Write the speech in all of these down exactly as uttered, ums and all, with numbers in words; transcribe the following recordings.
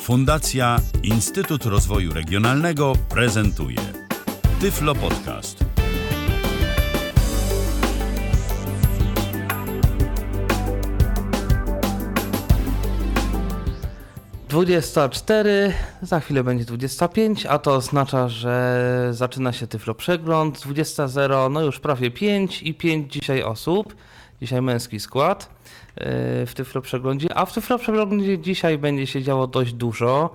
Fundacja Instytut Rozwoju Regionalnego prezentuje Tyflo Podcast. dwudziesta cztery, za chwilę będzie dwudziesta pięć, a to oznacza, że zaczyna się Tyflo Przegląd. dwudziesta zero, no już prawie pięć i pięć dzisiaj osób. Dzisiaj męski skład w Tyflo Przeglądzie, a w Tyflo Przeglądzie dzisiaj będzie się działo dość dużo,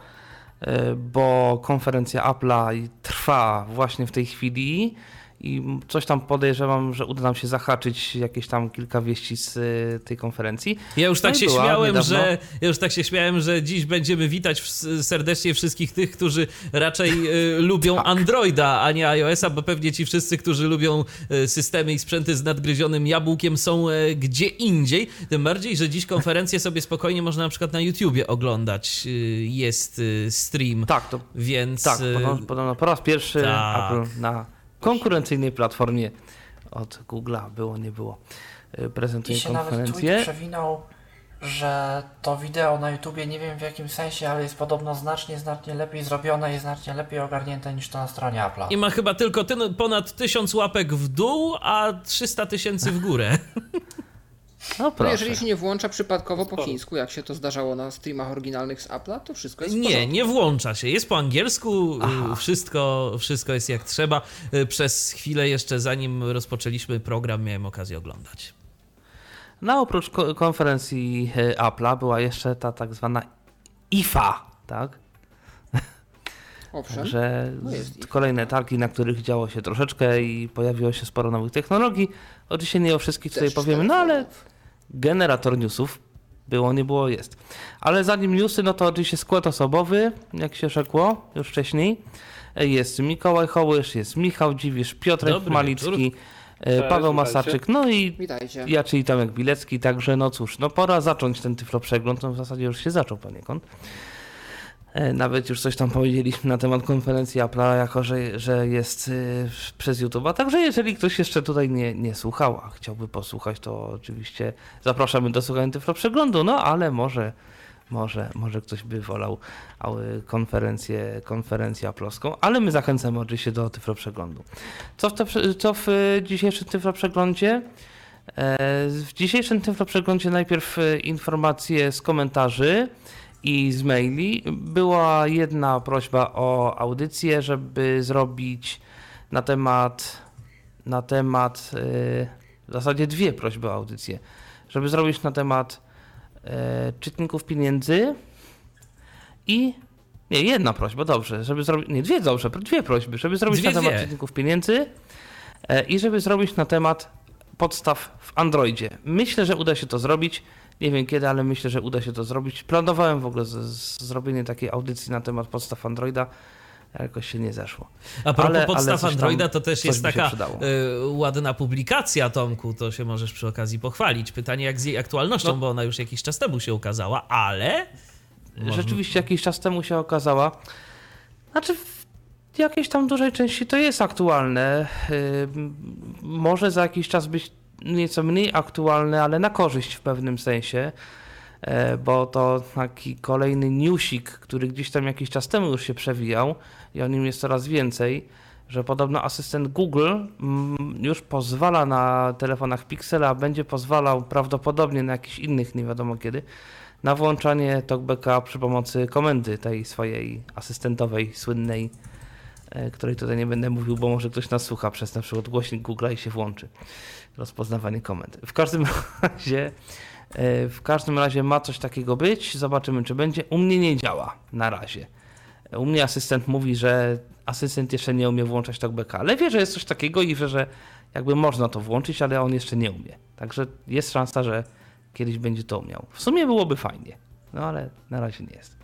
bo konferencja Apple'a trwa właśnie w tej chwili i coś tam podejrzewam, że uda nam się zahaczyć jakieś tam kilka wieści z tej konferencji. Ja już tak no się była, śmiałem, niedawno. że ja już tak się śmiałem, że dziś będziemy witać serdecznie wszystkich tych, którzy raczej y, lubią tak. Androida, a nie iOS-a, bo pewnie ci wszyscy, którzy lubią y, systemy i sprzęty z nadgryzionym jabłkiem, są y, gdzie indziej. Tym bardziej, że dziś konferencję sobie spokojnie można na przykład na YouTubie oglądać. Y, jest y, stream. Tak, to więc tak, y, podobno, podobno po raz pierwszy tak. Apple na konkurencyjnej platformie od Google'a było, nie było. Prezentuje I się nawet konferencję. tweet przewinął, że to wideo na YouTubie, nie wiem w jakim sensie, ale jest podobno znacznie, znacznie lepiej zrobione i znacznie lepiej ogarnięte niż to na stronie Apple'a. I ma chyba tylko ty, ponad tysiąc łapek w dół, a trzysta tysięcy w górę. No, No proszę. jeżeli się nie włącza przypadkowo po chińsku, jak się to zdarzało na streamach oryginalnych z Apple'a, to wszystko jest w Nie, porządku. nie włącza się. Jest po angielsku, Aha. wszystko, wszystko jest jak trzeba. Przez chwilę jeszcze zanim rozpoczęliśmy program, miałem okazję oglądać. No oprócz ko- konferencji e, Apple'a była jeszcze ta tak zwana I F A, tak? Owszem. Że No jest I F A. kolejne targi, na których działo się troszeczkę i pojawiło się sporo nowych technologii. Oczywiście nie o wszystkich tutaj Też powiemy, no ale generator newsów było, nie było, jest. Ale zanim newsy, no to oczywiście skład osobowy, jak się rzekło już wcześniej. Jest Mikołaj Hołysz, jest Michał Dziwisz, Piotrek Dobry Malicki, Cześć, Paweł witajcie. Masarczyk, no i Witajcie. ja, czyli Tomek Bilecki, także no cóż, no pora zacząć ten Tyflo Przegląd, no w zasadzie już się zaczął poniekąd. E, Nawet już coś tam powiedzieliśmy na temat konferencji Apple'a, jako że, że jest y, przez YouTube'a, także jeżeli ktoś jeszcze tutaj nie, nie słuchał, a chciałby posłuchać, to oczywiście zapraszamy do słuchania Tyflo Przeglądu, no ale może, może, może ktoś by wolał a, y, konferencję, konferencję Apple'owską, ale my zachęcamy oczywiście do Tyflo Przeglądu. Co w, te, co w y, dzisiejszym Tyflo Przeglądzie? E, W dzisiejszym Tyflo Przeglądzie najpierw y, informacje z komentarzy i z maili. Była jedna prośba o audycję, żeby zrobić na temat, na temat, yy, w zasadzie dwie prośby o audycję, żeby zrobić na temat yy, czytników pieniędzy i, nie, jedna prośba, dobrze, żeby zrobić, nie, dwie, dobrze, dwie prośby, żeby zrobić Dwie, na temat dwie. czytników pieniędzy yy, i żeby zrobić na temat podstaw w Androidzie. Myślę, że uda się to zrobić. Nie wiem kiedy, ale myślę, że uda się to zrobić. Planowałem w ogóle z, z zrobienie takiej audycji na temat podstaw Androida, a jakoś się nie zeszło. A propos Ale- ale podstaw coś tam- Androida, to też coś jest by się taka przydało. y, ładna publikacja, Tomku, to się możesz przy okazji pochwalić. Pytanie jak z jej aktualnością, No. bo ona już jakiś czas temu się ukazała, ale... Rzeczywiście jakiś czas temu się okazała. Znaczy w jakiejś tam dużej części to jest aktualne. Yy, może za jakiś czas być nieco mniej aktualne, ale na korzyść w pewnym sensie. E, Bo to taki kolejny newsik, który gdzieś tam jakiś czas temu już się przewijał i o nim jest coraz więcej, że podobno asystent Google mm, już pozwala na telefonach Pixela, a będzie pozwalał prawdopodobnie na jakichś innych, nie wiadomo kiedy, na włączanie talkbacka przy pomocy komendy tej swojej asystentowej, słynnej, e, której tutaj nie będę mówił, bo może ktoś nas słucha przez na przykład głośnik Google'a i się włączy rozpoznawanie komend. W każdym razie e, w każdym razie ma coś takiego być, zobaczymy czy będzie. U mnie nie działa na razie. U mnie asystent mówi, że asystent jeszcze nie umie włączać talkbacka, ale wie, że jest coś takiego i wie, że jakby można to włączyć, ale on jeszcze nie umie. Także jest szansa, że kiedyś będzie to umiał. W sumie byłoby fajnie, no ale na razie nie jest.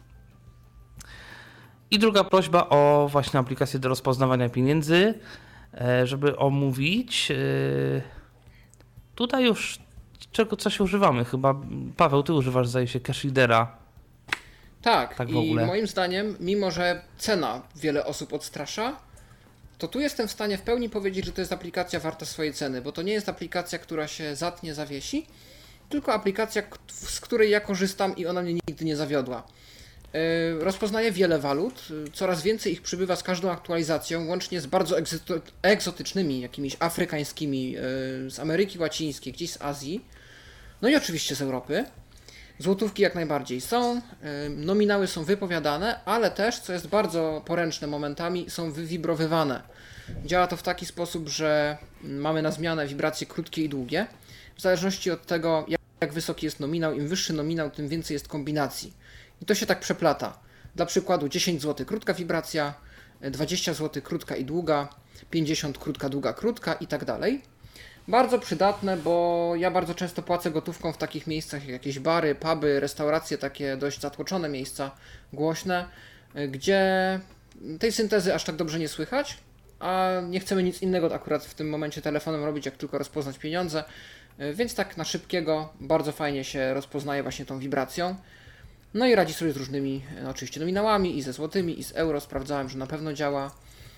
I druga prośba o właśnie aplikację do rozpoznawania pieniędzy, e, żeby omówić. e, Tutaj już czego coś używamy. Chyba Paweł, ty używasz zdaje się cash readera. Tak, Tak w i ogóle. moim zdaniem, mimo że cena wiele osób odstrasza, to tu jestem w stanie w pełni powiedzieć, że to jest aplikacja warta swojej ceny, bo to nie jest aplikacja, która się zatnie, zawiesi, tylko aplikacja, z której ja korzystam i ona mnie nigdy nie zawiodła. rozpoznaje wiele walut, coraz więcej ich przybywa z każdą aktualizacją, łącznie z bardzo egzotycznymi, jakimiś afrykańskimi, z Ameryki Łacińskiej, gdzieś z Azji, no i oczywiście z Europy. Złotówki jak najbardziej są, nominały są wypowiadane, ale też, co jest bardzo poręczne momentami, są wywibrowywane. Działa to w taki sposób, że mamy na zmianę wibracje krótkie i długie, w zależności od tego, jak wysoki jest nominał. Im wyższy nominał, tym więcej jest kombinacji. I to się tak przeplata. Dla przykładu dziesięć złotych krótka wibracja, dwadzieścia złotych krótka i długa, pięćdziesiąt krótka, długa, krótka i tak dalej. Bardzo przydatne, bo ja bardzo często płacę gotówką w takich miejscach jak jakieś bary, puby, restauracje, takie dość zatłoczone miejsca, głośne, gdzie tej syntezy aż tak dobrze nie słychać, a nie chcemy nic innego akurat w tym momencie telefonem robić, jak tylko rozpoznać pieniądze, więc tak na szybkiego bardzo fajnie się rozpoznaje właśnie tą wibracją. No i radzi sobie z różnymi, no oczywiście nominałami, i ze złotymi, i z euro. Sprawdzałem, że na pewno działa.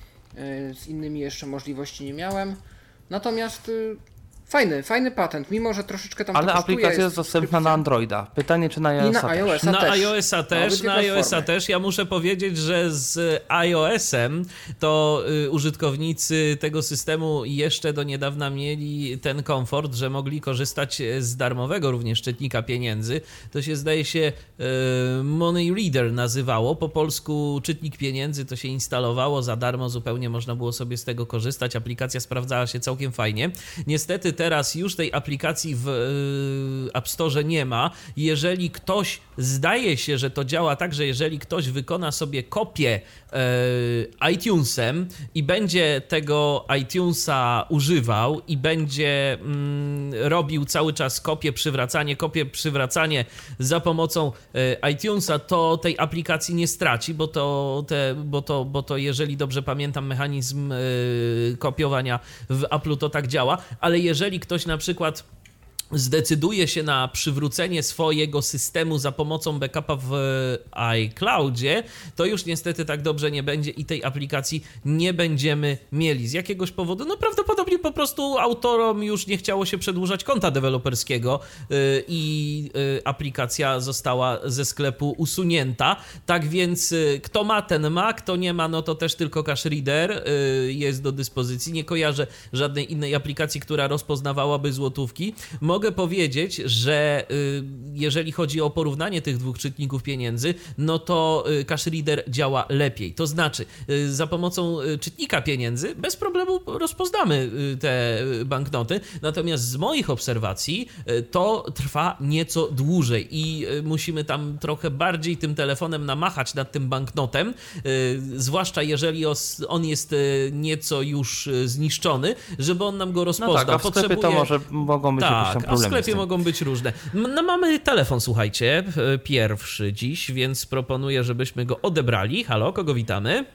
Z innymi jeszcze możliwości nie miałem. Natomiast fajny, fajny patent, mimo że troszeczkę tam Ale to kosztuje, aplikacja jest dostępna na Androida. Pytanie, czy na iOS-a I na też? iOS-a Na też. iOS-a też, na iOS-a też. Ja muszę powiedzieć, że z iOS-em to y, użytkownicy tego systemu jeszcze do niedawna mieli ten komfort, że mogli korzystać z darmowego również czytnika pieniędzy. To się zdaje się y, Money Reader nazywało. Po polsku czytnik pieniędzy, to się instalowało za darmo, zupełnie można było sobie z tego korzystać. Aplikacja sprawdzała się całkiem fajnie. Niestety teraz już tej aplikacji w y, App Store nie ma. Jeżeli ktoś, zdaje się, że to działa tak, że jeżeli ktoś wykona sobie kopię y, iTunesem i będzie tego iTunesa używał i będzie mm, robił cały czas kopię, przywracanie, kopię, przywracanie za pomocą y, iTunesa, to tej aplikacji nie straci, bo to, te, bo to, bo to jeżeli dobrze pamiętam mechanizm y, kopiowania w Apple'u, to tak działa, ale jeżeli ktoś na przykład zdecyduje się na przywrócenie swojego systemu za pomocą backupa w iCloudzie, to już niestety tak dobrze nie będzie i tej aplikacji nie będziemy mieli. Z jakiegoś powodu, no prawdopodobnie po prostu autorom już nie chciało się przedłużać konta deweloperskiego i aplikacja została ze sklepu usunięta. Tak więc kto ma, ten ma, kto nie ma, no to też tylko Cash Reader jest do dyspozycji. Nie kojarzę żadnej innej aplikacji, która rozpoznawałaby złotówki. Mogę powiedzieć, że jeżeli chodzi o porównanie tych dwóch czytników pieniędzy, no to Cash Reader działa lepiej. To znaczy, za pomocą czytnika pieniędzy bez problemu rozpoznamy te banknoty, natomiast z moich obserwacji to trwa nieco dłużej i musimy tam trochę bardziej tym telefonem namachać nad tym banknotem, zwłaszcza jeżeli on jest nieco już zniszczony, żeby on nam go rozpoznał. No tak, a w sklepie Potrzebuje... to może mogą być tak, jakieś tam problemy. A w sklepie mogą być różne. No, mamy telefon, słuchajcie, pierwszy dziś, więc proponuję, żebyśmy go odebrali. Halo, kogo witamy?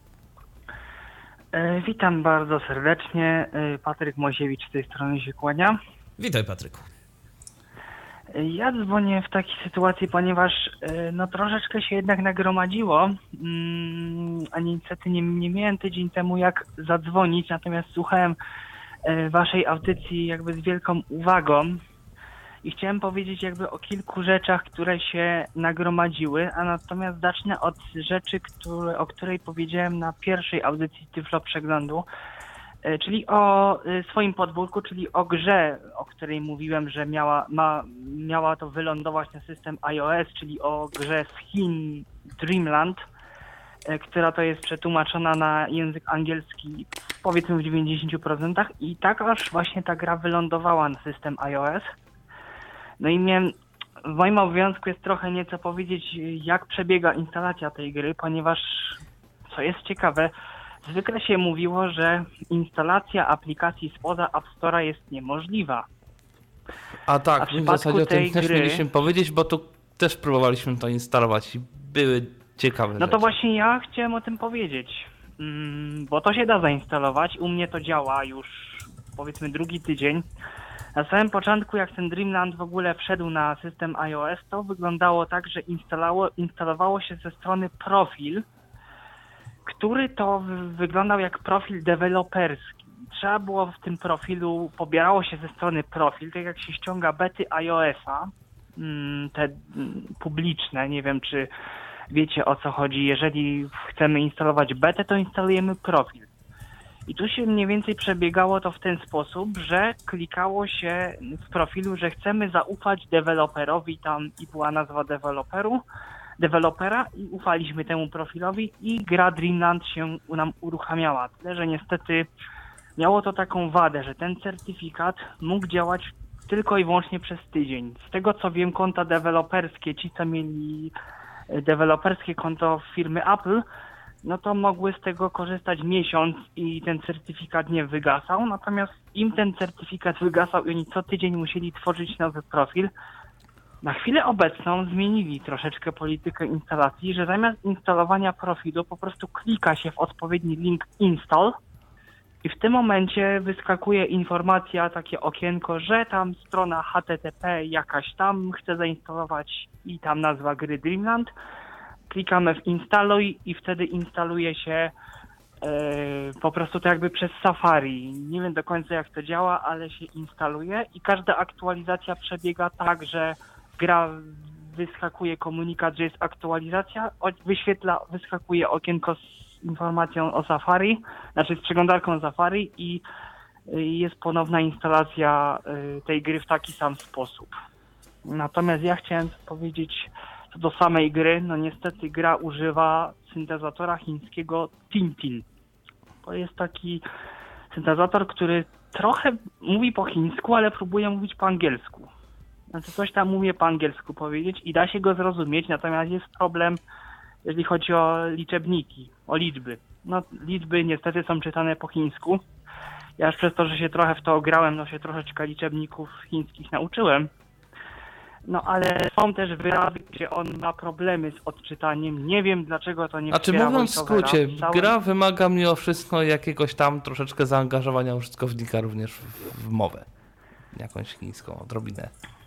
E, witam bardzo serdecznie. E, Patryk Moisiewicz z tej strony się kłania. Witaj, Patryku. E, ja dzwonię w takiej sytuacji, ponieważ e, no troszeczkę się jednak nagromadziło, mm, a niestety nie, nie miałem tydzień temu jak zadzwonić, natomiast słuchałem waszej audycji jakby z wielką uwagą i chciałem powiedzieć jakby o kilku rzeczach, które się nagromadziły, a natomiast zacznę od rzeczy, które, o której powiedziałem na pierwszej audycji Tyflo Przeglądu, czyli o swoim podwórku, czyli o grze, o której mówiłem, że miała, ma, miała to wylądować na system iOS, czyli o grze z Chin Dreamland, która to jest przetłumaczona na język angielski powiedzmy w dziewięćdziesięciu procentach i tak aż właśnie ta gra wylądowała na system iOS. No i miałem, w moim obowiązku jest trochę nieco powiedzieć, jak przebiega instalacja tej gry, ponieważ, co jest ciekawe, zwykle się mówiło, że instalacja aplikacji spoza App Store'a jest niemożliwa. A tak, A w w zasadzie o tym też gry... mieliśmy powiedzieć, bo tu też próbowaliśmy to instalować i były ciekawe No rzeczy. to właśnie ja chciałem o tym powiedzieć, bo to się da zainstalować. U mnie to działa już powiedzmy drugi tydzień. Na samym początku, jak ten Dreamland w ogóle wszedł na system iOS, to wyglądało tak, że instalowało, instalowało się ze strony profil, który to wyglądał jak profil deweloperski. Trzeba było w tym profilu, pobierało się ze strony profil, tak jak się ściąga bety iOS-a, te publiczne, nie wiem czy wiecie o co chodzi. Jeżeli chcemy instalować betę, to instalujemy profil. I tu się mniej więcej przebiegało to w ten sposób, że klikało się w profilu, że chcemy zaufać deweloperowi tam i była nazwa deweloperu, dewelopera i ufaliśmy temu profilowi i gra Dreamland się nam uruchamiała. Tyle, że niestety miało to taką wadę, że ten certyfikat mógł działać tylko i wyłącznie przez tydzień. Z tego co wiem, konta deweloperskie, ci co mieli deweloperskie konto firmy Apple, no to mogły z tego korzystać miesiąc i ten certyfikat nie wygasał, natomiast im ten certyfikat wygasał i oni co tydzień musieli tworzyć nowy profil. Na chwilę obecną zmienili troszeczkę politykę instalacji, że zamiast instalowania profilu po prostu klika się w odpowiedni link install i w tym momencie wyskakuje informacja, takie okienko, że tam strona H T T P jakaś tam chce zainstalować i tam nazwa gry Dreamland. Klikamy w instaluj i wtedy instaluje się yy, po prostu to jakby przez Safari. Nie wiem do końca jak to działa, ale się instaluje i każda aktualizacja przebiega tak, że gra wyskakuje komunikat, że jest aktualizacja, wyświetla, wyskakuje okienko z informacją o Safari, znaczy z przeglądarką Safari i jest ponowna instalacja tej gry w taki sam sposób. Natomiast ja chciałem powiedzieć co do samej gry, no niestety gra używa syntezatora chińskiego Tintin. To jest taki syntezator, który trochę mówi po chińsku, ale próbuje mówić po angielsku. Znaczy coś tam umie po angielsku powiedzieć i da się go zrozumieć, natomiast jest problem, jeżeli chodzi o liczebniki, o liczby. No liczby niestety są czytane po chińsku. Ja już przez to, że się trochę w to grałem, no się troszeczkę liczebników chińskich nauczyłem. No ale są też wyrazy, gdzie on ma problemy z odczytaniem. Nie wiem dlaczego to nie Znaczy wspiera mówiąc w voiceovera. skrócie, Całym... gra wymaga mimo wszystko jakiegoś tam troszeczkę zaangażowania użytkownika również w, w mowę. Jakąś chińską, odrobinę.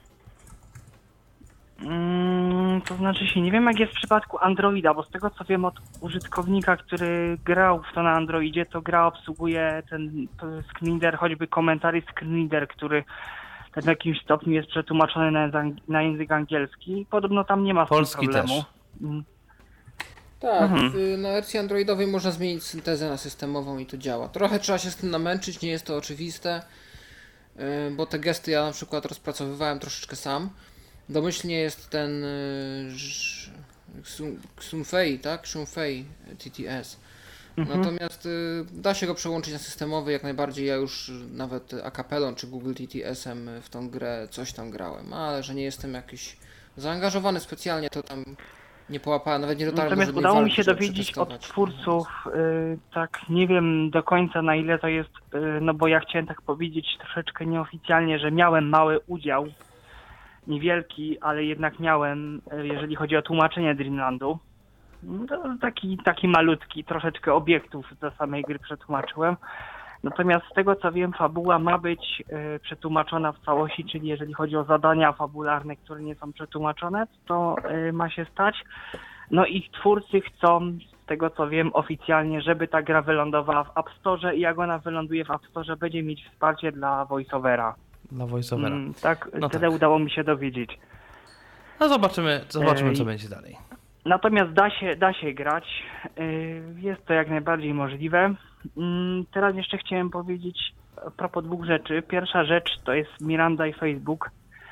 Mm, to znaczy się, nie wiem jak jest w przypadku Androida, bo z tego co wiem od użytkownika, który grał w to na Androidzie, to gra obsługuje ten screen reader, choćby komentarzy screen reader, który w jakimś stopniu jest przetłumaczony na, na język angielski. Podobno tam nie ma z tym Polski problemu. też. Mm. Tak, Mhm. w- na wersji androidowej można zmienić syntezę na systemową i to działa. Trochę trzeba się z tym namęczyć, nie jest to oczywiste, yy, bo te gesty ja na przykład rozpracowywałem troszeczkę sam. Domyślnie jest ten yy, ż- Xun- Xunfei, tak? Xunfei T T S. Mhm. Natomiast y, da się go przełączyć na systemowy jak najbardziej. Ja już nawet Acapellą czy Google T T S-em w tą grę coś tam grałem, ale że nie jestem jakiś zaangażowany specjalnie, to tam nie połapałem, nawet nie dotarłem do Natomiast żadnej udało mi walki, się żeby dowiedzieć od przetestować. twórców, y, tak nie wiem do końca na ile to jest, y, no bo ja chciałem tak powiedzieć troszeczkę nieoficjalnie, że miałem mały udział, niewielki, ale jednak miałem, y, jeżeli chodzi o tłumaczenie Dreamlandu. To taki, taki malutki, troszeczkę obiektów do samej gry przetłumaczyłem. Natomiast z tego co wiem, fabuła ma być y, przetłumaczona w całości, czyli jeżeli chodzi o zadania fabularne, które nie są przetłumaczone, to y, ma się stać. No i twórcy chcą, z tego co wiem oficjalnie, żeby ta gra wylądowała w App Store i jak ona wyląduje w App Store, będzie mieć wsparcie dla voiceovera. Dla voiceovera. Mm, tak, No tyle tak. udało mi się dowiedzieć. No zobaczymy, zobaczymy co Ej. będzie dalej. Natomiast da się, da się grać, yy, jest to jak najbardziej możliwe. Yy, Teraz jeszcze chciałem powiedzieć a propos dwóch rzeczy. Pierwsza rzecz to jest Miranda i Facebook.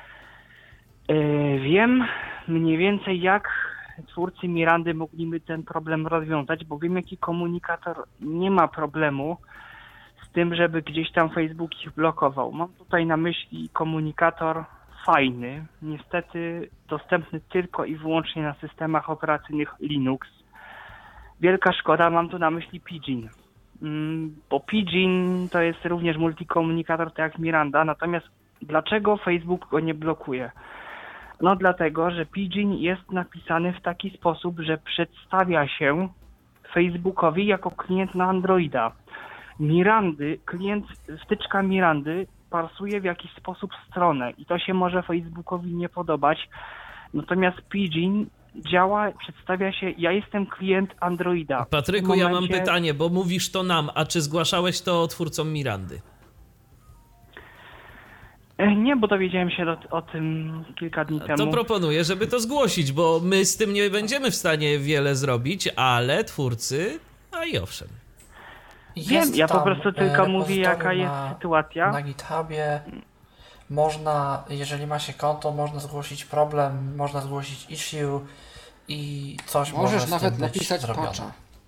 Yy, Wiem mniej więcej jak twórcy Mirandy mogliby ten problem rozwiązać, bo wiem jaki komunikator nie ma problemu z tym, żeby gdzieś tam Facebook ich blokował. Mam tutaj na myśli komunikator fajny, niestety dostępny tylko i wyłącznie na systemach operacyjnych Linux. Wielka szkoda, mam tu na myśli Pidgin. Mm, Bo Pidgin to jest również multikomunikator, tak jak Miranda, natomiast dlaczego Facebook go nie blokuje? No dlatego, że Pidgin jest napisany w taki sposób, że przedstawia się Facebookowi jako klient na Androida. Mirandy, klient, wtyczka Mirandy parsuje w jakiś sposób stronę i to się może Facebookowi nie podobać. Natomiast Pidgin działa, przedstawia się, ja jestem klient Androida. Patryku, W ja mam momencie- pytanie, bo mówisz to nam, a czy zgłaszałeś to twórcom Mirandy? Nie, bo dowiedziałem się do, o tym kilka dni temu. To proponuję, żeby to zgłosić, bo my z tym nie będziemy w stanie wiele zrobić, ale twórcy, a i owszem. Wiem, ja po tam, prostu e, tylko mówię, jaka repozytorium jest na, sytuacja. Na GitHubie można, jeżeli ma się konto, można zgłosić problem, można zgłosić issue i coś Możesz może z nawet tym być napisać zrobione. patcha.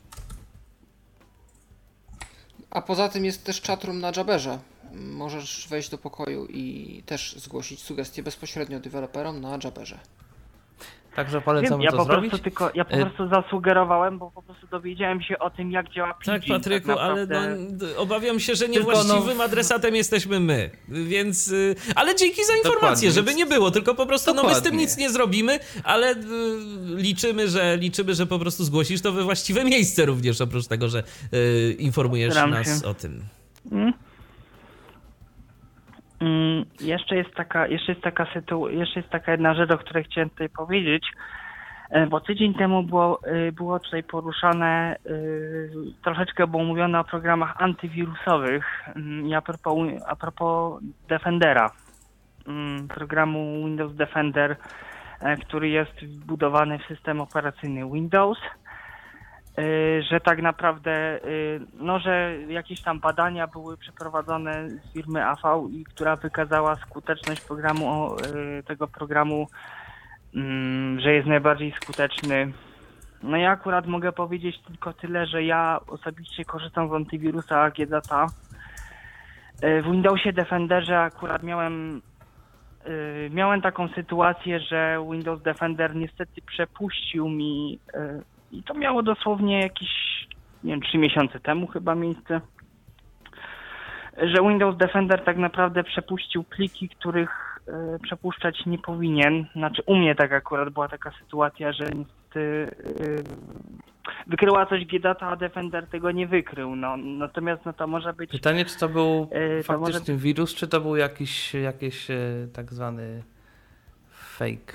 A poza tym jest też chatroom na Jabberze. Możesz wejść do pokoju i też zgłosić sugestie bezpośrednio deweloperom na Jabberze. Także Wiem, polecamy ja to po zrobić. prostu tylko, ja po Y- prostu zasugerowałem, bo po prostu dowiedziałem się o tym, jak działa Tak, plugin. Patryku, tak ale naprawdę. no, d- obawiam się, że Tylko niewłaściwym no- adresatem jesteśmy my, więc... y, Ale dzięki za informację, Dokładnie, żeby więc- nie było, tylko po prostu no my z tym Dokładnie. nic nie zrobimy, ale y, liczymy, że liczymy, że po prostu zgłosisz to we właściwe miejsce również, oprócz tego, że y, informujesz Staram nas się. o tym. Mm. Mm, jeszcze jest taka, jeszcze jest taka sytu, jeszcze jest taka jedna rzecz, o której chciałem tutaj powiedzieć, E, bo tydzień temu było, y, było tutaj poruszane, y, troszeczkę było mówione o programach antywirusowych mm, i a propos, a propos Defendera, mm, programu Windows Defender, e, który jest wbudowany w system operacyjny Windows. Y, że tak naprawdę, y, no, że jakieś tam badania były przeprowadzone z firmy A V i która wykazała skuteczność programu, o, y, tego programu, mm, że jest najbardziej skuteczny. No ja akurat mogę powiedzieć tylko tyle, że ja osobiście korzystam z antywirusa A G Data. Y, W Windowsie Defenderze akurat miałem y, miałem taką sytuację, że Windows Defender niestety przepuścił mi y, i to miało dosłownie jakieś, nie wiem, trzy miesiące temu chyba miejsce, że Windows Defender tak naprawdę przepuścił pliki, których e, przepuszczać nie powinien. Znaczy u mnie tak akurat była taka sytuacja, że niestety e, wykryła coś G Data, a Defender tego nie wykrył. No, natomiast no to może być... Pytanie, czy to był E, to faktyczny może- wirus, czy to był jakiś, jakiś e, tak zwany fake?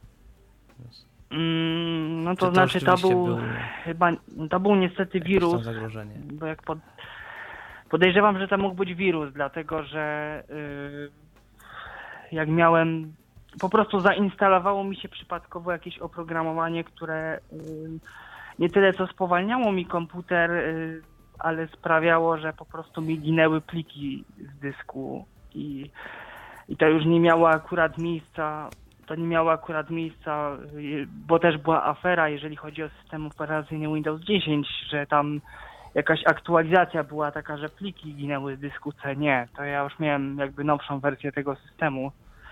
Mm, no Czy to znaczy to rzeczywiście był był chyba, to był niestety jakieś tam wirus. zagrożenie? Bo jak pod... Podejrzewam, że to mógł być wirus, dlatego że yy, jak miałem, po prostu zainstalowało mi się przypadkowo jakieś oprogramowanie, które yy, nie tyle co spowalniało mi komputer, yy, ale sprawiało, że po prostu mi ginęły pliki z dysku i, i to już nie miało akurat miejsca. To nie miało akurat miejsca, yy, bo też była afera, jeżeli chodzi o system operacyjny Windows dziesięć, że tam jakaś aktualizacja była taka, że pliki ginęły z dysku C. Nie, to ja już miałem jakby nowszą wersję tego systemu.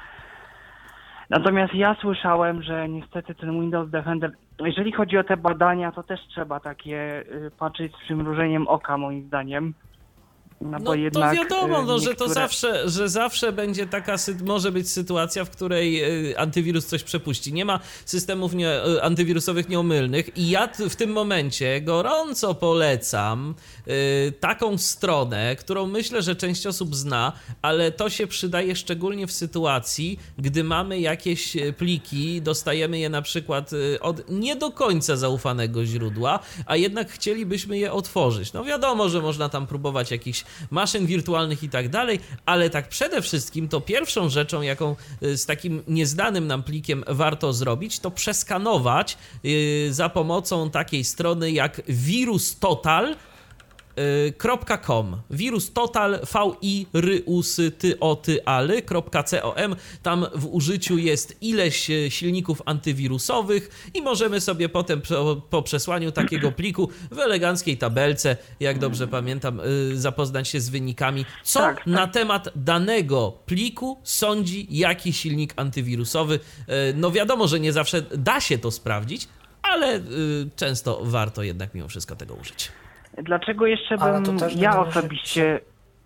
Natomiast ja słyszałem, że niestety ten Windows Defender, jeżeli chodzi o te badania, to też trzeba takie y, patrzeć z przymrużeniem oka, moim zdaniem. No, No bo jednak, to wiadomo, y, no, że to niektóre- zawsze, że zawsze będzie taka, sy- może być sytuacja, w której y, antywirus coś przepuści. Nie ma systemów nie, y, antywirusowych nieomylnych i ja t- w tym momencie gorąco polecam y, taką stronę, którą myślę, że część osób zna, ale to się przydaje szczególnie w sytuacji, gdy mamy jakieś y, pliki, dostajemy je na przykład y, od nie do końca zaufanego źródła, a jednak chcielibyśmy je otworzyć. No wiadomo, że można tam próbować jakichś maszyn wirtualnych i tak dalej, ale tak przede wszystkim to pierwszą rzeczą, jaką y, z takim nieznanym nam plikiem warto zrobić, to przeskanować y, za pomocą takiej strony jak virustotal kropka com. Wirus total v i r u s t o t a l kropka com. Tam w użyciu jest ileś e, silników antywirusowych i możemy sobie potem po, po przesłaniu takiego pliku w eleganckiej tabelce, jak dobrze pamiętam, y, zapoznać się z wynikami, co Tak, tak. na temat danego pliku sądzi jaki silnik antywirusowy. E, No wiadomo, że nie zawsze da się to sprawdzić, ale y, często warto jednak mimo wszystko tego użyć. Dlaczego jeszcze Ale to bym też nie ja należy osobiście...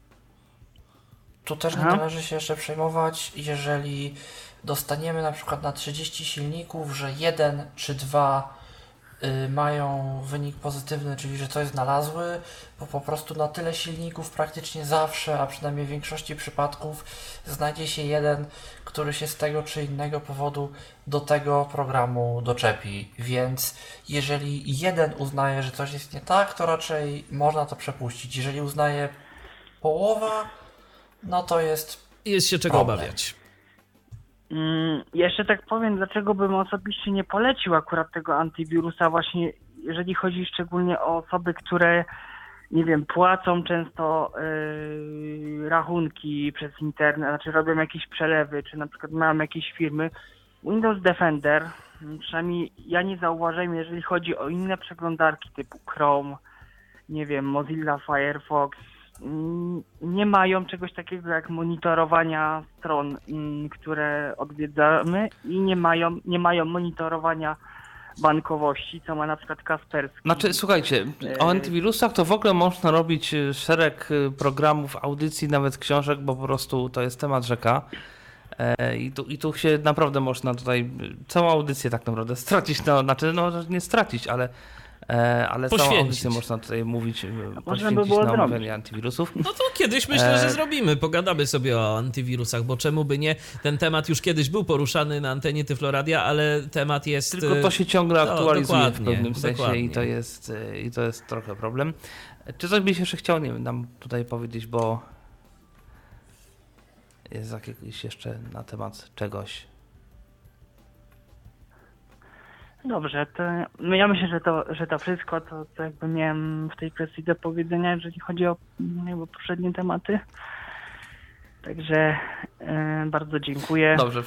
Tu też nie Aha. należy się jeszcze przejmować, jeżeli dostaniemy na przykład na trzydzieści silników, że jeden czy dwa y, mają wynik pozytywny, czyli że coś znalazły, bo po prostu na tyle silników praktycznie zawsze, a przynajmniej w większości przypadków znajdzie się jeden, który się z tego czy innego powodu do tego programu doczepi. Więc jeżeli jeden uznaje, że coś jest nie tak, to raczej można to przepuścić. Jeżeli uznaje połowa, no to jest Jest się czego Problem. obawiać. Mm, jeszcze tak powiem, dlaczego bym osobiście nie polecił akurat tego antywirusa właśnie, jeżeli chodzi szczególnie o osoby, które, nie wiem, płacą często yy, rachunki przez internet, znaczy robią jakieś przelewy, czy na przykład mają jakieś firmy. Windows Defender, przynajmniej ja nie zauważyłem, jeżeli chodzi o inne przeglądarki typu Chrome, nie wiem, Mozilla Firefox, nie mają czegoś takiego jak monitorowania stron, które odwiedzamy i nie mają, nie mają monitorowania bankowości, co ma na przykład Kaspersky. Znaczy, słuchajcie, o antywirusach to w ogóle można robić szereg programów, audycji, nawet książek, bo po prostu to jest temat rzeka. I tu, I tu się naprawdę można tutaj całą audycję tak naprawdę stracić, no, znaczy no nie stracić, ale, ale całą audycję można tutaj mówić, poświęcić by na omawianie antywirusów. No to kiedyś myślę, że zrobimy, pogadamy sobie o antywirusach, bo czemu by nie? Ten temat już kiedyś był poruszany na antenie Tyfloradia, ale temat jest... Tylko to się ciągle no, aktualizuje w pewnym sensie dokładnie. i to, jest, i to jest trochę problem. Czy coś byś jeszcze chciał, nie wiem, nam tutaj powiedzieć, bo jest jakieś jeszcze na temat czegoś. Dobrze, to no ja myślę, że to, że to wszystko, to, to jakby miałem w tej kwestii do powiedzenia, jeżeli chodzi o jakby poprzednie tematy. Także e, bardzo dziękuję. Dobrze.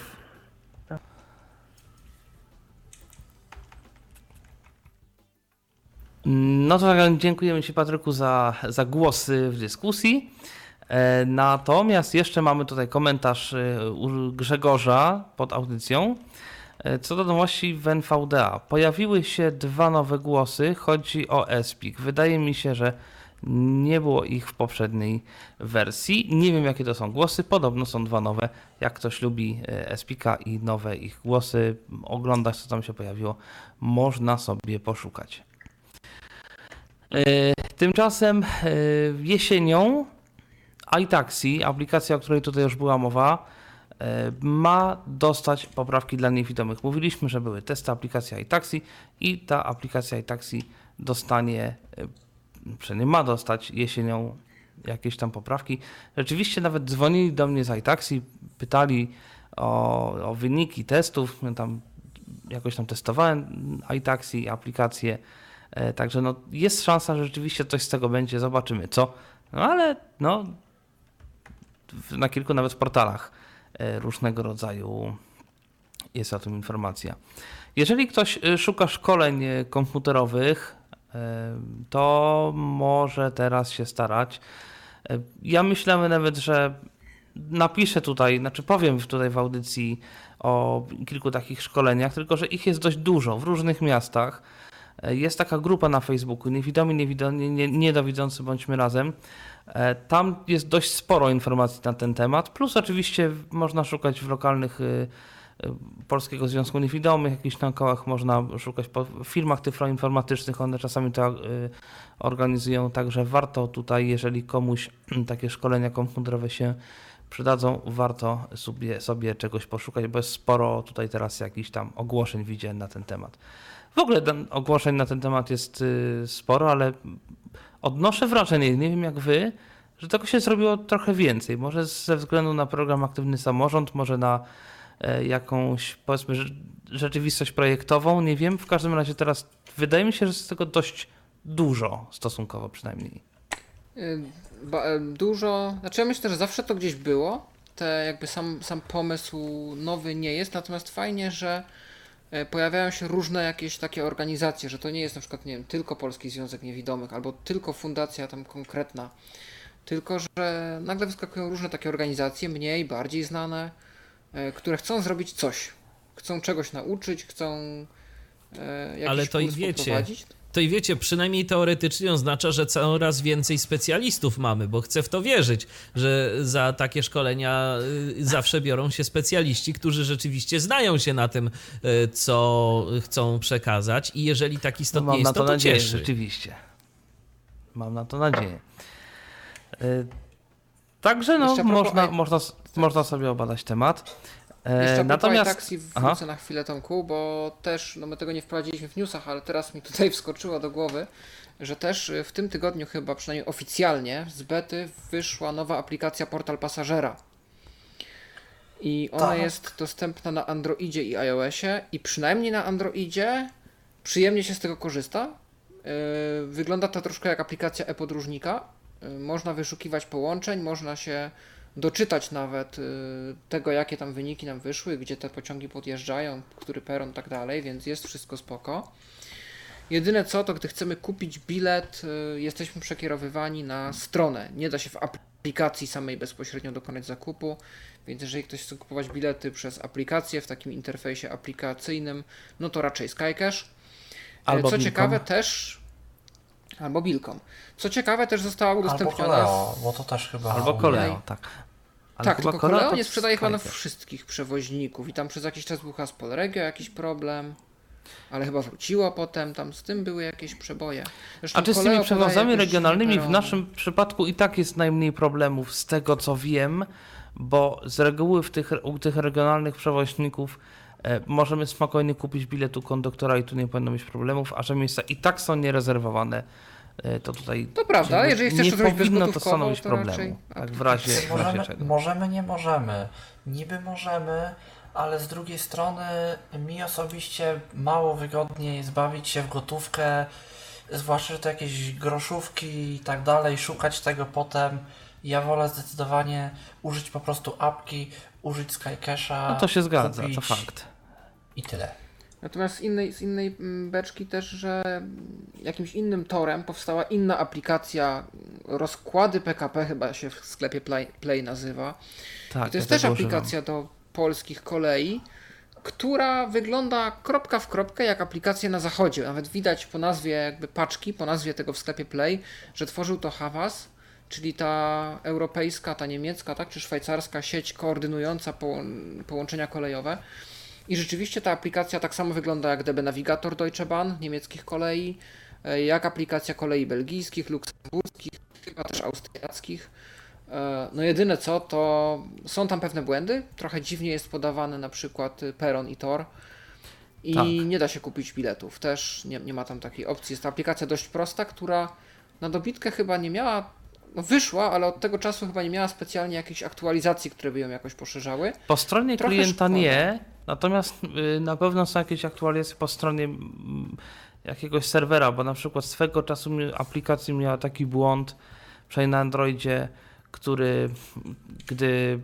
No to tak, dziękujemy Ci, Patryku, za, za głosy w dyskusji. E, natomiast jeszcze mamy tutaj komentarz u Grzegorza pod audycją. Co do nowości w N V D A. Pojawiły się dwa nowe głosy. Chodzi o ESPIK. Wydaje mi się, że nie było ich w poprzedniej wersji. Nie wiem, jakie to są głosy. Podobno są dwa nowe. Jak ktoś lubi ESPIKa i nowe ich głosy, oglądać, co tam się pojawiło, można sobie poszukać. Tymczasem jesienią iTaxi, aplikacja, o której tutaj już była mowa, ma dostać poprawki dla niewidomych. Mówiliśmy, że były testy aplikacji iTaxi i ta aplikacja iTaxi dostanie, przynajmniej ma dostać jesienią jakieś tam poprawki. Rzeczywiście nawet dzwonili do mnie z iTaxi, pytali o, o wyniki testów. Ja tam jakoś tam testowałem iTaxi, aplikację, także no jest szansa, że rzeczywiście coś z tego będzie, zobaczymy co. No ale no na kilku nawet portalach różnego rodzaju jest o tym informacja. Jeżeli ktoś szuka szkoleń komputerowych, to może teraz się starać. Ja myślę nawet, że napiszę tutaj, znaczy powiem tutaj w audycji o kilku takich szkoleniach, tylko że ich jest dość dużo w różnych miastach. Jest taka grupa na Facebooku, niewidomi, niewidomi, nie, niedowidzący bądźmy razem. Tam jest dość sporo informacji na ten temat, plus oczywiście można szukać w lokalnych y, y, Polskiego Związku Niewidomych, jakichś na kołach, można szukać po firmach tyfloinformatycznych, one czasami to y, organizują, także warto tutaj, jeżeli komuś takie szkolenia komputerowe się przydadzą, warto sobie, sobie czegoś poszukać, bo jest sporo tutaj teraz jakichś tam ogłoszeń widziałem na ten temat. W ogóle ogłoszeń na ten temat jest y, sporo, ale odnoszę wrażenie, nie wiem jak wy, że tego się zrobiło trochę więcej. Może ze względu na program Aktywny Samorząd, może na e, jakąś, powiedzmy, rzeczywistość projektową, nie wiem. W każdym razie teraz wydaje mi się, że jest tego dość dużo, stosunkowo przynajmniej. Ba- dużo, znaczy ja myślę, że zawsze to gdzieś było. Te jakby sam, sam pomysł nowy nie jest, natomiast fajnie, że pojawiają się różne jakieś takie organizacje, że to nie jest na przykład, nie wiem, tylko Polski Związek Niewidomych albo tylko fundacja tam konkretna, tylko że nagle wyskakują różne takie organizacje, mniej, bardziej znane, które chcą zrobić coś, chcą czegoś nauczyć, chcą jakiś Ale to i kurs wiecie, poprowadzić. To i wiecie, przynajmniej teoretycznie oznacza, że coraz więcej specjalistów mamy, bo chcę w to wierzyć, że za takie szkolenia zawsze biorą się specjaliści, którzy rzeczywiście znają się na tym, co chcą przekazać i jeżeli tak istotnie no, mam jest, na to, to, to nadzieję, cieszy. Rzeczywiście. Mam na to nadzieję. Y- Także no, Jeszcze propos można, i- można, można sobie obadać temat. E, Jeszcze natomiast taksi wrócę Aha. na chwilę, Tomku, bo też, no my tego nie wprowadziliśmy w newsach, ale teraz mi tutaj wskoczyło do głowy, że też w tym tygodniu chyba, przynajmniej oficjalnie, z bety wyszła nowa aplikacja Portal Pasażera. I ona Tak. jest dostępna na Androidzie i iOSie i przynajmniej na Androidzie przyjemnie się z tego korzysta. Yy, Wygląda to troszkę jak aplikacja e-podróżnika. Yy, Można wyszukiwać połączeń, można się doczytać nawet yy, tego, jakie tam wyniki nam wyszły, gdzie te pociągi podjeżdżają, który peron i tak dalej, więc jest wszystko spoko. Jedyne co, to gdy chcemy kupić bilet, yy, jesteśmy przekierowywani na stronę. Nie da się w aplikacji samej bezpośrednio dokonać zakupu, więc jeżeli ktoś chce kupować bilety przez aplikację w takim interfejsie aplikacyjnym, no to raczej Skycash. Albo Co Bilkom. ciekawe też, albo Bilkom. Co ciekawe też została Albo udostępniona. Koleo, bo to też chyba... Albo u mnie. Koleo, tak. Ale Tak, chyba tylko Koleo Koleo to nie sprzedaje chyba na Skype. wszystkich przewoźników i tam przez jakiś czas był chyba z Polregio jakiś problem, ale chyba wróciło potem, tam z tym były jakieś przeboje. Zresztą A czy z Koleo tymi podaje przewozami jakoś regionalnymi w perony. naszym przypadku i tak jest najmniej problemów z tego co wiem, bo z reguły w tych, u tych regionalnych przewoźników e, możemy spokojnie kupić bilet u konduktora i tu nie powinno być problemów, a że miejsca i tak są nierezerwowane, e, to tutaj To prawda, jakby jeżeli chcesz nie to zrobić powinno to bezgotówkowo, stanowić to problemu. raczej Tak w razie, w razie Możemy, czego. możemy, nie możemy. Niby możemy, ale z drugiej strony mi osobiście mało wygodniej jest bawić się w gotówkę, zwłaszcza, że to jakieś groszówki i tak dalej, szukać tego potem. Ja wolę zdecydowanie użyć po prostu apki, użyć Skycasha. No to się zgadza, kupić to fakt. I tyle. Natomiast z innej, z innej mm, beczki też, że jakimś innym torem powstała inna aplikacja, rozkłady P K P chyba się w sklepie Play, Play nazywa. Tak, I to jest ja też tego używam. aplikacja do polskich kolei, która wygląda kropka w kropkę jak aplikacja na zachodzie. Nawet widać po nazwie jakby paczki, po nazwie tego w sklepie Play, że tworzył to Havas, czyli ta europejska, ta niemiecka, tak, czy szwajcarska sieć koordynująca połą- połączenia kolejowe. I rzeczywiście ta aplikacja tak samo wygląda jak D B Navigator Deutsche Bahn niemieckich kolei, e, jak aplikacja kolei belgijskich, luksemburskich, chyba też austriackich. E, No jedyne co, to są tam pewne błędy, trochę dziwnie jest podawany na przykład y, peron i tor i Tak. nie da się kupić biletów, też nie, nie ma tam takiej opcji. Jest to aplikacja dość prosta, która na dobitkę chyba nie miała, no wyszła, ale od tego czasu chyba nie miała specjalnie jakichś aktualizacji, które by ją jakoś poszerzały. Po stronie Trochę klienta szkoda. nie, natomiast y, na pewno są jakieś aktualizacje po stronie mm, jakiegoś serwera, bo na przykład swego czasu mi- aplikacja miała taki błąd, przynajmniej na Androidzie, który gdy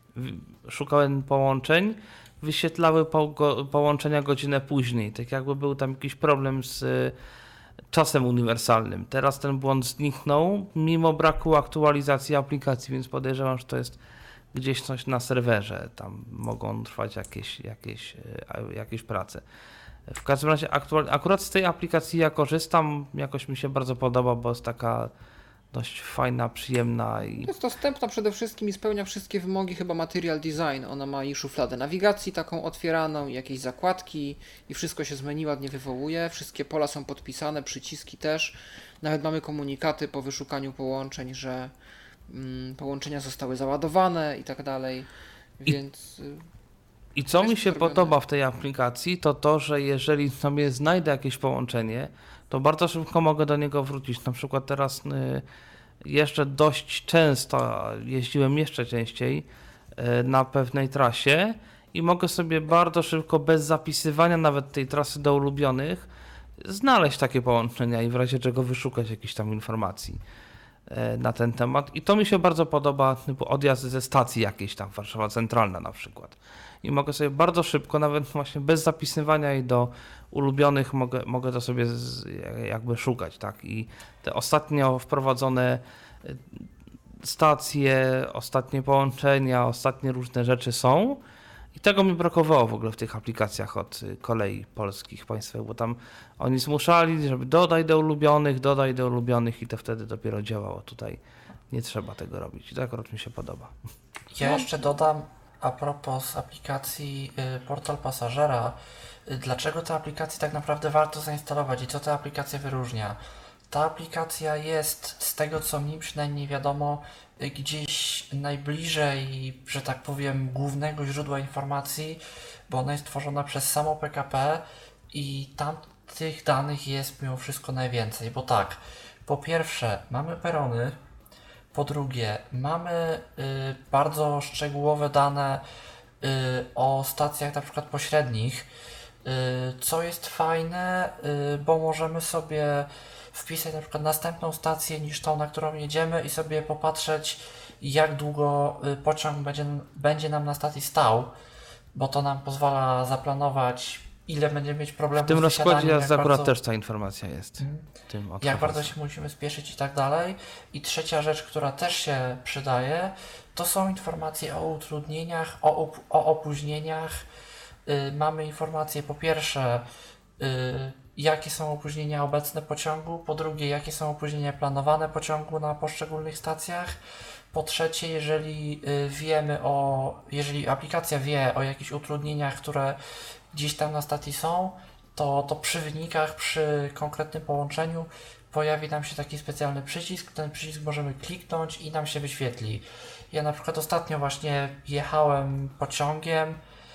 w- szukałem połączeń, wyświetlały po, go, połączenia godzinę później, tak jakby był tam jakiś problem z y, czasem uniwersalnym. Teraz ten błąd zniknął, mimo braku aktualizacji aplikacji, więc podejrzewam, że to jest gdzieś coś na serwerze, tam mogą trwać jakieś, jakieś, e, jakieś prace. W każdym razie aktual, akurat z tej aplikacji ja korzystam, jakoś mi się bardzo podoba, bo jest taka dość fajna, przyjemna i Jest dostępna przede wszystkim i spełnia wszystkie wymogi chyba Material Design. Ona ma i szufladę nawigacji taką otwieraną, i jakieś zakładki i wszystko się z menu ładnie wywołuje. Wszystkie pola są podpisane, przyciski też. Nawet mamy komunikaty po wyszukaniu połączeń, że mm, połączenia zostały załadowane i tak dalej. Więc y, I co mi jest się zrobione. podoba w tej aplikacji, to to, że jeżeli sobie znajdę jakieś połączenie, to bardzo szybko mogę do niego wrócić. Na przykład teraz y, jeszcze dość często jeździłem jeszcze częściej y, na pewnej trasie i mogę sobie bardzo szybko, bez zapisywania nawet tej trasy do ulubionych, znaleźć takie połączenia i w razie czego wyszukać jakichś tam informacji y, na ten temat. I to mi się bardzo podoba, typu odjazd ze stacji jakiejś tam, Warszawa Centralna na przykład. I mogę sobie bardzo szybko, nawet właśnie bez zapisywania i do ulubionych, mogę, mogę to sobie z, jakby szukać, tak? I te ostatnio wprowadzone y, stacje, ostatnie połączenia, ostatnie różne rzeczy są. I tego mi brakowało w ogóle w tych aplikacjach od y, kolei polskich państwowych, bo tam oni zmuszali, żeby dodaj do ulubionych, dodaj do ulubionych i to wtedy dopiero działało. Tutaj nie trzeba tego robić. I to akurat mi się podoba. Ja jeszcze dodam a propos aplikacji y, Portal Pasażera, y, dlaczego tę aplikację tak naprawdę warto zainstalować i co ta aplikacja wyróżnia. Ta aplikacja jest, z tego co mi przynajmniej wiadomo, y, gdzieś najbliżej, że tak powiem, głównego źródła informacji, bo ona jest tworzona przez samo P K P i tam tych danych jest mimo wszystko najwięcej, bo tak, po pierwsze mamy perony. Po drugie, mamy y, bardzo szczegółowe dane o stacjach na przykład pośrednich, co jest fajne, bo możemy sobie wpisać na przykład następną stację niż tą, na którą jedziemy i sobie popatrzeć, jak długo pociąg będzie, będzie nam na stacji stał, bo to nam pozwala zaplanować, ile będziemy mieć problemów W tym z rozkładzie wysiadaniem, jazdy jak akurat bardzo, też ta informacja jest. Mhm. Tym od jak K F S. bardzo się musimy spieszyć i tak dalej. I trzecia rzecz, która też się przydaje, to są informacje o utrudnieniach, o, op- o opóźnieniach. Yy, mamy informacje po pierwsze, yy, jakie są opóźnienia obecne pociągu, po drugie, jakie są opóźnienia planowane pociągu na poszczególnych stacjach. Po trzecie, jeżeli y, wiemy o, jeżeli aplikacja wie o jakichś utrudnieniach, które gdzieś tam na stacji są, to, to przy wynikach, przy konkretnym połączeniu pojawi nam się taki specjalny przycisk, ten przycisk możemy kliknąć i nam się wyświetli. Ja na przykład ostatnio właśnie jechałem pociągiem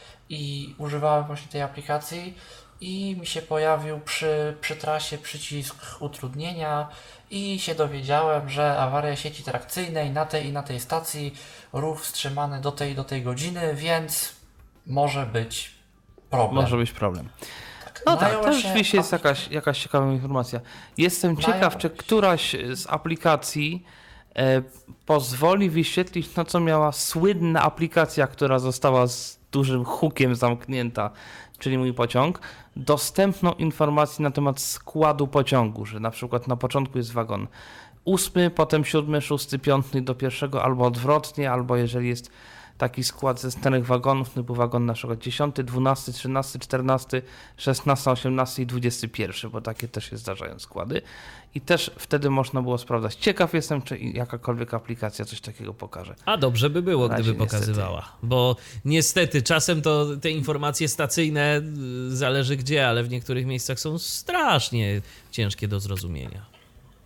i używałem właśnie tej aplikacji i mi się pojawił przy, przy trasie przycisk utrudnienia i się dowiedziałem, że awaria sieci trakcyjnej na tej i na tej stacji, ruch wstrzymany do tej i do tej godziny, więc może być problem. Może być problem. No tak, to rzeczywiście jest jakaś, jakaś ciekawa informacja. Jestem ciekaw, czy któraś z aplikacji e, pozwoli wyświetlić to, co miała słynna aplikacja, która została z dużym hukiem zamknięta, czyli Mój Pociąg, dostępną informację na temat składu pociągu, że na przykład na początku jest wagon ósmy, potem siódmy, szósty, piąty do pierwszego, albo odwrotnie, albo jeżeli jest taki skład ze czterech wagonów, typu wagon na przykład dziesiąty, dwunasty, trzynasty, czternasty, szesnasty, osiemnasty i dwudziesty pierwszy, bo takie też się zdarzają składy. I też wtedy można było sprawdzać. Ciekaw jestem, czy jakakolwiek aplikacja coś takiego pokaże. A dobrze by było, Na gdyby razie pokazywała, niestety. bo niestety czasem to te informacje stacyjne y, zależy gdzie, ale w niektórych miejscach są strasznie ciężkie do zrozumienia.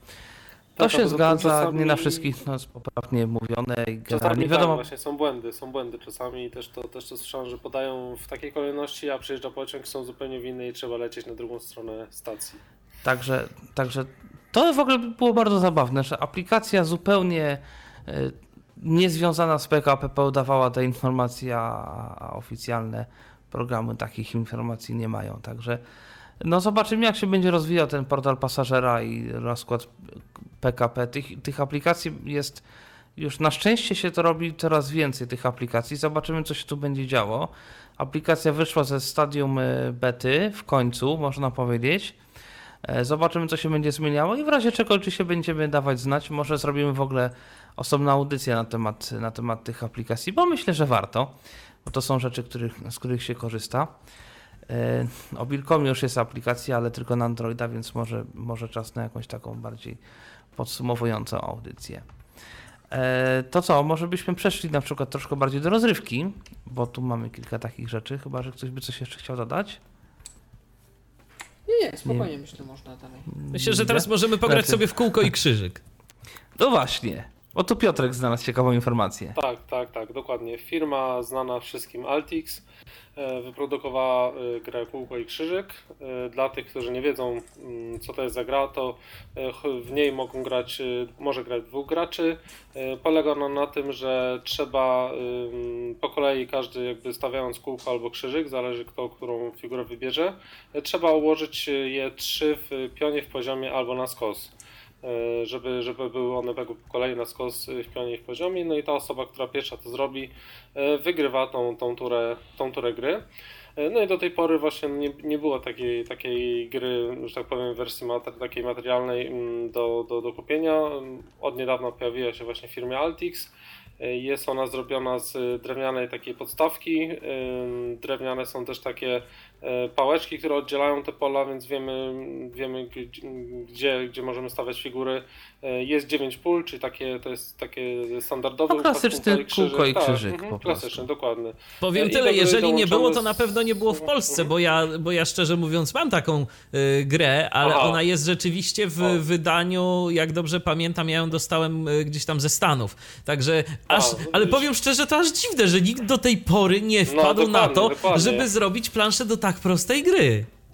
To Tak, się a poza tym zgadza, czasami- nie na wszystkich no, jest poprawnie mówione i Czasami generalnie tak, wiadomo. właśnie są błędy, są błędy czasami i też to, też to słyszałem, że podają w takiej kolejności, a przyjeżdża pociąg, są zupełnie w innej i trzeba lecieć na drugą stronę stacji. Także, także to w ogóle było bardzo zabawne, że aplikacja zupełnie y, niezwiązana z P K P podawała te informacje, a, a oficjalne programy takich informacji nie mają. Także no zobaczymy, jak się będzie rozwijał ten portal pasażera i rozkład P K P. Tych, tych aplikacji jest już na szczęście się to robi coraz więcej tych aplikacji. Zobaczymy, co się tu będzie działo. Aplikacja wyszła ze stadium y, bety w końcu, można powiedzieć. Zobaczymy, co się będzie zmieniało i w razie czego oczywiście będziemy dawać znać. Może zrobimy w ogóle osobną audycję na temat, na temat tych aplikacji, bo myślę, że warto, bo to są rzeczy, których, z których się korzysta. O Bilkomie już jest aplikacja, ale tylko na Androida, więc może, może czas na jakąś taką bardziej podsumowującą audycję. To co, może byśmy przeszli na przykład troszkę bardziej do rozrywki, bo tu mamy kilka takich rzeczy, chyba że ktoś by coś jeszcze chciał dodać. Nie, nie, spokojnie nie. Myślę, można dalej. Myślę, że teraz możemy pograć Znaczy- sobie w kółko i krzyżyk. No właśnie, o tu Piotrek znalazł ciekawą informację. Tak, tak, tak, dokładnie. Firma znana wszystkim Altix e, wyprodukowała e, grę Kółko i Krzyżyk. E, Dla tych, którzy nie wiedzą, mm, co to jest za gra, to e, ch- w niej mogą grać, e, może grać dwóch graczy. E, Polega ona na tym, że trzeba ym, po kolei, każdy jakby stawiając kółko albo krzyżyk, zależy kto którą figurę wybierze, e, trzeba ułożyć je trzy w pionie w poziomie albo na skos. e, Żeby, żeby były one po kolei na skos w pionie i w poziomie. No i ta osoba, która pierwsza to zrobi, e, wygrywa tą, tą, turę, tą turę gry. E, No i do tej pory właśnie nie, nie było takiej, takiej gry, że tak powiem, w wersji mater, takiej materialnej mm, do, do, do kupienia. Od niedawna pojawiła się właśnie w firmie Altix. E, Jest ona zrobiona z drewnianej takiej podstawki. E, Drewniane są też takie e, pałeczki, które oddzielają te pola, więc wiemy, wiemy gdzie, gdzie możemy stawiać figury. E, Jest dziewięć pól, czyli takie, to jest takie standardowe. No, klasyczny układ kółko i krzyżyk Tak, mhm, po prostu. klasyczny, dokładnie. Powiem I tyle, do- jeżeli nie było, to dołączamy na z- pewno nie było w Polsce, bo ja, bo ja szczerze mówiąc mam taką y, grę, ale Aha. ona jest rzeczywiście w O. wydaniu, jak dobrze pamiętam, ja ją dostałem y, gdzieś tam ze Stanów. Także aż, A, no ale widzisz. powiem szczerze, to aż dziwne, że nikt do tej pory nie wpadł na dokładnie, to, dokładnie. żeby zrobić planszę do tak prostej gry.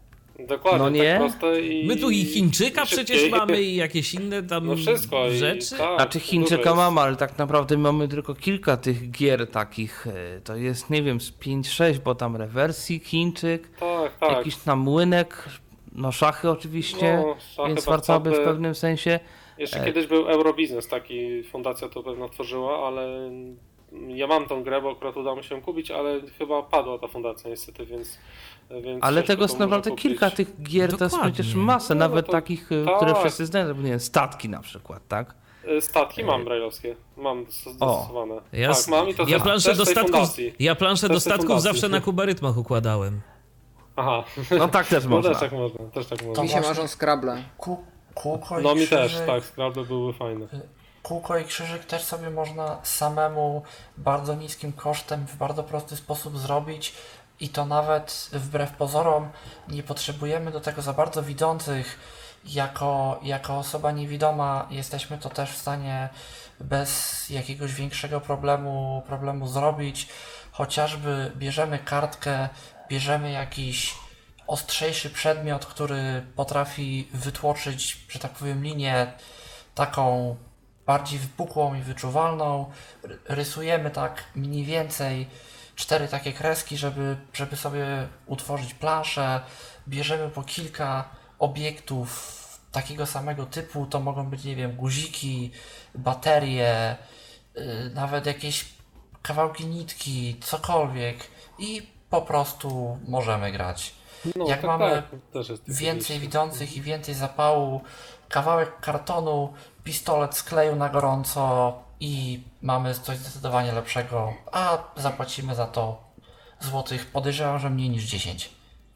Dokładnie, No nie? tak proste i... My tu i Chińczyka i przecież szybciej. mamy i jakieś inne tam No wszystko. I, rzeczy. tak, Znaczy dużo Chińczyka jest. mamy, ale tak naprawdę mamy tylko kilka tych gier takich. e, To jest, nie wiem, z pięć sześć, bo tam rewersji, Chińczyk, Tak, tak. jakiś tam młynek, no szachy oczywiście, No, szachy, więc warcaby w warcaby. pewnym sensie. Jeszcze E. kiedyś był Eurobiznes, taki fundacja to pewno tworzyła, ale ja mam tą grę, bo akurat udało mi się ją kupić, ale chyba padła ta fundacja niestety, więc... więc Ale ciężko tego to jest można naprawdę kupić. kilka tych gier, to jest Dokładnie. przecież masę, No, nawet to- takich, e, tak. które wszyscy znają, nie wiem, statki na przykład, tak? E, Statki mam brajlowskie, mam dostosowane. Ja, tak, mam i to ja też, planszę też do z tej statków, fundacji. ja planszę do Też z tej statków fundacji. zawsze na kubarytmach układałem. Aha, No tak też no można. też tak można, też tak można. Mi się właśnie- marzą Scrabble. Kół, kółko i No mi też, krzyżyk, tak, Scrabble były fajne. Kółko i krzyżyk też sobie można samemu bardzo niskim kosztem w bardzo prosty sposób zrobić i to nawet wbrew pozorom nie potrzebujemy do tego za bardzo widzących. Jako, jako osoba niewidoma jesteśmy to też w stanie bez jakiegoś większego problemu, problemu zrobić. Chociażby bierzemy kartkę, bierzemy jakiś ostrzejszy przedmiot, który potrafi wytłoczyć, że tak powiem, linię taką bardziej wypukłą i wyczuwalną. R- Rysujemy tak mniej więcej cztery takie kreski, żeby, żeby sobie utworzyć planszę. Bierzemy po kilka obiektów takiego samego typu. To mogą być, nie wiem, guziki, baterie, yy, nawet jakieś kawałki nitki, cokolwiek i po prostu możemy grać. No, Jak tak, mamy tak, też jest Więcej oczywiście. widzących i więcej zapału, kawałek kartonu, pistolet z kleju na gorąco i mamy coś zdecydowanie lepszego, a zapłacimy za to złotych, podejrzewam, że mniej niż dziesięć.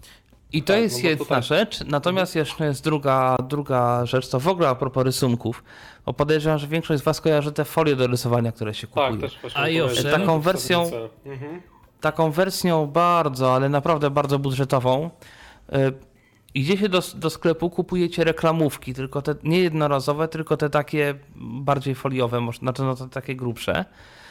I to Tak, jest no bo jedna tutaj- rzecz, natomiast jeszcze jest druga, druga rzecz, to w ogóle a propos rysunków, bo podejrzewam, że większość z Was kojarzy te folie do rysowania, które się kupuje. Tak, też właśnie A i powiedziałem, owszem. Taką w wersją- tablicy. Mhm. Taką wersją bardzo, ale naprawdę bardzo budżetową, y, idziecie do, do sklepu, kupujecie reklamówki, tylko te nie jednorazowe, tylko te takie bardziej foliowe, może- znaczy no to takie grubsze.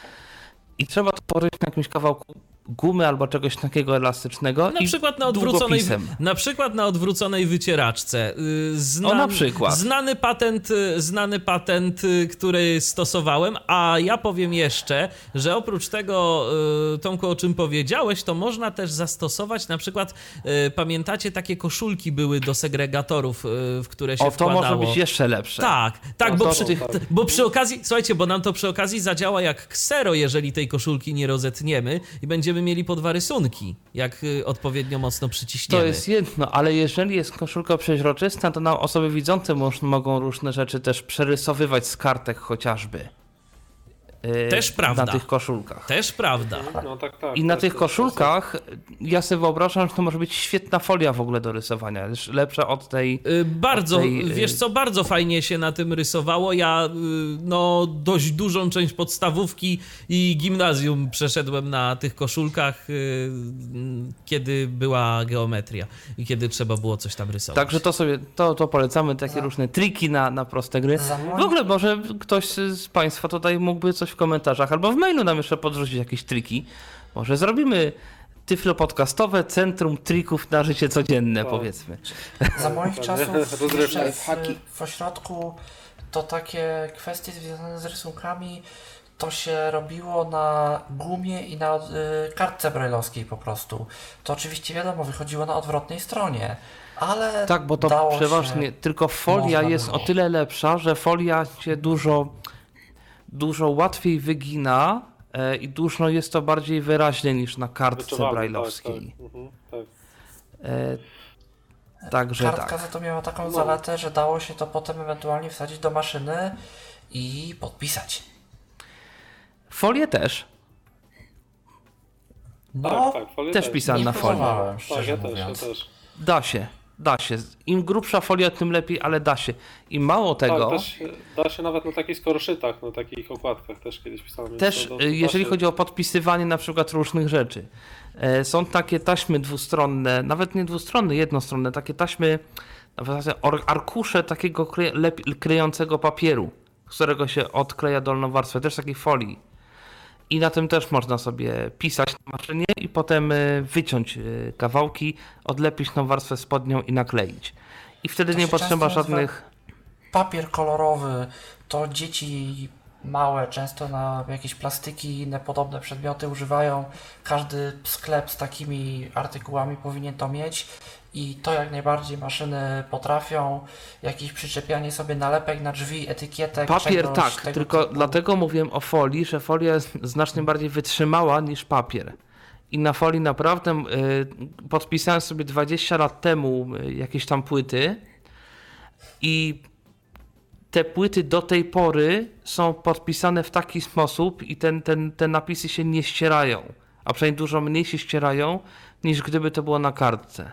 I trzeba to położyć na jakimś kawałku gumy albo czegoś takiego elastycznego Na i przykład na odwróconej, długopisem. na przykład na odwróconej wycieraczce. Yy, Zna, O, na przykład. Znany patent, y, znany patent, y, który stosowałem, a ja powiem jeszcze, że oprócz tego, y, Tomku, o czym powiedziałeś, to można też zastosować na przykład, y, pamiętacie, takie koszulki były do segregatorów, y, w które się O, to wkładało. może być jeszcze lepsze. Tak, tak, No bo, to- przy, tak. bo przy okazji, słuchajcie, bo nam to przy okazji zadziała jak ksero, jeżeli tej koszulki nie rozetniemy i będziemy mieli po dwa rysunki, jak y, odpowiednio mocno przyciśniemy. To jest jedno, ale jeżeli jest koszulka przeźroczysta, to nam osoby widzące moż, mogą różne rzeczy też przerysowywać z kartek chociażby. Yy, Też prawda. Na tych koszulkach. Też prawda. No tak, tak. I na też- tych też- koszulkach ja sobie wyobrażam, że to może być świetna folia w ogóle do rysowania. Lecz lepsza od tej. Y, Bardzo, Od tej, y- wiesz co, bardzo fajnie się na tym rysowało. Ja y, no dość dużą część podstawówki i gimnazjum przeszedłem na tych koszulkach, y, y, kiedy była geometria i kiedy trzeba było coś tam rysować. Także to sobie to, to polecamy, takie różne triki na, na proste gry. Za W moim- ogóle może ktoś z Państwa tutaj mógłby coś w komentarzach albo w mailu nam jeszcze podrzucić jakieś triki. Może zrobimy tyflo podcastowe Centrum Trików na życie codzienne, Tak. powiedzmy. Za moich Dokładnie. czasów Rozrywka. jeszcze w, Haki. w ośrodku to takie kwestie związane z rysunkami to się robiło na gumie i na y, kartce brajlowskiej po prostu. To oczywiście wiadomo, wychodziło na odwrotnej stronie, ale Tak, bo to dało przeważnie się, tylko folia można jest było. o tyle lepsza, że folia się dużo, dużo łatwiej wygina e, i dużo jest to bardziej wyraźne niż na kartce Wyczuwalne, brajlowskiej. Tak, tak. Mhm, tak. E, także Kartka tak. za to miała taką No. zaletę, że dało się to potem ewentualnie wsadzić do maszyny i podpisać. Folię też. No, tak, tak, folię też pisałem nie na folię. próbowałem, Tak, szczerze ja też, mówiąc. ja też. Da się, da się. Im grubsza folia, tym lepiej, ale da się. I mało tego, Tak, da się, da się nawet na takich skoroszytach, na takich okładkach też kiedyś pisałem. też To- to- to e, da jeżeli się- chodzi o podpisywanie na przykład różnych rzeczy, e, są takie taśmy dwustronne, nawet nie dwustronne, jednostronne, takie taśmy, w zasadzie or- arkusze takiego kry, lep, kryjącego papieru, z którego się odkleja dolną warstwę, też takiej folii. I na tym też można sobie pisać na maszynie i potem wyciąć kawałki, odlepić tą warstwę spodnią i nakleić. I wtedy To nie się potrzeba często żadnych... Papier kolorowy, to dzieci małe często na jakieś plastiki i inne podobne przedmioty używają. Każdy sklep z takimi artykułami powinien to mieć i to jak najbardziej maszyny potrafią. Jakieś przyczepianie sobie nalepek na drzwi, etykietek, Papier czegoś, tak, tego tylko typu. dlatego mówiłem o folii, że folia jest znacznie bardziej wytrzymała niż papier. I na folii naprawdę y, podpisałem sobie dwadzieścia lat temu y, jakieś tam płyty i te płyty do tej pory są podpisane w taki sposób i ten, ten, te napisy się nie ścierają, a przynajmniej dużo mniej się ścierają niż gdyby to było na kartce.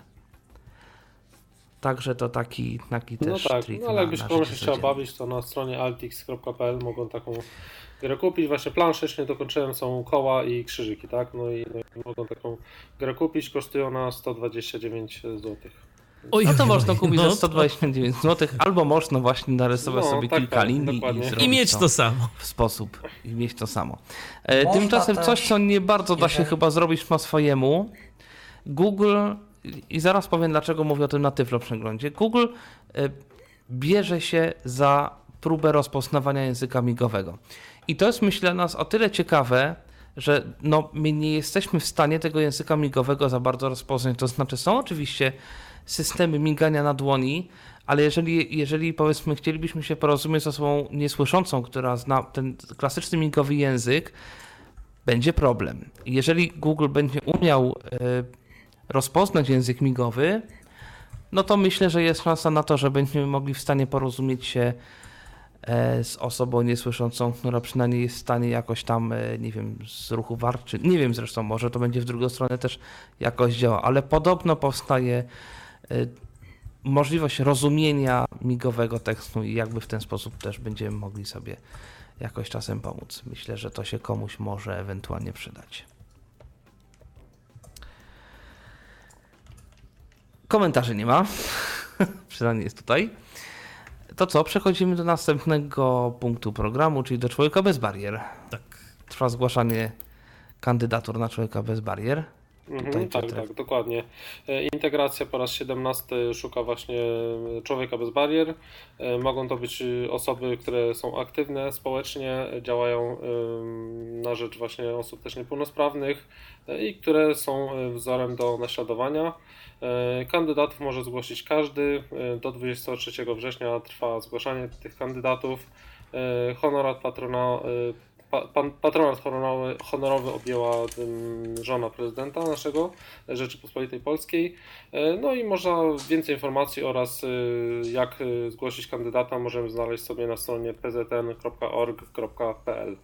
Także to taki, taki No też tak, trik no ale na, jakbyś na komuś życie się chciał codzienne. bawić, to na stronie altix kropka p l mogą taką grę kupić. Właśnie planszę jeszcze nie dokończyłem, są koła i krzyżyki, tak? No i, no i mogą taką grę kupić, kosztuje ona sto dwadzieścia dziewięć złotych. Oj, No to oj, można oj, kupić no za sto dwadzieścia dziewięć złotych, albo można właśnie narysować No, sobie tak, kilka tak, linii dokładnie. i I zrobić I mieć to samo. w sposób i mieć to samo. E, Można tymczasem też, coś, co nie bardzo da się jeżeli- chyba zrobić po swojemu. Google, i zaraz powiem dlaczego mówię o tym na Tyflo Przeglądzie, Google e, bierze się za próbę rozpoznawania języka migowego. I to jest, myślę, nas o tyle ciekawe, że no, my nie jesteśmy w stanie tego języka migowego za bardzo rozpoznać. To znaczy są oczywiście systemy migania na dłoni, ale jeżeli, jeżeli powiedzmy chcielibyśmy się porozumieć z osobą niesłyszącą, która zna ten klasyczny migowy język, będzie problem. Jeżeli Google będzie umiał y, rozpoznać język migowy, no to myślę, że jest szansa na to, że będziemy mogli w stanie porozumieć się e, z osobą niesłyszącą, która przynajmniej jest w stanie jakoś tam, e, nie wiem, z ruchu warczy, nie wiem zresztą, może to będzie w drugą stronę też jakoś działa, ale podobno powstaje e, możliwość rozumienia migowego tekstu i jakby w ten sposób też będziemy mogli sobie jakoś czasem pomóc. Myślę, że to się komuś może ewentualnie przydać. Komentarzy nie ma, przynajmniej jest tutaj. To co, przechodzimy do następnego punktu programu, czyli do Człowieka bez barier. Tak. Trwa zgłaszanie kandydatur na Człowieka bez barier. Mhm, Tutaj tak, Piotr. tak, dokładnie. E, Integracja po raz siedemnasty szuka właśnie człowieka bez barier. E, Mogą to być osoby, które są aktywne społecznie, działają em, na rzecz właśnie osób też niepełnosprawnych e, i które są e, wzorem do naśladowania. E, Kandydatów może zgłosić każdy. E, Do dwudziestego trzeciego września trwa zgłaszanie tych kandydatów. E, Honorat patrona e, Pa- Pan, patronat honorowy, honorowy objęła ym, żona prezydenta naszego Rzeczypospolitej Polskiej. E, No i można więcej informacji oraz y, jak y, zgłosić kandydata możemy znaleźć sobie na stronie p z n kropka org kropka p l.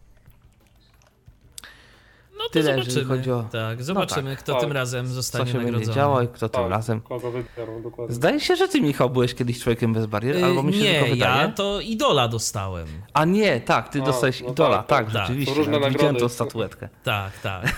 No to Tyle, zobaczymy. jeżeli chodzi o- Tak, zobaczymy, tak. kto Tak. tym razem Co zostanie się będzie nagrodzony. działo i kto tym Tak, razem. kogo wybiorą dokładnie. Zdaje się, że ty, Michał, byłeś kiedyś Człowiekiem bez barier, Y, albo mi się nie, tylko wydaje. ja to idola dostałem. A nie, tak, ty A, dostałeś no idola, tak, tak, tak, tak. rzeczywiście. To różne Widziałem nagrody. tą statuetkę. Tak, tak.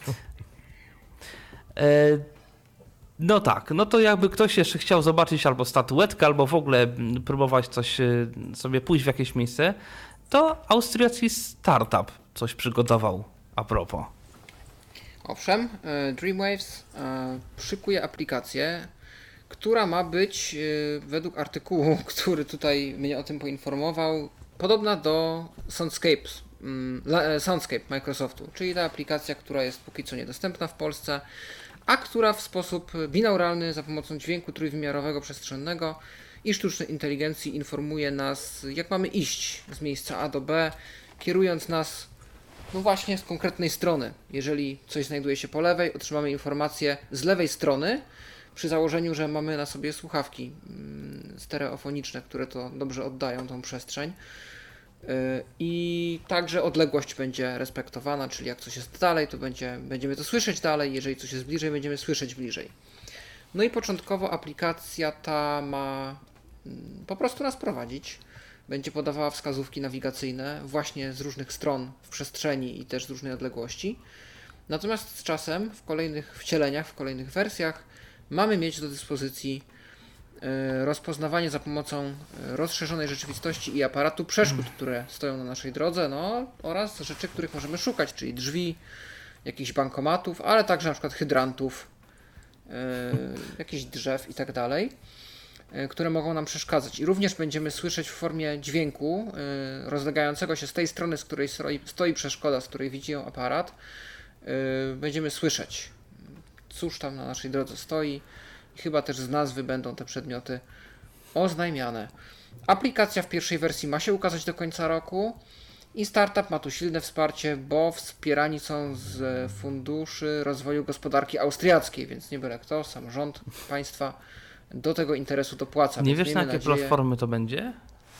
E, no tak, no to jakby ktoś jeszcze chciał zobaczyć albo statuetkę, albo w ogóle mm, próbować coś e, sobie pójść w jakieś miejsce, to austriacki startup coś przygotował a propos. Owszem, e, Dreamwaves e, szykuje aplikację, która ma być e, według artykułu, który tutaj mnie o tym poinformował, podobna do Soundscape, mm, la- e, Soundscape Microsoftu, czyli ta aplikacja, która jest póki co niedostępna w Polsce, a która w sposób binauralny za pomocą dźwięku trójwymiarowego przestrzennego i sztucznej inteligencji informuje nas, jak mamy iść z miejsca A do B, kierując nas no właśnie z konkretnej strony. Jeżeli coś znajduje się po lewej, otrzymamy informację z lewej strony, przy założeniu, że mamy na sobie słuchawki mm, stereofoniczne, które to dobrze oddają tą przestrzeń. Yy, I także odległość będzie respektowana, czyli jak coś jest dalej, to będzie, będziemy to słyszeć dalej, jeżeli coś jest bliżej, będziemy słyszeć bliżej. No i początkowo aplikacja ta ma mm, po prostu nas prowadzić. Będzie podawała wskazówki nawigacyjne właśnie z różnych stron w przestrzeni i też z różnej odległości. Natomiast z czasem w kolejnych wcieleniach, w kolejnych wersjach mamy mieć do dyspozycji rozpoznawanie za pomocą rozszerzonej rzeczywistości i aparatu przeszkód, które stoją na naszej drodze, no oraz rzeczy, których możemy szukać, czyli drzwi, jakichś bankomatów, ale także na przykład hydrantów, yy, jakichś drzew i tak dalej, yy, które mogą nam przeszkadzać. I również będziemy słyszeć w formie dźwięku yy, rozlegającego się z tej strony, z której stoi, stoi przeszkoda, z której widzi ją aparat, yy, będziemy słyszeć, cóż tam na naszej drodze stoi. I chyba też z nazwy będą te przedmioty oznajmiane. Aplikacja w pierwszej wersji ma się ukazać do końca roku i startup ma tu silne wsparcie, bo wspierani są z funduszy rozwoju gospodarki austriackiej, więc nie byle kto, sam rząd państwa do tego interesu dopłaca. Nie wiesz, na jakie nadzieję... platformy to będzie?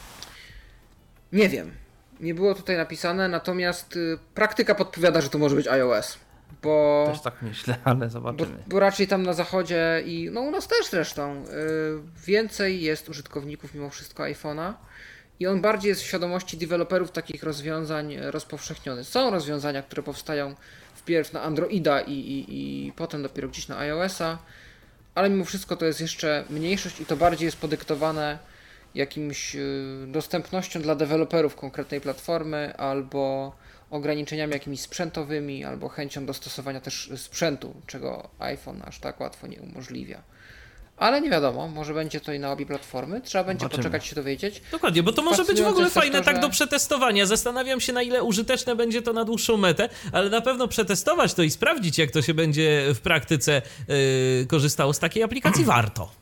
Nie wiem. Nie było tutaj napisane, natomiast y, praktyka podpowiada, że to może być iOS. Bo, Też tak myślę, ale bo, zobaczymy. bo raczej tam na zachodzie i no u nas też zresztą y, więcej jest użytkowników mimo wszystko iPhone'a i on bardziej jest w świadomości deweloperów takich rozwiązań rozpowszechniony. Są rozwiązania, które powstają wpierw na Androida i, i, i potem dopiero gdzieś na iOS-a, ale mimo wszystko to jest jeszcze mniejszość i to bardziej jest podyktowane jakimś y, dostępnością dla deweloperów konkretnej platformy albo ograniczeniami jakimiś sprzętowymi, albo chęcią dostosowania też sprzętu, czego iPhone aż tak łatwo nie umożliwia. Ale nie wiadomo, może będzie to i na obie platformy, trzeba będzie Zobaczymy. poczekać się dowiedzieć. Dokładnie, bo to może być w Fascynujące ogóle jest też fajne to, tak że- do przetestowania. Zastanawiam się, na ile użyteczne będzie to na dłuższą metę, ale na pewno przetestować to i sprawdzić, jak to się będzie w praktyce yy, korzystało z takiej aplikacji warto.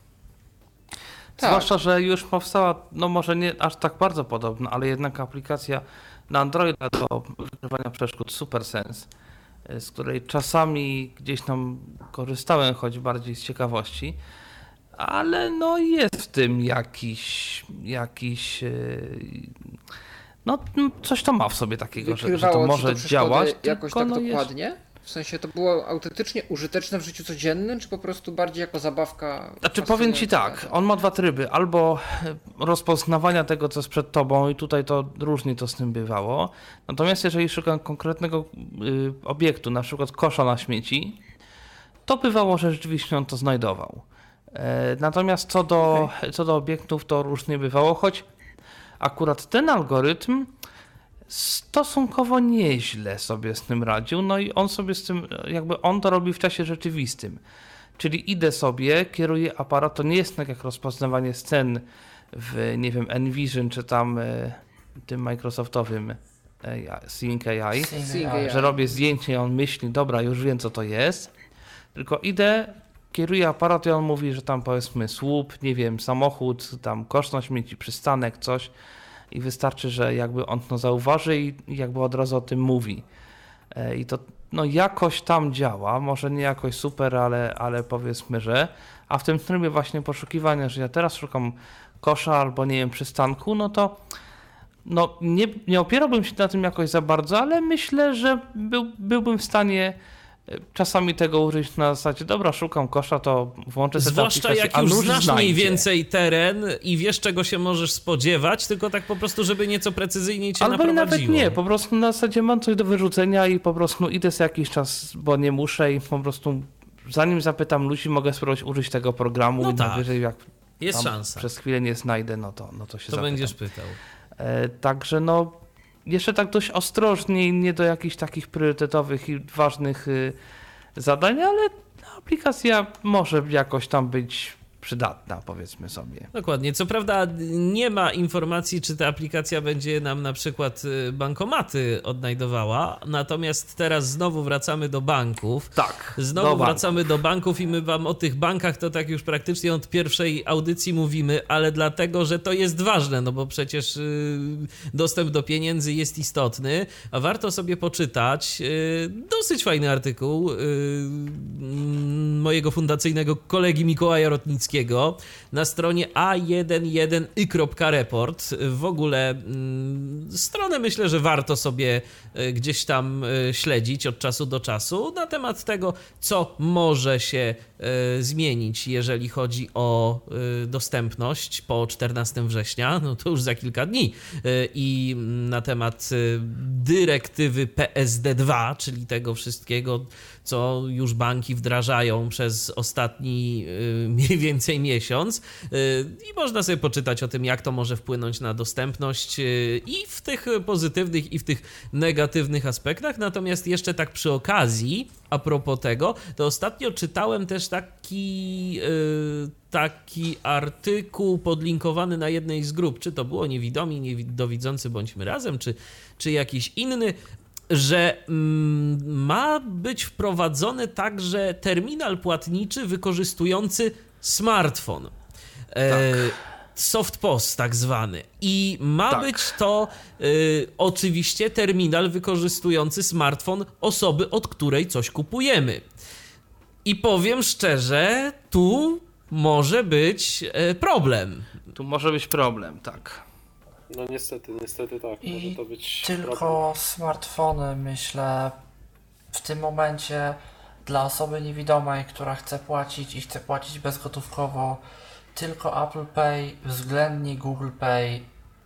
Tak. Zwłaszcza, że już powstała, no może nie aż tak bardzo podobna, ale jednak aplikacja na Androida do wykrywania przeszkód SuperSense, z której czasami gdzieś tam korzystałem, choć bardziej z ciekawości, ale no jest w tym jakiś, jakiś yy, no coś to ma w sobie takiego, że, że to Wykrywało ci może to przeszkody działać, jakoś tylko tak no jest, dokładnie? W sensie to było autentycznie użyteczne w życiu codziennym, czy po prostu bardziej jako zabawka? Znaczy powiem ci tak, on ma dwa tryby, albo rozpoznawania tego, co jest przed tobą i tutaj to różnie to z tym bywało, natomiast jeżeli szukam konkretnego y, obiektu, na przykład kosza na śmieci, to bywało, że rzeczywiście on to znajdował. E, natomiast co do, co do obiektów, to różnie bywało, choć akurat ten algorytm stosunkowo nieźle sobie z tym radził, no i on sobie z tym, jakby on to robi w czasie rzeczywistym. Czyli idę sobie, kieruję aparat, to nie jest tak jak rozpoznawanie scen w, nie wiem, Envision, czy tam y, tym Microsoftowym A I, Sync A I, Sync A I. że robię zdjęcie i on myśli, dobra, już wiem co to jest, tylko idę, kieruję aparat i on mówi, że tam powiedzmy słup, nie wiem, samochód, tam kosz na śmieci, przystanek, coś i wystarczy, że jakby on to zauważy i jakby od razu o tym mówi. E, I to no jakoś tam działa, może nie jakoś super, ale, ale powiedzmy, że, a w tym trybie właśnie poszukiwania, że ja teraz szukam kosza albo nie wiem, przystanku, no to no nie, nie opierałbym się na tym jakoś za bardzo, ale myślę, że był, byłbym w stanie czasami tego użyć na zasadzie, dobra, szukam kosza, to włączę sobie Zwłaszcza aplikację, jak a już nóż znasz znajdzie. mniej więcej teren i wiesz, czego się możesz spodziewać, tylko tak po prostu, żeby nieco precyzyjniej cię Albo i nawet naprowadziło. nie, po prostu na zasadzie mam coś do wyrzucenia i po prostu idę sobie jakiś czas, bo nie muszę i po prostu zanim zapytam ludzi, mogę spróbować użyć tego programu No i tak. najwyżej jak Jest tam szansa. przez chwilę nie znajdę, no to, no to się To zapytam. będziesz pytał. E, także no jeszcze tak dość ostrożnie, nie do jakichś takich priorytetowych i ważnych y, zadań, ale aplikacja może jakoś tam być przydatna, powiedzmy sobie. Dokładnie. Co prawda nie ma informacji, czy ta aplikacja będzie nam na przykład y, bankomaty odnajdowała, natomiast teraz znowu wracamy do banków. Tak. Znowu do wracamy do banków i my wam o tych bankach to tak już praktycznie od pierwszej audycji mówimy, ale dlatego, że to jest ważne, no bo przecież y, dostęp do pieniędzy jest istotny, a warto sobie poczytać y, dosyć fajny artykuł y, mojego fundacyjnego kolegi Mikołaja Rotnickiego na stronie a jeden jeden i kropka report. W ogóle mm, stronę myślę, że warto sobie y, gdzieś tam y, śledzić od czasu do czasu na temat tego, co może się y, zmienić, jeżeli chodzi o y, dostępność po czternastego września, no to już za kilka dni, y, i na temat y, dyrektywy P S D dwa, czyli tego wszystkiego, co już banki wdrażają przez ostatni y, mniej więcej więcej miesiąc i można sobie poczytać o tym, jak to może wpłynąć na dostępność i w tych pozytywnych, i w tych negatywnych aspektach. Natomiast jeszcze tak przy okazji, a propos tego, to ostatnio czytałem też taki, taki artykuł podlinkowany na jednej z grup, czy to było Niewidomi, Niedowidzący bądźmy razem, czy, czy jakiś inny, że ma być wprowadzony także terminal płatniczy wykorzystujący smartfon. Tak. SoftPOS tak zwany. I ma tak. być to y, oczywiście terminal wykorzystujący smartfon osoby, od której coś kupujemy. I powiem szczerze, tu może być y, problem. Tu może być problem, tak. No niestety, niestety tak. I może to być tylko problem. smartfony, myślę, w tym momencie dla osoby niewidomej, która chce płacić i chce płacić bezgotówkowo, tylko Apple Pay, względnie Google Pay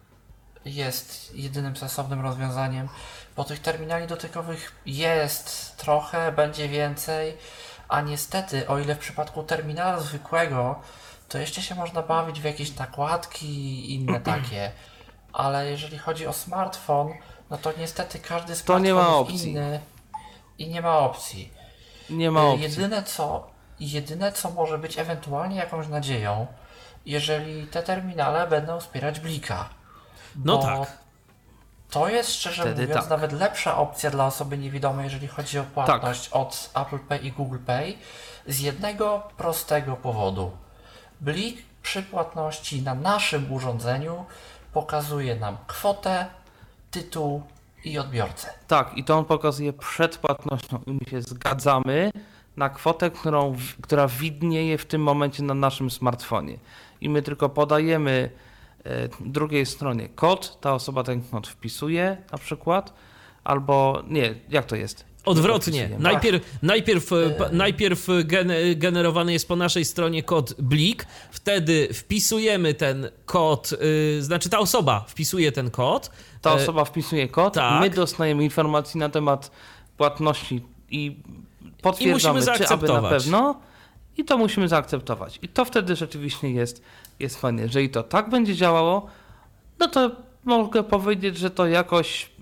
jest jedynym sensownym rozwiązaniem, bo tych terminali dotykowych jest trochę, będzie więcej, a niestety, o ile w przypadku terminala zwykłego, to jeszcze się można bawić w jakieś nakładki i inne takie, ale jeżeli chodzi o smartfon, no to niestety każdy smartfon nie ma jest opcji. inny i nie ma opcji. Nie ma opcji. Jedyne co, jedyne co może być ewentualnie jakąś nadzieją, jeżeli te terminale będą wspierać Blika. No tak. To jest szczerze Wtedy mówiąc tak. nawet lepsza opcja dla osoby niewidomej, jeżeli chodzi o płatność tak. od Apple Pay i Google Pay, z jednego prostego powodu. Blik przy płatności na naszym urządzeniu pokazuje nam kwotę, tytuł i odbiorcę. Tak, i to on pokazuje przed płatnością i my się zgadzamy na kwotę, którą, która widnieje w tym momencie na naszym smartfonie. I my tylko podajemy e, drugiej stronie kod, ta osoba ten kod wpisuje na przykład, albo nie, jak to jest? Odwrotnie. Najpierw, najpierw, najpierw generowany jest po naszej stronie kod Blik, wtedy wpisujemy ten kod, yy, znaczy ta osoba wpisuje ten kod. Ta osoba wpisuje kod, tak. My dostajemy informacji na temat płatności i potwierdzamy, I czy aby na pewno, i to musimy zaakceptować. I to wtedy rzeczywiście jest, jest fajne. Jeżeli to tak będzie działało, no to mogę powiedzieć, że to jakoś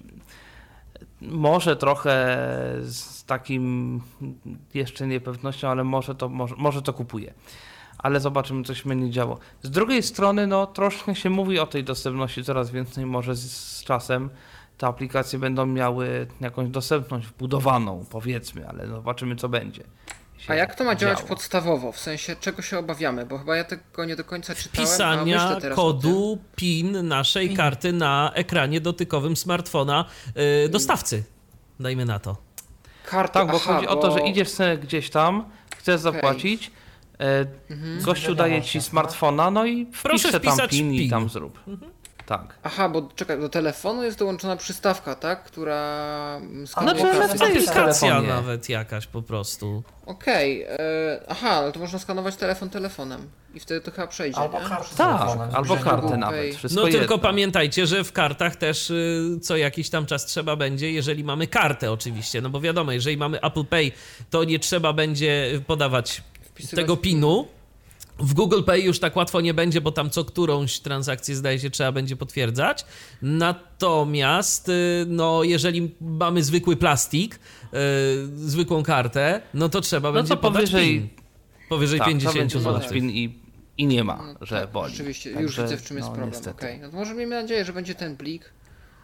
może trochę z takim jeszcze niepewnością, ale może to, może, może to kupuje. Ale zobaczymy, co się będzie działo. Z drugiej strony, no troszkę się mówi o tej dostępności coraz więcej, może z, z czasem te aplikacje będą miały jakąś dostępność wbudowaną, powiedzmy, ale zobaczymy, co będzie. A jak to ma działać działo. podstawowo? W sensie, czego się obawiamy? Bo chyba ja tego nie do końca czytałem, Pisania a myślę teraz kodu PIN naszej PIN. karty na ekranie dotykowym smartfona yy, dostawcy. Dajmy na to. Karta, tak, bo aha, chodzi bo... o to, że idziesz sobie gdzieś tam, chcesz okay. zapłacić, e, mhm. gościu daje ci smartfona, no i wpisz tam PIN i tam zrób. Mhm. Tak. Aha, bo czekaj, do telefonu jest dołączona przystawka, tak? Która skanuje kartę. No to jest aplikacja nawet jakaś po prostu. Okej, okay. Aha, ale to można skanować telefon telefonem i wtedy to chyba przejdzie, albo nie? kartę tak, albo kartę nawet. No jedno. Tylko pamiętajcie, że w kartach też y, co jakiś tam czas trzeba będzie, jeżeli mamy kartę oczywiście, no bo wiadomo, jeżeli mamy Apple Pay, to nie trzeba będzie podawać Wpisywać tego pinu. W Google Pay już tak łatwo nie będzie, bo tam co którąś transakcję zdaje się trzeba będzie potwierdzać. Natomiast no jeżeli mamy zwykły plastik, yy, zwykłą kartę, no to trzeba no będzie to podać powyżej, PIN. Powyżej tak, pięćdziesiąt złotych. PIN i, i nie ma, no, że tak, boli. Rzeczywiście, Także, już widzę, w czym jest no, problem. Okay. No to może miejmy nadzieję, że będzie ten Blik.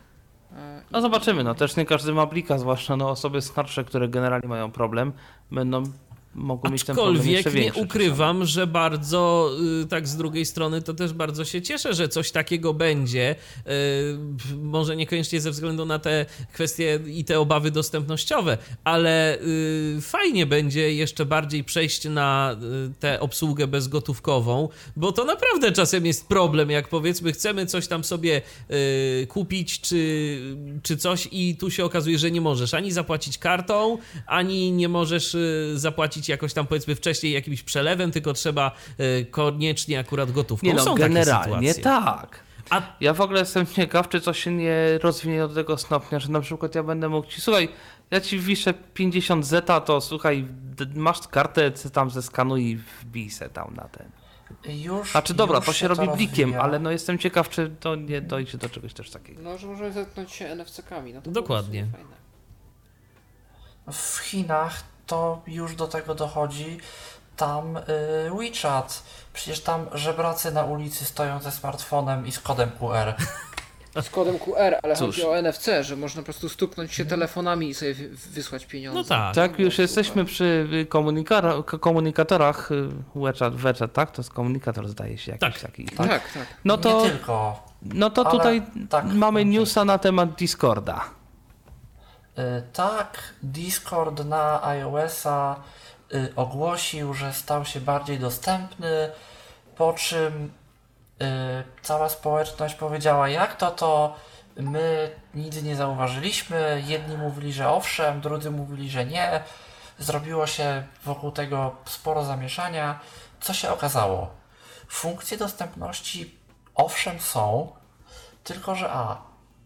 No zobaczymy, no też nie każdy ma Blika, zwłaszcza no osoby starsze, które generalnie mają problem, będą mogą mieć ten problem jeszcze większy. Aczkolwiek nie ukrywam, że bardzo, tak z drugiej strony, to też bardzo się cieszę, że coś takiego będzie. Może niekoniecznie ze względu na te kwestie i te obawy dostępnościowe, ale fajnie będzie jeszcze bardziej przejść na tę obsługę bezgotówkową, bo to naprawdę czasem jest problem, jak powiedzmy chcemy coś tam sobie kupić czy, czy coś i tu się okazuje, że nie możesz ani zapłacić kartą, ani nie możesz zapłacić jakoś tam powiedzmy wcześniej jakimś przelewem, tylko trzeba y, koniecznie akurat gotówką. Nie no, są generalnie takie tak. A ja w ogóle jestem ciekaw, czy coś się nie rozwinie do tego stopnia, że na przykład ja będę mógł ci, słuchaj, ja ci wiszę pięćdziesiąt zeta, to słuchaj, masz kartę, tam zeskanuj i wbij se tam na ten. Już, Znaczy dobra, już to się robi to blikiem, rozwija. ale no jestem ciekaw, czy to nie dojdzie do czegoś też takiego. No, że możemy zetknąć się N F C-kami. No to Dokładnie. było fajne. W Chinach to już do tego dochodzi. Tam y, WeChat. Przecież tam żebracy na ulicy stoją ze smartfonem i z kodem Q R. Z kodem Q R, ale Cóż. chodzi o N F C, że można po prostu stuknąć się telefonami i sobie wy- wysłać pieniądze. No tak. Tak, już super. jesteśmy przy y, komunikara- k- komunikatorach y, WeChat, WeChat, tak? To jest komunikator, zdaje się, jakiś Tak. taki. Tak, tak. No to, Nie tylko. no to ale tutaj tak, mamy dobrze. newsa na temat Discorda. Y, tak, Discord na iOS-a y, ogłosił, że stał się bardziej dostępny, po czym y, cała społeczność powiedziała, jak to to, my nic nie zauważyliśmy, jedni mówili, że owszem, drudzy mówili, że nie, zrobiło się wokół tego sporo zamieszania. Co się okazało? Funkcje dostępności owszem są, tylko że a,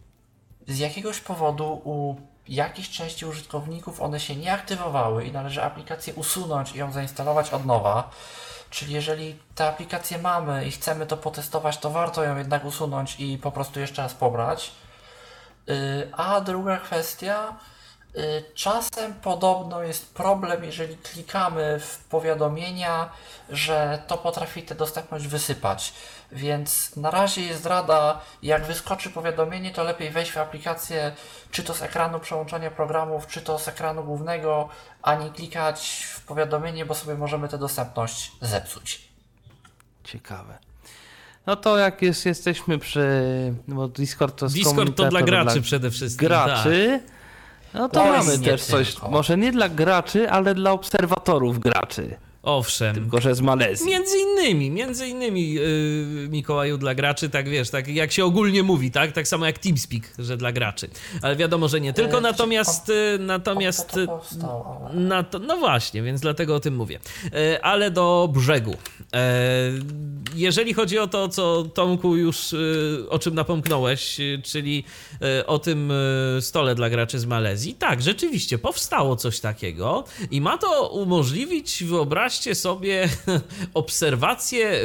z jakiegoś powodu u jakiejś części użytkowników one się nie aktywowały i należy aplikację usunąć i ją zainstalować od nowa. Czyli jeżeli tę aplikację mamy i chcemy to potestować, to warto ją jednak usunąć i po prostu jeszcze raz pobrać. Yy, A druga kwestia, yy, czasem podobno jest problem, jeżeli klikamy w powiadomienia, że to potrafi tę dostępność wysypać. Więc na razie jest rada, jak wyskoczy powiadomienie, to lepiej wejść w aplikację, czy to z ekranu przełączania programów, czy to z ekranu głównego, a nie klikać w powiadomienie, bo sobie możemy tę dostępność zepsuć. Ciekawe. No to jak jest, jesteśmy przy... Bo Discord to jest Discord to dla komunikator graczy przede wszystkim. graczy, no to To mamy jest nie też coś, tylko. może nie dla graczy, ale dla obserwatorów graczy. Tak. Owszem. Tylko że z Malezji. Między innymi, między innymi yy, Mikołaju, dla graczy, tak wiesz, tak jak się ogólnie mówi, tak? Tak samo jak TeamSpeak, że dla graczy. Ale wiadomo, że nie tylko, Yy, natomiast yy, natomiast Po co to powstało, ale... na to, no właśnie, więc dlatego o tym mówię. E, Ale do brzegu. E, Jeżeli chodzi o to, co Tomku już, e, o czym napomknąłeś, e, czyli e, o tym e, stole dla graczy z Malezji, tak, rzeczywiście powstało coś takiego i ma to umożliwić, wyobraźcie sobie, obserwację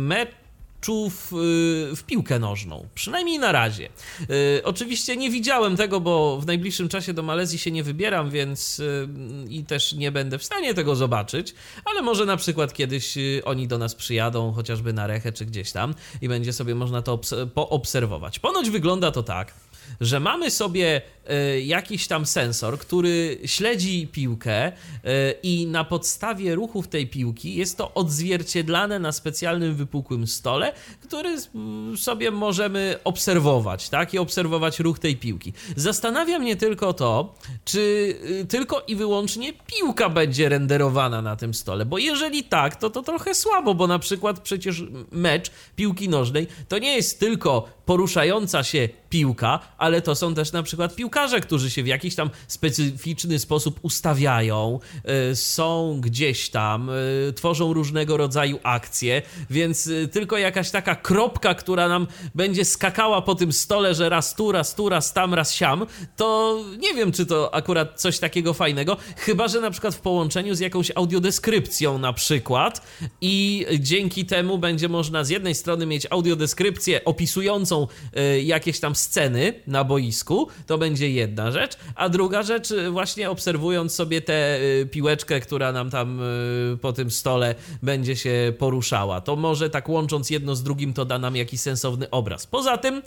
meczów w piłkę nożną, przynajmniej na razie. Oczywiście nie widziałem tego, bo w najbliższym czasie do Malezji się nie wybieram, więc i też nie będę w stanie tego zobaczyć, ale może na przykład kiedyś oni do nas przyjadą, chociażby na Rechę czy gdzieś tam i będzie sobie można to obs- poobserwować. Ponoć wygląda to tak, że mamy sobie y, jakiś tam sensor, który śledzi piłkę y, i na podstawie ruchów tej piłki jest to odzwierciedlane na specjalnym wypukłym stole, który y, sobie możemy obserwować, tak? I obserwować ruch tej piłki. Zastanawia mnie tylko to, czy y, tylko i wyłącznie piłka będzie renderowana na tym stole, bo jeżeli tak, to to trochę słabo, bo na przykład przecież mecz piłki nożnej to nie jest tylko poruszająca się piłka, ale to są też na przykład piłkarze, którzy się w jakiś tam specyficzny sposób ustawiają, y, są gdzieś tam, y, tworzą różnego rodzaju akcje, więc y, tylko jakaś taka kropka, która nam będzie skakała po tym stole, że raz tu, raz tu, raz tam, raz siam, to nie wiem, czy to akurat coś takiego fajnego, chyba że na przykład w połączeniu z jakąś audiodeskrypcją na przykład i dzięki temu będzie można z jednej strony mieć audiodeskrypcję opisującą y, jakieś tam sceny na boisku, to będzie jedna rzecz, a druga rzecz, właśnie obserwując sobie tę piłeczkę, która nam tam po tym stole będzie się poruszała, to może tak łącząc jedno z drugim, to da nam jakiś sensowny obraz. Poza tym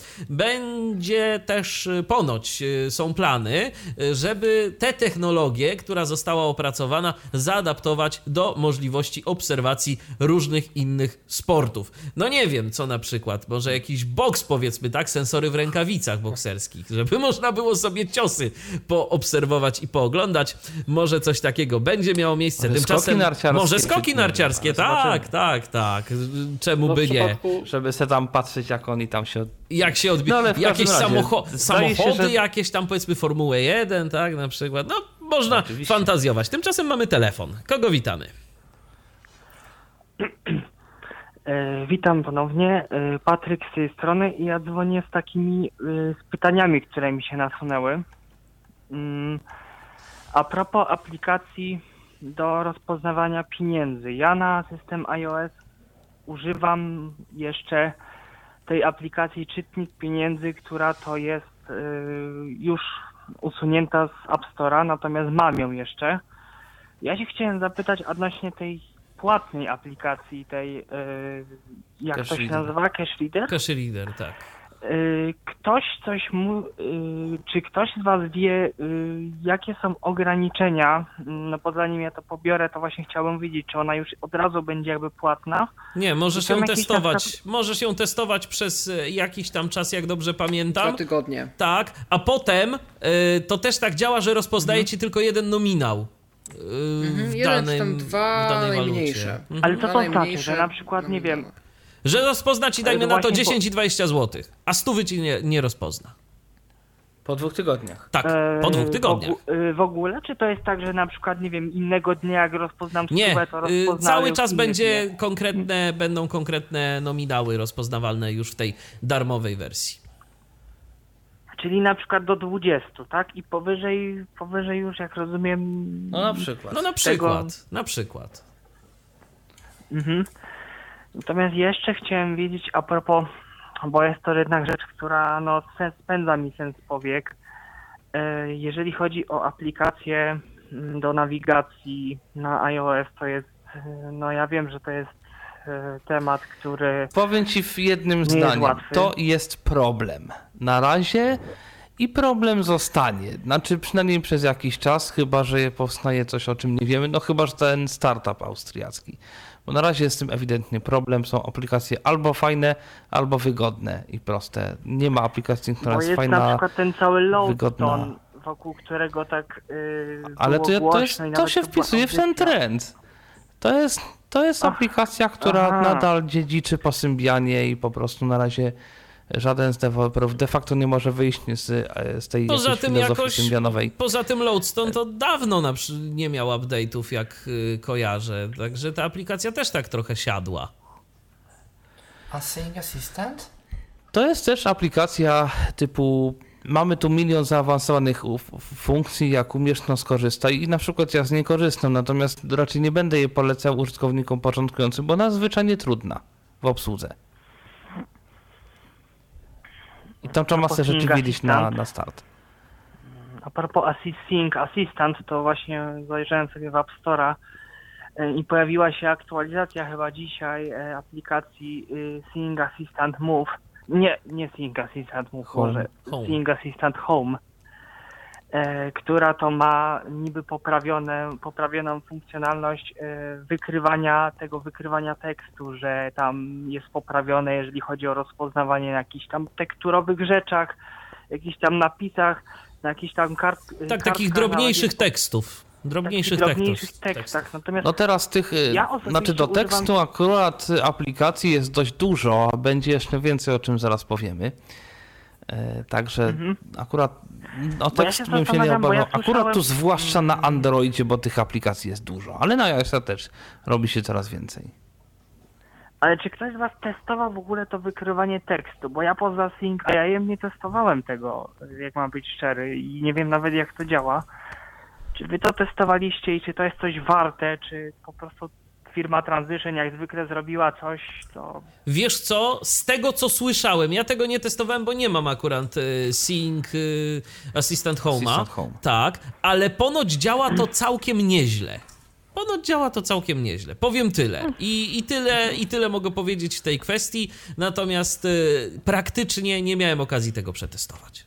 będzie też ponoć, są plany, żeby tę technologię, która została opracowana, zaadaptować do możliwości obserwacji różnych innych sportów. No nie wiem, co na przykład, może jakiś boks, powiedzmy, tak, sensory w rękawicach bokserskich, żeby można było sobie ciosy poobserwować i pooglądać. Może coś takiego będzie miało miejsce. Może Tymczasem skoki narciarskie, może skoki czy- narciarskie, ale tak, zobaczymy. tak, tak. Czemu No, w by nie? przypadku, Żeby se tam patrzeć, jak oni tam się... Jak się odbija, No, ale w jakieś każdym razie, samocho- zdaje się, samochody, że- jakieś tam powiedzmy Formułę jeden, tak, na przykład. No, można Oczywiście. fantazjować. Tymczasem mamy telefon. Kogo witamy? E, witam ponownie, e, Patryk z tej strony i ja dzwonię z takimi e, z pytaniami, które mi się nasunęły. Mm, a propos aplikacji do rozpoznawania pieniędzy. Ja na system iOS używam jeszcze tej aplikacji Czytnik Pieniędzy, która to jest y, już usunięta z App Store'a, natomiast mam ją jeszcze. Ja się chciałem zapytać odnośnie tej płatnej aplikacji, tej, y, jak Cash to się Reader. nazywa? Cash Reader? Cash Reader, tak. Y, Ktoś coś mu, y, czy ktoś z Was wie, y, jakie są ograniczenia? No bo zanim ja to pobiorę, to właśnie chciałbym wiedzieć, czy ona już od razu będzie jakby płatna. Nie, możesz Są ją jakieś testować. na przykład- Możesz ją testować przez e, jakiś tam czas, jak dobrze pamiętam. Dwa tygodnie. Tak, a potem y, to też tak działa, że rozpoznaje ci tylko jeden nominał. y, Mhm, w jeden czy danym, tam dwa w danej najmniejsze. walucie. Mhm. Ale co Dwa to znaczy, najmniejsze że na przykład, nie wiem, nominały. Że rozpozna ci, dajmy Ale to na to właśnie dziesięć i dwadzieścia złotych, a stówy ci nie, nie rozpozna. Po dwóch tygodniach. Tak, po e, dwóch tygodniach. W, ogó- y, w ogóle, czy to jest tak, że na przykład, nie wiem, innego dnia, jak rozpoznam Nie, stówę, to y, rozpoznaję cały już czas inny będzie dnie. konkretne, będą konkretne nominały rozpoznawalne już w tej darmowej wersji. Czyli na przykład do dwudziestu, tak? I powyżej, powyżej już, jak rozumiem... No na przykład. No na przykład, na przykład. Mhm. Natomiast jeszcze chciałem wiedzieć a propos, bo jest to jednak rzecz, która no, sens, spędza mi sens powiek. E, Jeżeli chodzi o aplikację mm, do nawigacji na iOS, to jest, e, no ja wiem, że to jest e, temat, który... Powiem ci w jednym jest zdaniu. łatwy. To jest problem. Na razie i problem zostanie. Znaczy przynajmniej przez jakiś czas, chyba że powstaje coś, o czym nie wiemy. No chyba że ten startup austriacki. Bo na razie jest z tym ewidentnie problem. Są aplikacje albo fajne, albo wygodne i proste. Nie ma aplikacji, która Bo jest jest fajna. na przykład ten cały wygodna. Loadstone, wokół którego tak yy, Ale było to, to, głośno jest, i to nawet się była wpisuje w ten audycja. trend. To jest, to jest Ach, aplikacja, która aha. nadal dziedziczy po Symbianie i po prostu na razie żaden z deweloperów de facto nie może wyjść z, z tej Poza jakiejś tym filozofii jakoś, symbianowej. poza tym Loadstone to dawno na, przy- nie miał update'ów, jak y, kojarzę, także ta aplikacja też tak trochę siadła. A Sing Assistant? To jest też aplikacja typu mamy tu milion zaawansowanych u- f- funkcji, jak umiesz, no skorzystaj i na przykład ja z niej korzystam, natomiast raczej nie będę jej polecał użytkownikom początkującym, bo ona zwyczajnie trudna w obsłudze. I tam trzeba masę rzeczy Sing wiedzieć na, Assistant. na start. A propos Assist Sync Assistant, to właśnie zajrzałem sobie w App Store'a e, i pojawiła się aktualizacja chyba dzisiaj e, aplikacji y, Sing Assistant Move. Nie, nie Sing Assistant Move, Home. może Home. Sing Assistant Home, e, która to ma niby poprawione, poprawioną funkcjonalność e, wykrywania tego wykrywania tekstu, że tam jest poprawione, jeżeli chodzi o rozpoznawanie na jakichś tam tekturowych rzeczach, jakichś tam napisach, na jakichś tam kart, Tak, takich drobniejszych tekstów. Drobniejszych, drobniejszych tekstów. tekstach. Natomiast No teraz tych, y, Ja osobiście znaczy do używam- tekstu akurat aplikacji jest dość dużo, a będzie jeszcze więcej, o czym zaraz powiemy. E, Także Mhm. akurat o Bo ja tekst się bym się nie zastanawiam, bo ja obawiał. Akurat tu słyszałem- zwłaszcza na Androidzie, bo tych aplikacji jest dużo, ale na iOS-a też robi się coraz więcej. Ale czy ktoś z Was testował w ogóle to wykrywanie tekstu? Bo ja poza Sync A I nie testowałem tego, jak mam być szczery, i nie wiem nawet jak to działa. Czy Wy to testowaliście i czy to jest coś warte, czy po prostu firma Transition jak zwykle zrobiła coś, to... Wiesz co, z tego co słyszałem, ja tego nie testowałem, bo nie mam akurat y, Sync y, Assistant Home'a. Assistant Home. Tak, ale ponoć działa to całkiem nieźle. Ponoć działa to całkiem nieźle. Powiem tyle. I, i tyle. I tyle mogę powiedzieć w tej kwestii. Natomiast y, praktycznie nie miałem okazji tego przetestować.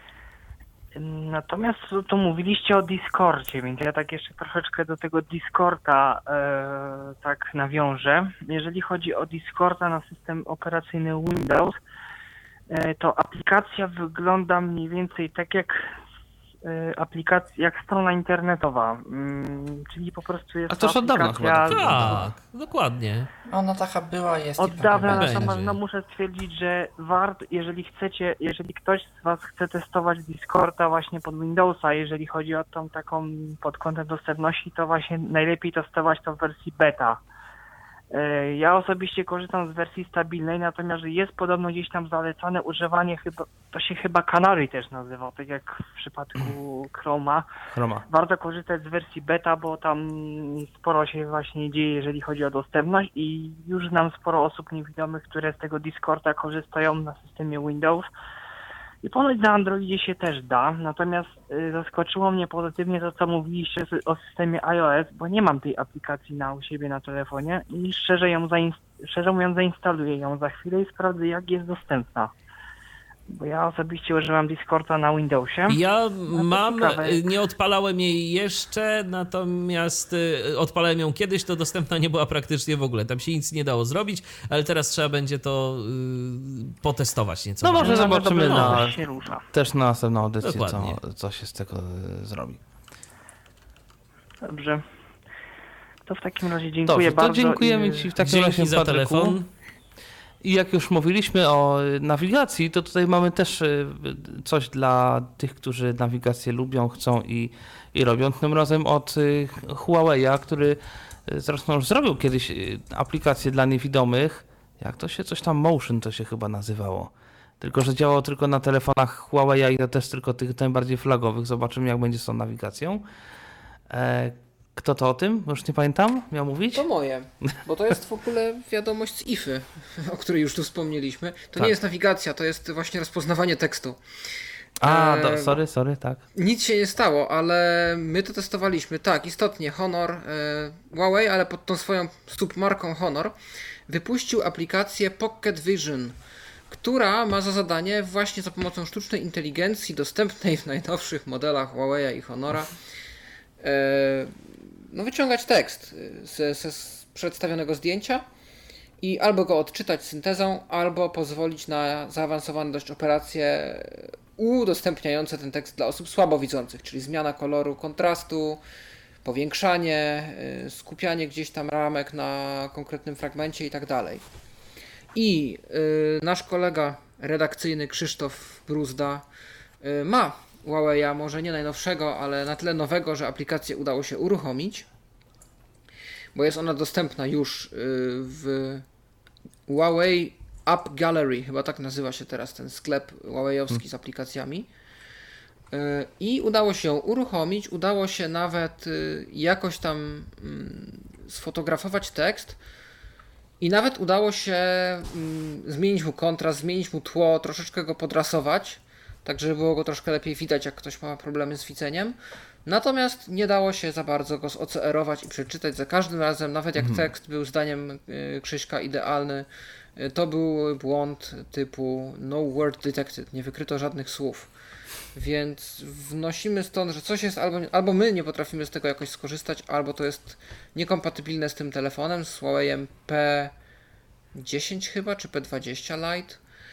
Natomiast tu, tu mówiliście o Discordzie, więc ja tak jeszcze troszeczkę do tego Discorda e, tak nawiążę. Jeżeli chodzi o Discorda na system operacyjny Windows, e, to aplikacja wygląda mniej więcej tak jak e, aplikacja, jak strona internetowa, mm, czyli po prostu jest A to już od dawna chyba tak Tak, dokładnie. Ona taka była, jest Od i dawna, pewnie będzie. natomiast no, muszę stwierdzić, że wart, jeżeli chcecie, jeżeli ktoś z Was chce testować Discorda właśnie pod Windowsa, jeżeli chodzi o tą taką pod kątem dostępności, to właśnie najlepiej testować to w wersji beta. Ja osobiście korzystam z wersji stabilnej, natomiast jest podobno gdzieś tam zalecane używanie, chyba to się chyba Canary też nazywa, tak jak w przypadku Chroma. Chroma. Warto korzystać z wersji beta, bo tam sporo się właśnie dzieje, jeżeli chodzi o dostępność i już znam sporo osób niewidomych, które z tego Discorda korzystają na systemie Windows. I ponoć na Androidzie się też da, natomiast y, zaskoczyło mnie pozytywnie to, co mówiliście o systemie iOS, bo nie mam tej aplikacji na u siebie na telefonie i szczerze, ją zainst- szczerze mówiąc zainstaluję ją za chwilę i sprawdzę, jak jest dostępna. Bo ja osobiście używam Discorda na Windowsie. Ja No mam, ciekawe. nie odpalałem jej jeszcze, natomiast y, odpalałem ją kiedyś, to dostępna nie była praktycznie w ogóle. Tam się nic nie dało zrobić, ale teraz trzeba będzie to y, potestować nieco. No może No, zobaczymy dobrze, na, no, się rusza. też na następną audycję, Dokładnie. co, co się z tego y, zrobi. Dobrze. To w takim razie dziękuję Dobrze, to bardzo. dziękujemy i- Ci w takim Dzięki razie, za Patryku. telefon. I jak już mówiliśmy o y, nawigacji, to tutaj mamy też y, coś dla tych, którzy nawigację lubią, chcą i, i robią. Tym razem od y, Huawei'a, który y, zresztą już zrobił kiedyś y, aplikację dla niewidomych. Jak to się, coś tam Motion to się chyba nazywało. Tylko że działało tylko na telefonach Huawei'a i to też tylko tych najbardziej flagowych. Zobaczymy, jak będzie z tą nawigacją. E, Kto to o tym? Już nie pamiętam, miał mówić? To moje, bo to jest w ogóle wiadomość z I F Y, o której już tu wspomnieliśmy. To Tak. nie jest nawigacja, to jest właśnie rozpoznawanie tekstu. A, Eee, do, sorry, sorry, tak. Nic się nie stało, ale my to testowaliśmy. Tak, istotnie Honor, e, Huawei, ale pod tą swoją submarką Honor, wypuścił aplikację Pocket Vision, która ma za zadanie właśnie za pomocą sztucznej inteligencji dostępnej w najnowszych modelach Huawei i Honora e, no, wyciągać tekst ze, ze z przedstawionego zdjęcia i albo go odczytać syntezą, albo pozwolić na zaawansowane dość operacje udostępniające ten tekst dla osób słabowidzących, czyli zmiana koloru, kontrastu, powiększanie, skupianie gdzieś tam ramek na konkretnym fragmencie i tak dalej. I y, nasz kolega redakcyjny Krzysztof Bruzda y, ma Huawei'a, może nie najnowszego, ale na tyle nowego, że aplikację udało się uruchomić, bo jest ona dostępna już y, w Huawei App Gallery, chyba tak nazywa się teraz ten sklep Huawei'owski z aplikacjami. Y, I udało się ją uruchomić, udało się nawet y, jakoś tam y, sfotografować tekst. I nawet udało się mm, zmienić mu kontrast, zmienić mu tło, troszeczkę go podrasować, tak żeby było go troszkę lepiej widać, jak ktoś ma problemy z widzeniem. Natomiast nie dało się za bardzo go zocerować i przeczytać za każdym razem, nawet jak Mhm. tekst był zdaniem y, Krzyśka idealny, y, to był błąd typu no word detected, nie wykryto żadnych słów. Więc wnosimy stąd, że coś jest albo, albo my nie potrafimy z tego jakoś skorzystać, albo to jest niekompatybilne z tym telefonem, z Huawei'em P dziesięć chyba, czy P dwadzieścia Lite.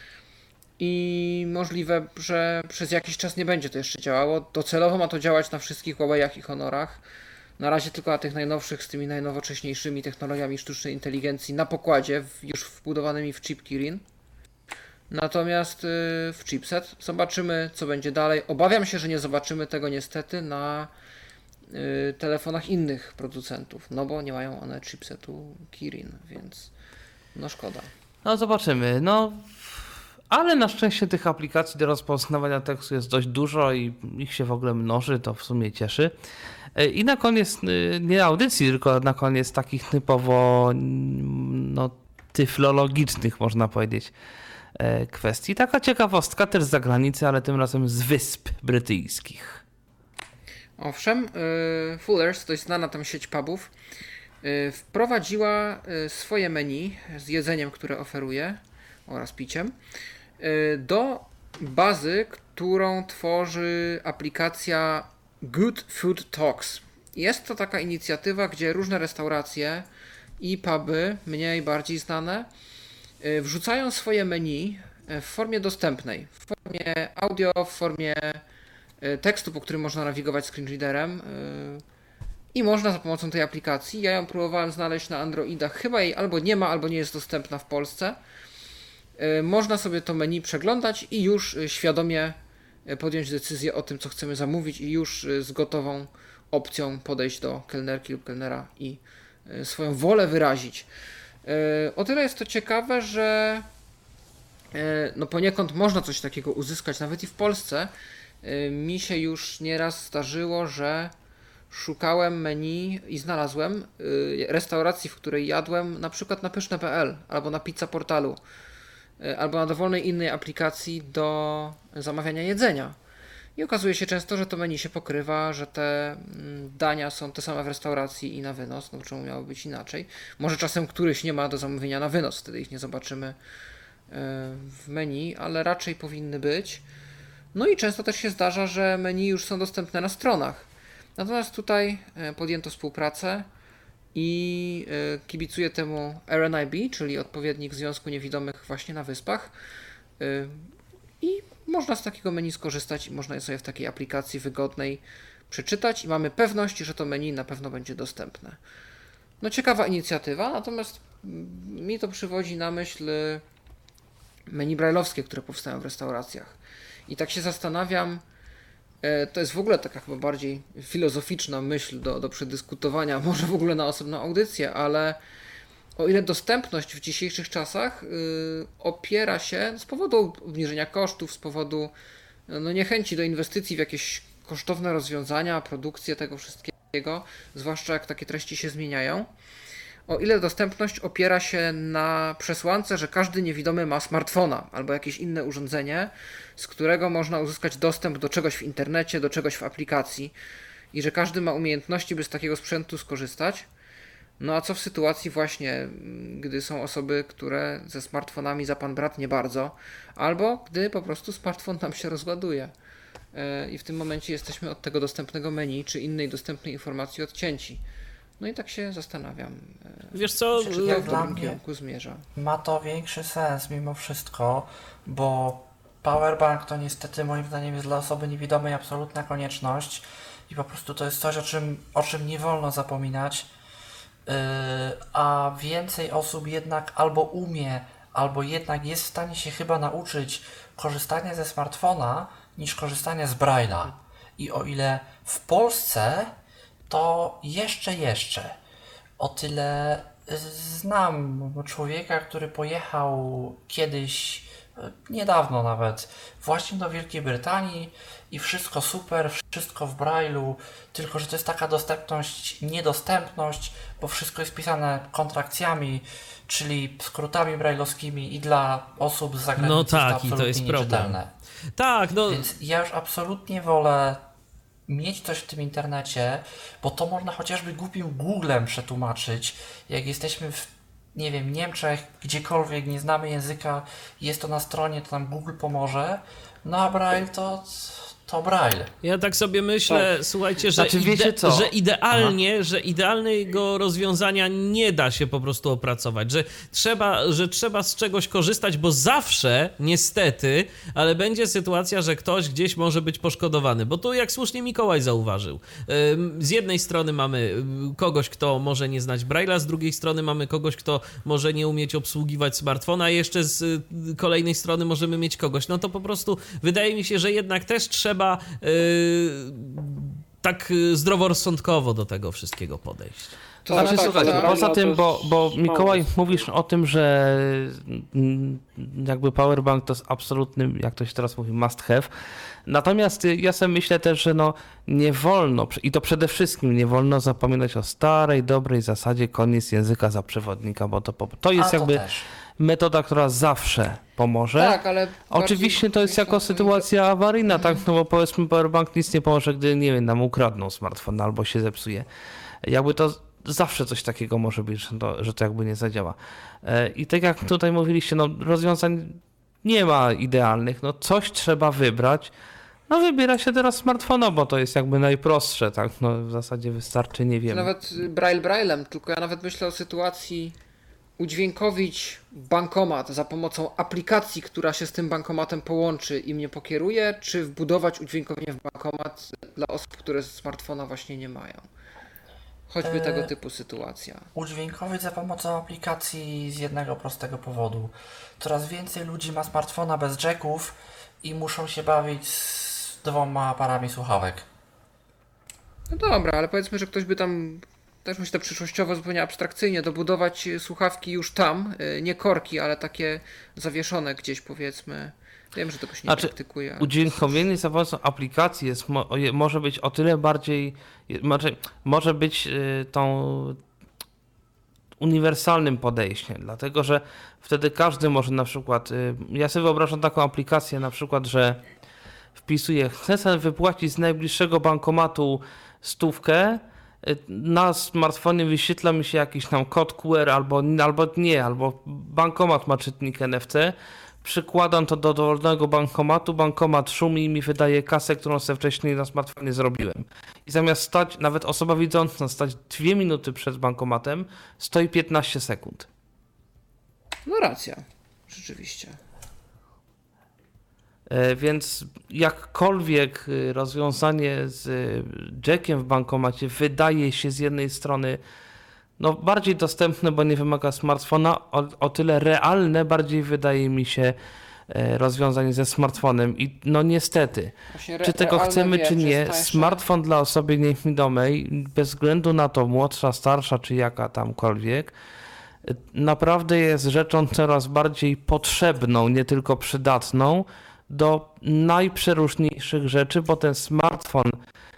I możliwe, że przez jakiś czas nie będzie to jeszcze działało. Docelowo ma to działać na wszystkich Huawei'ach i Honorach. Na razie tylko na tych najnowszych z tymi najnowocześniejszymi technologiami sztucznej inteligencji na pokładzie, w, już wbudowanymi w chip Kirin. Natomiast y, w chipset zobaczymy, co będzie dalej. Obawiam się, że nie zobaczymy tego niestety na y, telefonach innych producentów, no bo nie mają one chipsetu Kirin, więc no szkoda. No zobaczymy. No, ale na szczęście tych aplikacji do rozpoznawania tekstu jest dość dużo i ich się w ogóle mnoży, to w sumie cieszy. I na koniec, nie audycji, tylko na koniec takich typowo no, tyflologicznych, można powiedzieć, kwestii. Taka ciekawostka też z zagranicy, ale tym razem z Wysp Brytyjskich. Owszem, y, Fuller's, dość znana tam sieć pubów, y, wprowadziła y, swoje menu z jedzeniem, które oferuje oraz piciem y, do bazy, którą tworzy aplikacja Good Food Talks. Jest to taka inicjatywa, gdzie różne restauracje i puby, mniej bardziej znane, y, wrzucają swoje menu w formie dostępnej, w formie audio, w formie tekstu, po którym można nawigować screenreaderem i można za pomocą tej aplikacji. Ja ją próbowałem znaleźć na Androidach, chyba jej albo nie ma, albo nie jest dostępna w Polsce. Można sobie to menu przeglądać i już świadomie podjąć decyzję o tym, co chcemy zamówić i już z gotową opcją podejść do kelnerki lub kelnera i swoją wolę wyrazić. O tyle jest to ciekawe, że no poniekąd można coś takiego uzyskać, nawet i w Polsce. Mi się już nieraz zdarzyło, że szukałem menu i znalazłem restauracji, w której jadłem, na przykład na pyszne kropka p l albo na Pizza Portalu, albo na dowolnej innej aplikacji do zamawiania jedzenia. I okazuje się często, że to menu się pokrywa, że te dania są te same w restauracji i na wynos, no czemu miało być inaczej. Może czasem któryś nie ma do zamówienia na wynos, wtedy ich nie zobaczymy w menu, ale raczej powinny być. No i często też się zdarza, że menu już są dostępne na stronach. Natomiast tutaj podjęto współpracę i kibicuję temu R N I B, czyli odpowiednik Związku Niewidomych właśnie na Wyspach. I można z takiego menu skorzystać i można je sobie w takiej aplikacji wygodnej przeczytać i mamy pewność, że to menu na pewno będzie dostępne. No ciekawa inicjatywa, natomiast mi to przywodzi na myśl menu brajlowskie, które powstają w restauracjach. I tak się zastanawiam, to jest w ogóle taka chyba bardziej filozoficzna myśl do, do przedyskutowania, może w ogóle na osobną audycję, ale o ile dostępność w dzisiejszych czasach yy, opiera się z powodu obniżenia kosztów, z powodu no, niechęci do inwestycji w jakieś kosztowne rozwiązania, produkcję tego wszystkiego, zwłaszcza jak takie treści się zmieniają, o ile dostępność opiera się na przesłance, że każdy niewidomy ma smartfona albo jakieś inne urządzenie, z którego można uzyskać dostęp do czegoś w internecie, do czegoś w aplikacji i że każdy ma umiejętności, by z takiego sprzętu skorzystać. No a co w sytuacji właśnie, gdy są osoby, które ze smartfonami za pan brat nie bardzo, albo gdy po prostu smartfon nam się rozładuje i w tym momencie jesteśmy od tego dostępnego menu czy innej dostępnej informacji odcięci. No i tak się zastanawiam, wiesz co, Czy jak dla w dobrym mnie kierunku zmierza. ma to większy sens mimo wszystko, bo powerbank to niestety moim zdaniem jest dla osoby niewidomej absolutna konieczność i po prostu to jest coś, o czym, o czym nie wolno zapominać, yy, a więcej osób jednak albo umie, albo jednak jest w stanie się chyba nauczyć korzystania ze smartfona niż korzystania z Braille'a. I o ile w Polsce to jeszcze, jeszcze o tyle znam człowieka, który pojechał kiedyś, niedawno nawet, właśnie do Wielkiej Brytanii i wszystko super, wszystko w Braille'u, tylko że to jest taka dostępność, niedostępność, bo wszystko jest pisane kontrakcjami, czyli skrótami braille'owskimi i dla osób z zagranicy no jest tak, to absolutnie i to jest problem. nieczytelne. Tak, no. Więc ja już absolutnie wolę mieć coś w tym internecie, bo to można chociażby głupim Googlem przetłumaczyć, jak jesteśmy w, nie wiem, Niemczech, gdziekolwiek, nie znamy języka, jest to na stronie, to nam Google pomoże, no a Braille to, to Braille. Ja tak sobie myślę, Tak. słuchajcie, że, Znaczy, wiecie co? że idealnie, że idealnego rozwiązania nie da się po prostu opracować, że trzeba, że trzeba z czegoś korzystać, bo zawsze, niestety, ale będzie sytuacja, że ktoś gdzieś może być poszkodowany, bo tu jak słusznie Mikołaj zauważył, z jednej strony mamy kogoś, kto może nie znać Braille'a, z drugiej strony mamy kogoś, kto może nie umieć obsługiwać smartfona, a jeszcze z kolejnej strony możemy mieć kogoś, no to po prostu wydaje mi się, że jednak też trzeba Trzeba yy, tak zdroworozsądkowo do tego wszystkiego podejść. To Znaczy, znaczy, słuchaj, tak, poza to tym, jest bo, bo mało. Mikołaj, mówisz o tym, że mm, jakby powerbank to jest absolutny, jak to się teraz mówi, must have. Natomiast ja sobie myślę też, że no nie wolno, i to przede wszystkim nie wolno zapominać o starej, dobrej zasadzie koniec języka za przewodnika, bo to, to jest A, to jakby też. metoda, która zawsze pomoże. Tak, ale Oczywiście to jest jako sytuacja awaryjna, tak, no bo powiedzmy powerbank nic nie pomoże, gdy, nie wiem, nam ukradną smartfon albo się zepsuje. Jakby to zawsze coś takiego może być, że to, że to jakby nie zadziała. I tak jak tutaj mówiliście, no rozwiązań nie ma idealnych, no coś trzeba wybrać. No wybiera się teraz smartfona, bo to jest jakby najprostsze, tak, no w zasadzie wystarczy, nie wiem. nawet Braille Braillem, tylko ja nawet myślę o sytuacji udźwiękowić bankomat za pomocą aplikacji, która się z tym bankomatem połączy i mnie pokieruje, czy wbudować udźwiękowienie w bankomat dla osób, które smartfona właśnie nie mają. Choćby Eee, tego typu sytuacja. Udźwiękowić za pomocą aplikacji z jednego prostego powodu. Coraz więcej ludzi ma smartfona bez jacków i muszą się bawić z dwoma parami słuchawek. No dobra, ale powiedzmy, że ktoś by tam też myślę przyszłościowo, zupełnie abstrakcyjnie, dobudować słuchawki już tam, nie korki, ale takie zawieszone gdzieś, powiedzmy. Wiem, że tego się nie Znaczy, praktykuje. Udźwiękowienie za pomocą aplikacji jest, mo, może być o tyle bardziej, może, może być y, tą uniwersalnym podejściem, dlatego że wtedy każdy może na przykład, y, ja sobie wyobrażam taką aplikację na przykład, że wpisuję, chcę sobie wypłacić z najbliższego bankomatu stówkę, y, na smartfonie wyświetla mi się jakiś tam kod Q R albo, albo nie, albo bankomat ma czytnik N F C, przykładam to do dowolnego bankomatu, bankomat szumi i mi wydaje kasę, którą sobie wcześniej na smartfonie zrobiłem. I zamiast stać, nawet osoba widząca, stać dwie minuty przed bankomatem, stoi piętnaście sekund. No racja, rzeczywiście. E, więc jakkolwiek rozwiązanie z jackiem w bankomacie wydaje się z jednej strony no bardziej dostępne, bo nie wymaga smartfona, o, o tyle realne bardziej wydaje mi się e, rozwiązanie ze smartfonem i no niestety, Re- czy tego chcemy, czy nie, smartfon dla osoby niewidomej, bez względu na to młodsza, starsza, czy jaka tamkolwiek, naprawdę jest rzeczą coraz bardziej potrzebną, nie tylko przydatną do najprzeróżniejszych rzeczy, bo ten smartfon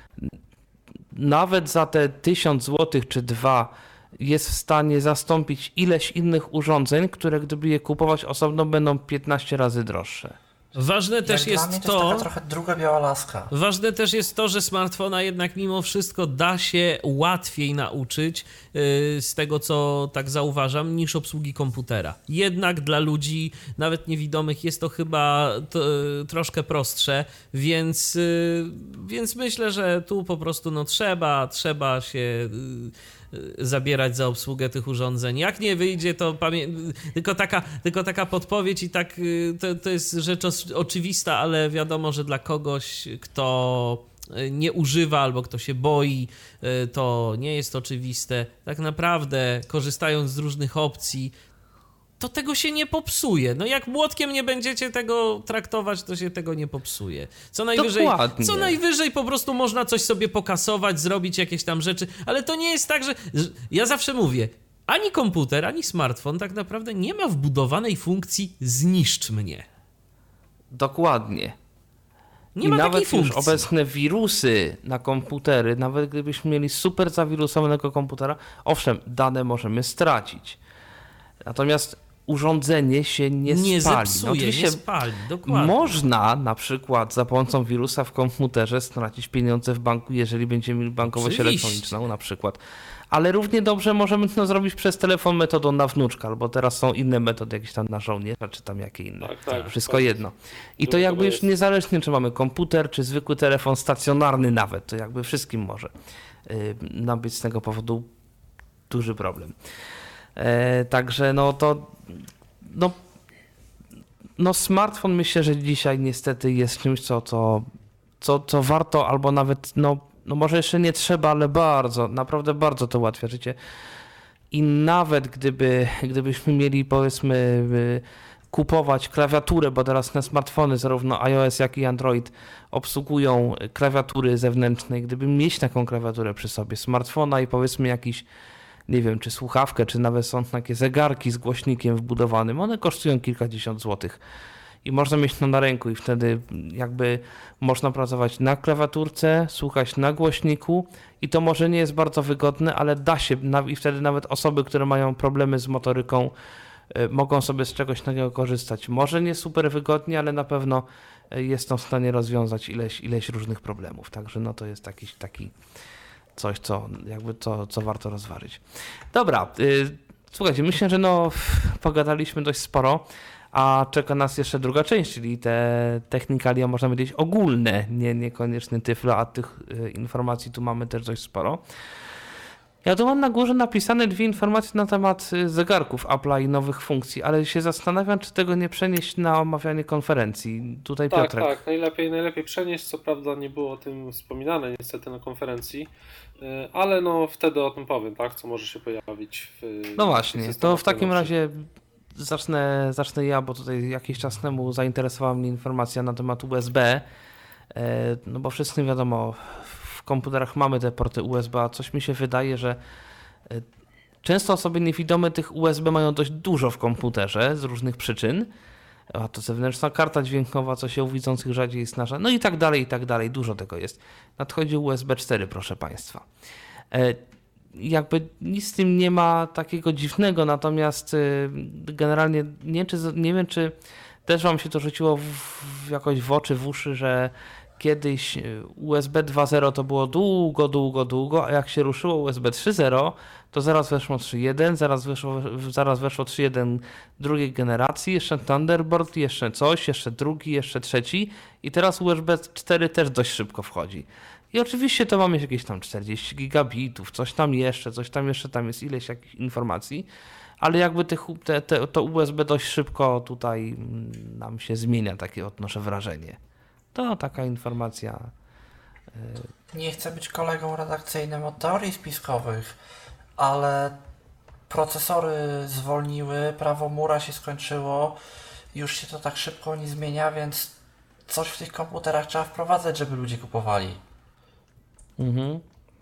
nawet za te tysiąc złotych czy dwa jest w stanie zastąpić ileś innych urządzeń, które gdyby je kupować osobno będą piętnaście razy droższe. Ważne też Jak jest dla mnie to, to jest taka trochę druga biała laska. Ważne też jest to, że smartfona jednak mimo wszystko da się łatwiej nauczyć yy, z tego, co tak zauważam, niż obsługi komputera. Jednak dla ludzi, nawet niewidomych, jest to chyba to, yy, troszkę prostsze, więc, yy, więc myślę, że tu po prostu no, trzeba, trzeba się... Yy, zabierać za obsługę tych urządzeń. Jak nie wyjdzie, to pamię... tylko, taka, tylko taka podpowiedź i tak to, to jest rzecz oczywista, ale wiadomo, że dla kogoś, kto nie używa albo kto się boi, to nie jest oczywiste. Tak naprawdę, korzystając z różnych opcji, to tego się nie popsuje. No jak młotkiem nie będziecie tego traktować, to się tego nie popsuje. Co najwyżej, Dokładnie. co najwyżej po prostu można coś sobie pokasować, zrobić jakieś tam rzeczy, ale to nie jest tak, że... Ja zawsze mówię, ani komputer, ani smartfon tak naprawdę nie ma wbudowanej funkcji zniszcz mnie. Dokładnie. Nie I ma nawet takiej już funkcji. obecne wirusy na komputery, nawet gdybyśmy mieli super zawirusowanego komputera, owszem, dane możemy stracić. Natomiast urządzenie się nie, nie spali. zepsuje, No oczywiście nie spali, dokładnie. można na przykład za pomocą wirusa w komputerze stracić pieniądze w banku, jeżeli będziemy mieli bankowość Oczywiście. elektroniczną na przykład. Ale równie dobrze możemy to zrobić przez telefon metodą na wnuczka, albo teraz są inne metody, jakieś tam na żołnierza, czy tam jakie inne. Tak, tak, Wszystko tak. jedno. I to Druga jakby już jest- niezależnie, czy mamy komputer, czy zwykły telefon stacjonarny nawet, to jakby wszystkim może yy, nam być z tego powodu duży problem. E, także no to no, no smartfon myślę, że dzisiaj niestety jest czymś, co, co, co, co warto albo nawet, no, no może jeszcze nie trzeba, ale bardzo, naprawdę bardzo to ułatwia życie. I nawet gdyby, gdybyśmy mieli powiedzmy y, kupować klawiaturę, bo teraz na smartfony zarówno iOS jak i Android obsługują klawiatury zewnętrzne, gdyby mieć taką klawiaturę przy sobie, smartfona i powiedzmy jakiś, nie wiem, czy słuchawkę, czy nawet są takie zegarki z głośnikiem wbudowanym, one kosztują kilkadziesiąt złotych i można mieć to na ręku i wtedy jakby można pracować na klawiaturce, słuchać na głośniku i to może nie jest bardzo wygodne, ale da się i wtedy nawet osoby, które mają problemy z motoryką, mogą sobie z czegoś takiego korzystać. Może nie super wygodnie, ale na pewno jest to w stanie rozwiązać ileś, ileś różnych problemów, także no to jest jakiś taki coś, co jakby co, co warto rozważyć. Dobra, yy, słuchajcie, myślę, że no pogadaliśmy dość sporo, a czeka nas jeszcze druga część, czyli te technikalia, można powiedzieć, ogólne, nie, niekoniecznie tyflo, a tych yy, informacji tu mamy też dość sporo. Ja tu mam na górze napisane dwie informacje na temat zegarków Apple'a i nowych funkcji, ale się zastanawiam, czy tego nie przenieść na omawianie konferencji. Tutaj Tak, Piotrek. tak, najlepiej, najlepiej przenieść, co prawda nie było o tym wspominane niestety na konferencji, ale no wtedy o tym powiem, tak, co może się pojawić w No właśnie, to w takim najnowszych. razie zacznę, zacznę ja, bo tutaj jakiś czas temu zainteresowała mnie informacja na temat U S B, no bo wszyscy wiadomo, w komputerach mamy te porty U S B, a coś mi się wydaje, że Często osoby niewidome tych U S B mają dość dużo w komputerze z różnych przyczyn. A to zewnętrzna karta dźwiękowa, co się u widzących rzadziej jest nasza, no i tak dalej, i tak dalej, dużo tego jest. Nadchodzi U S B cztery, proszę Państwa. E, jakby nic z tym nie ma takiego dziwnego, natomiast y, generalnie nie, czy, nie wiem, czy też Wam się to rzuciło w, w jakoś w oczy, w uszy, że kiedyś U S B dwa zero to było długo, długo, długo, a jak się ruszyło U S B trzy zero, to zaraz weszło trzy jeden, zaraz weszło, zaraz weszło trzy jeden drugiej generacji, jeszcze Thunderbolt, jeszcze coś, jeszcze drugi, jeszcze trzeci i teraz U S B cztery też dość szybko wchodzi. I oczywiście to mamy jakieś tam czterdzieści gigabitów, coś tam jeszcze, coś tam jeszcze, tam jest ileś jakichś informacji, ale jakby tych, te, te, to U S B dość szybko tutaj nam się zmienia, takie odnoszę wrażenie. To taka informacja. Nie chcę być kolegą redakcyjnym od teorii spiskowych, ale procesory zwolniły, prawo Mura się skończyło, już się to tak szybko nie zmienia, więc coś w tych komputerach trzeba wprowadzać, żeby ludzie kupowali. Mhm.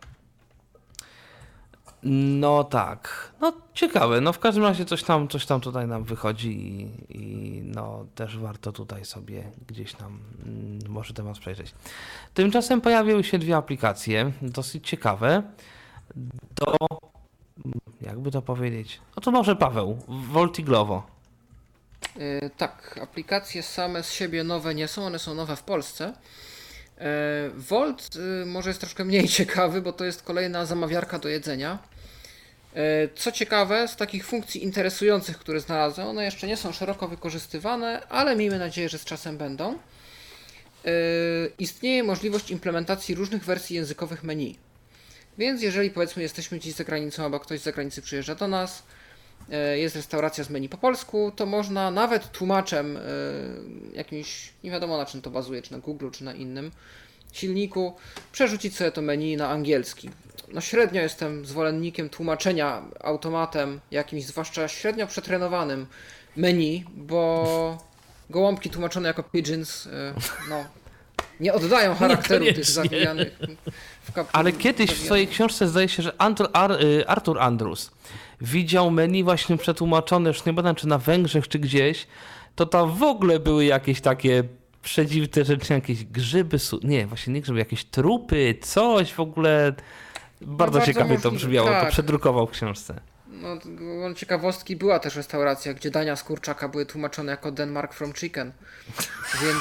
No tak, no ciekawe, no w każdym razie coś tam, coś tam tutaj nam wychodzi i, i no też warto tutaj sobie gdzieś tam mm, może temat przejrzeć. Tymczasem pojawiły się dwie aplikacje, dosyć ciekawe, do, jakby to powiedzieć, no to może Paweł, Voltiglovo. Yy, tak, aplikacje same z siebie nowe nie są, one są nowe w Polsce. Volt może jest troszkę mniej ciekawy, bo to jest kolejna zamawiarka do jedzenia. Co ciekawe, z takich funkcji interesujących, które znalazłem, one jeszcze nie są szeroko wykorzystywane, ale miejmy nadzieję, że z czasem będą. Istnieje możliwość implementacji różnych wersji językowych menu. Więc jeżeli powiedzmy jesteśmy gdzieś za granicą, albo ktoś z zagranicy przyjeżdża do nas, jest restauracja z menu po polsku, to można nawet tłumaczem jakimś, nie wiadomo na czym to bazuje, czy na Google, czy na innym silniku, przerzucić sobie to menu na angielski. No średnio jestem zwolennikiem tłumaczenia automatem jakimś, zwłaszcza średnio przetrenowanym menu, bo gołąbki tłumaczone jako pigeons, no, nie oddają charakteru tych zawijanych. W kap- Ale kiedyś w swojej książce zdaje się, że Artur Andrus widział menu właśnie przetłumaczone, już nie pamiętam czy na Węgrzech, czy gdzieś, to tam w ogóle były jakieś takie przedziwne rzeczy, jakieś grzyby, nie, właśnie nie grzyby, jakieś trupy, coś w ogóle. Bardzo, no, ciekawie to brzmiało, tak. To przedrukował w książce. No, ciekawostki, była też restauracja, gdzie dania z kurczaka były tłumaczone jako Denmark from chicken, więc...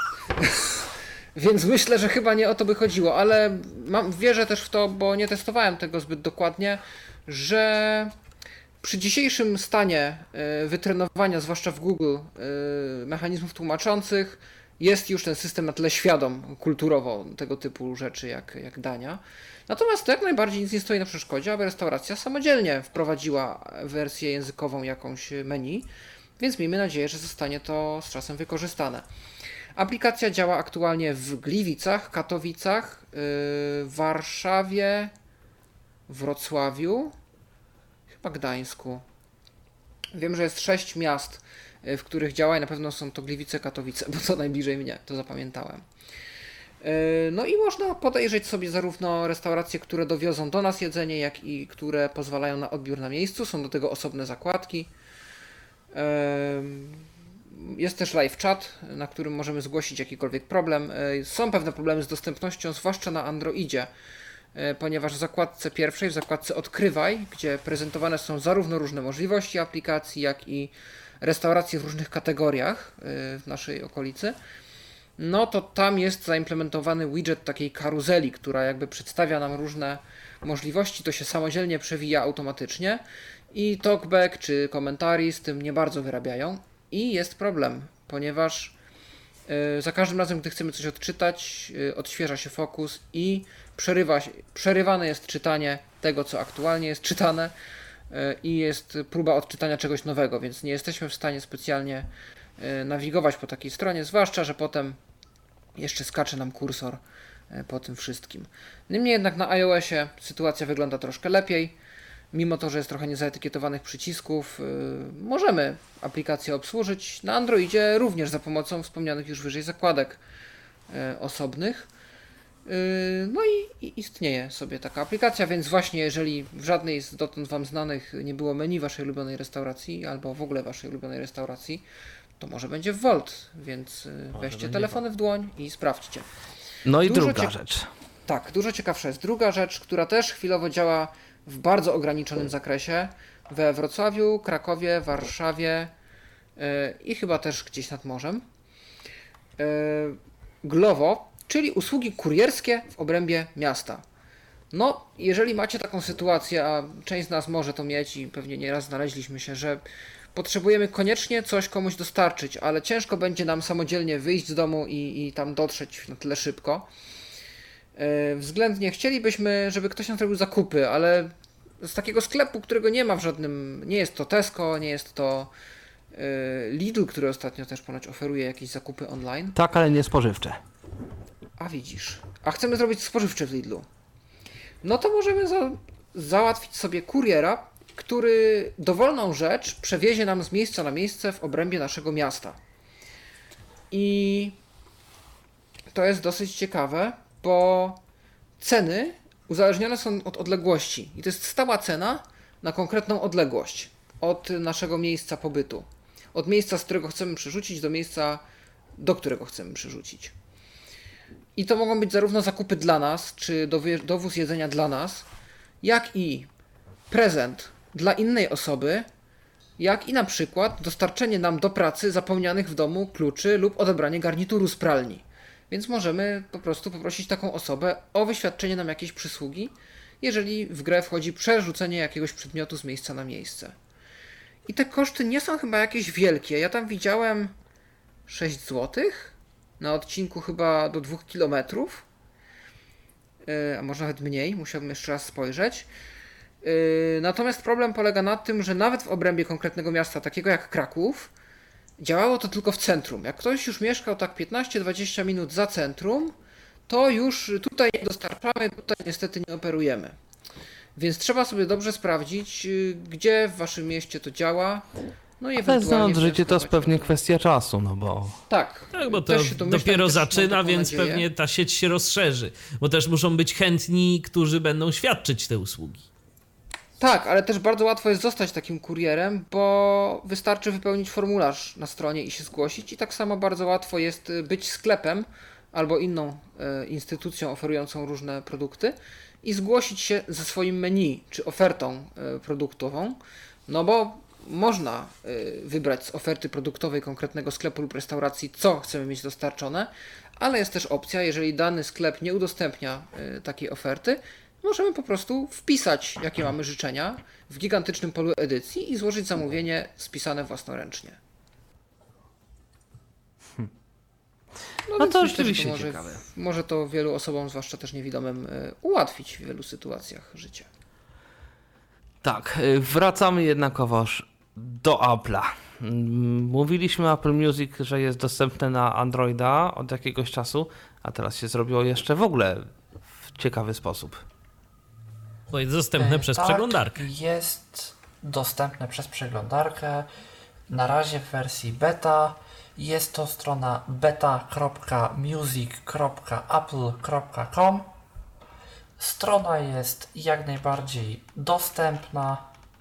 Więc myślę, że chyba nie o to by chodziło, ale mam, wierzę też w to, bo nie testowałem tego zbyt dokładnie, że przy dzisiejszym stanie y, wytrenowania, zwłaszcza w Google, y, mechanizmów tłumaczących, jest już ten system na tyle świadom kulturowo tego typu rzeczy jak, jak dania. Natomiast to jak najbardziej nic nie stoi na przeszkodzie, aby restauracja samodzielnie wprowadziła wersję językową jakąś menu, więc miejmy nadzieję, że zostanie to z czasem wykorzystane. Aplikacja działa aktualnie w Gliwicach, Katowicach, yy, Warszawie, Wrocławiu, chyba Gdańsku. Wiem, że jest sześć miast, w których działa i na pewno są to Gliwice, Katowice, bo to najbliżej mnie, to zapamiętałem. Yy, no i można podejrzeć sobie zarówno restauracje, które dowiozą do nas jedzenie, jak i które pozwalają na odbiór na miejscu. Są do tego osobne zakładki. Yy, Jest też live chat, na którym możemy zgłosić jakikolwiek problem. Są pewne problemy z dostępnością, zwłaszcza na Androidzie, ponieważ w zakładce pierwszej, w zakładce Odkrywaj, gdzie prezentowane są zarówno różne możliwości aplikacji, jak i restauracje w różnych kategoriach w naszej okolicy, no to tam jest zaimplementowany widget takiej karuzeli, która jakby przedstawia nam różne możliwości, to się samodzielnie przewija automatycznie i TalkBack czy komentarii z tym nie bardzo wyrabiają. I jest problem, ponieważ y, za każdym razem, gdy chcemy coś odczytać, y, odświeża się fokus i przerywa się, przerywane jest czytanie tego, co aktualnie jest czytane y, i jest próba odczytania czegoś nowego, więc nie jesteśmy w stanie specjalnie y, nawigować po takiej stronie, zwłaszcza, że potem jeszcze skacze nam kursor y, po tym wszystkim. Niemniej jednak na iOSie sytuacja wygląda troszkę lepiej. Mimo to, że jest trochę niezaetykietowanych przycisków, yy, możemy aplikację obsłużyć. Na Androidzie również za pomocą wspomnianych już wyżej zakładek yy, osobnych. No i, i istnieje sobie taka aplikacja, więc właśnie jeżeli w żadnej z dotąd Wam znanych nie było menu Waszej ulubionej restauracji, albo w ogóle Waszej ulubionej restauracji, to może będzie w Wolt, więc może weźcie telefony w dłoń i sprawdźcie. No i Dużo druga cie... rzecz. Tak, dużo ciekawsza jest druga rzecz, która też chwilowo działa w bardzo ograniczonym zakresie we Wrocławiu, Krakowie, Warszawie yy, i chyba też gdzieś nad morzem. Yy, Glovo, czyli usługi kurierskie w obrębie miasta. No, jeżeli macie taką sytuację, a część z nas może to mieć i pewnie nieraz znaleźliśmy się, że potrzebujemy koniecznie coś komuś dostarczyć, ale ciężko będzie nam samodzielnie wyjść z domu i, i tam dotrzeć na tyle szybko. Yy, względnie chcielibyśmy, żeby ktoś nam zrobił zakupy, ale z takiego sklepu, którego nie ma w żadnym, nie jest to Tesco, nie jest to yy, Lidl, który ostatnio też ponoć oferuje jakieś zakupy online. Tak, ale nie spożywcze. A widzisz, a chcemy zrobić spożywcze w Lidlu. No to możemy za, załatwić sobie kuriera, który dowolną rzecz przewiezie nam z miejsca na miejsce w obrębie naszego miasta. I to jest dosyć ciekawe, bo ceny uzależnione są od odległości. I to jest stała cena na konkretną odległość od naszego miejsca pobytu. Od miejsca, z którego chcemy przerzucić, do miejsca, do którego chcemy przerzucić. I to mogą być zarówno zakupy dla nas, czy dowóz jedzenia dla nas, jak i prezent dla innej osoby, jak i na przykład dostarczenie nam do pracy zapomnianych w domu kluczy lub odebranie garnituru z pralni. Więc możemy po prostu poprosić taką osobę o wyświadczenie nam jakiejś przysługi, jeżeli w grę wchodzi przerzucenie jakiegoś przedmiotu z miejsca na miejsce. I te koszty nie są chyba jakieś wielkie. Ja tam widziałem sześć złotych na odcinku chyba do dwóch kilometrów, a może nawet mniej, musiałbym jeszcze raz spojrzeć. Natomiast problem polega na tym, że nawet w obrębie konkretnego miasta, takiego jak Kraków, działało to tylko w centrum. Jak ktoś już mieszkał tak piętnaście dwadzieścia minut za centrum, to już tutaj nie dostarczamy, tutaj niestety nie operujemy. Więc trzeba sobie dobrze sprawdzić, gdzie w waszym mieście to działa. No i Ale znając życie, to jest pewnie kwestia czasu, no bo... Tak, tak bo to dopiero zaczyna, więc nadzieję. Pewnie ta sieć się rozszerzy, bo też muszą być chętni, którzy będą świadczyć te usługi. Tak, ale też bardzo łatwo jest zostać takim kurierem, bo wystarczy wypełnić formularz na stronie i się zgłosić i tak samo bardzo łatwo jest być sklepem albo inną e, instytucją oferującą różne produkty i zgłosić się ze swoim menu czy ofertą e, produktową, no bo można e, wybrać z oferty produktowej konkretnego sklepu lub restauracji, co chcemy mieć dostarczone, ale jest też opcja, jeżeli dany sklep nie udostępnia e, takiej oferty, możemy po prostu wpisać, jakie mamy życzenia w gigantycznym polu edycji i złożyć zamówienie spisane własnoręcznie. Hmm. No, no to myślę, rzeczywiście to może, ciekawe. Może to wielu osobom, zwłaszcza też niewidomym, ułatwić w wielu sytuacjach życie. Tak, wracamy jednakowoż do Apple'a. Mówiliśmy Apple Music, że jest dostępne na Androida od jakiegoś czasu, a teraz się zrobiło jeszcze w ogóle w ciekawy sposób. Bo jest dostępne e, przez tak, przeglądarkę. Jest dostępne przez przeglądarkę. Na razie w wersji beta. Jest to strona beta kropka music kropka apple kropka com. Strona jest jak najbardziej dostępna.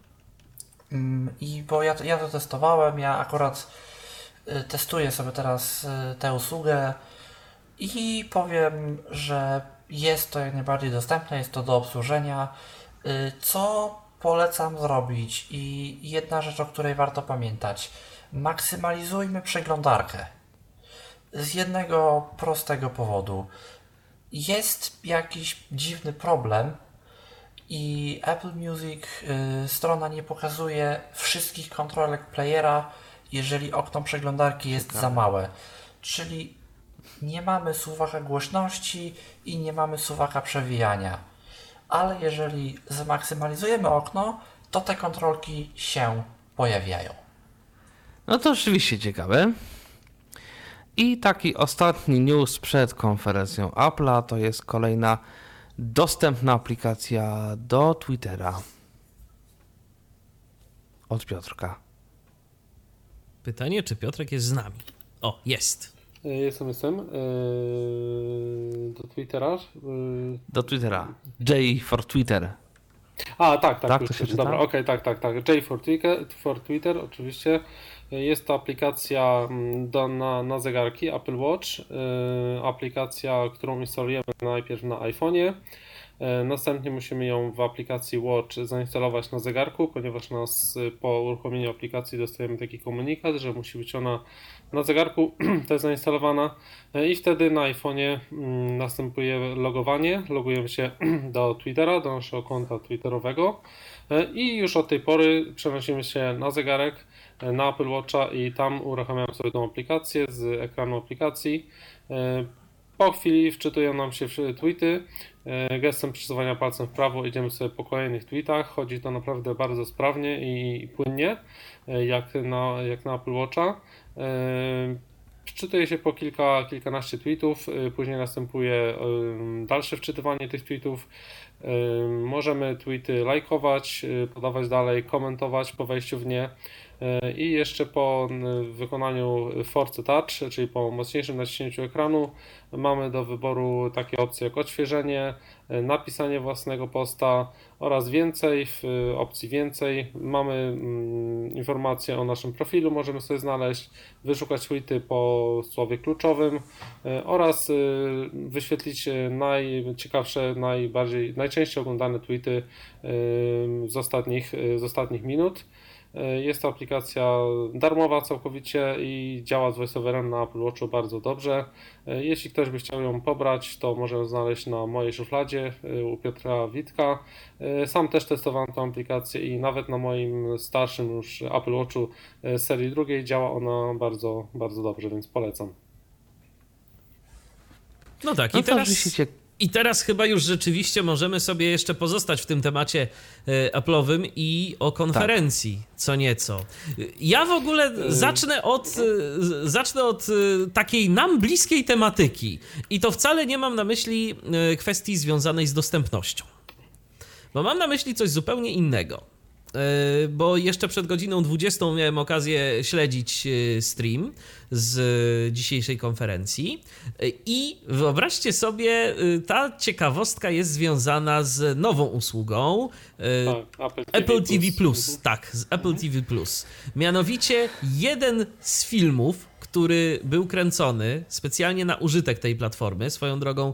I bo ja, ja to testowałem, ja akurat y, testuję sobie teraz y, tę usługę i powiem, że jest to jak najbardziej dostępne, jest to do obsłużenia. Y, co polecam zrobić? I jedna rzecz, o której warto pamiętać. Maksymalizujmy przeglądarkę. Z jednego prostego powodu. Jest jakiś dziwny problem i Apple Music y, strona nie pokazuje wszystkich kontrolek playera, jeżeli okno przeglądarki jest za małe. Czyli nie mamy suwaka głośności i nie mamy suwaka przewijania. Ale jeżeli zmaksymalizujemy okno, to te kontrolki się pojawiają. No to rzeczywiście ciekawe. I taki ostatni news przed konferencją Apple'a to jest kolejna dostępna aplikacja do Twittera. Od Piotrka. Pytanie, czy Piotrek jest z nami? O, jest. Jestem, jestem. Do Twittera. Do Twittera. J for Twitter. A, tak, tak. Tak, już to się się dobra, czyta? okej, okay, tak, tak, tak. J for Twitter, for Twitter, oczywiście. Jest to aplikacja do, na, na zegarki Apple Watch. Aplikacja, którą instalujemy najpierw na iPhone'ie. Następnie musimy ją w aplikacji Watch zainstalować na zegarku, ponieważ nas po uruchomieniu aplikacji dostajemy taki komunikat, że musi być ona na zegarku też zainstalowana i wtedy na iPhone'ie następuje logowanie. Logujemy się do Twittera, do naszego konta twitterowego i już od tej pory przenosimy się na zegarek, na Apple Watcha i tam uruchamiamy sobie tą aplikację z ekranu aplikacji. Po chwili wczytują nam się tweety, gestem przesuwania palcem w prawo idziemy sobie po kolejnych tweetach, chodzi to naprawdę bardzo sprawnie i płynnie, jak na, jak na Apple Watcha. Wczytuje się po kilka, kilkanaście tweetów, później następuje dalsze wczytywanie tych tweetów. Możemy tweety lajkować, podawać dalej, komentować po wejściu w nie. I jeszcze po wykonaniu Force Touch, czyli po mocniejszym naciśnięciu ekranu, mamy do wyboru takie opcje jak odświeżenie, napisanie własnego posta oraz więcej. W opcji więcej mamy informacje o naszym profilu, możemy sobie znaleźć, wyszukać tweety po słowie kluczowym oraz wyświetlić najciekawsze, najbardziej, najczęściej oglądane tweety z ostatnich, z ostatnich minut. Jest to aplikacja darmowa całkowicie i działa z VoiceOverem na Apple Watchu bardzo dobrze. Jeśli ktoś by chciał ją pobrać, to może ją znaleźć na mojej szufladzie u Piotra Witka. Sam też testowałem tę aplikację i nawet na moim starszym już Apple Watchu serii drugiej działa ona bardzo, bardzo dobrze, więc polecam. No tak, No i to teraz... rzeczywiście- I teraz chyba już rzeczywiście możemy sobie jeszcze pozostać w tym temacie e, Apple'owym i o konferencji tak. co nieco. Ja w ogóle zacznę od, e, zacznę od e, takiej nam bliskiej tematyki i to wcale nie mam na myśli e, kwestii związanej z dostępnością, bo mam na myśli coś zupełnie innego. Bo jeszcze przed godziną dwudziestą miałem okazję śledzić stream z dzisiejszej konferencji i wyobraźcie sobie, ta ciekawostka jest związana z nową usługą tak, Apple, Apple T V Plus. Tak, z Apple T V Plus. Mianowicie jeden z filmów, który był kręcony specjalnie na użytek tej platformy. Swoją drogą,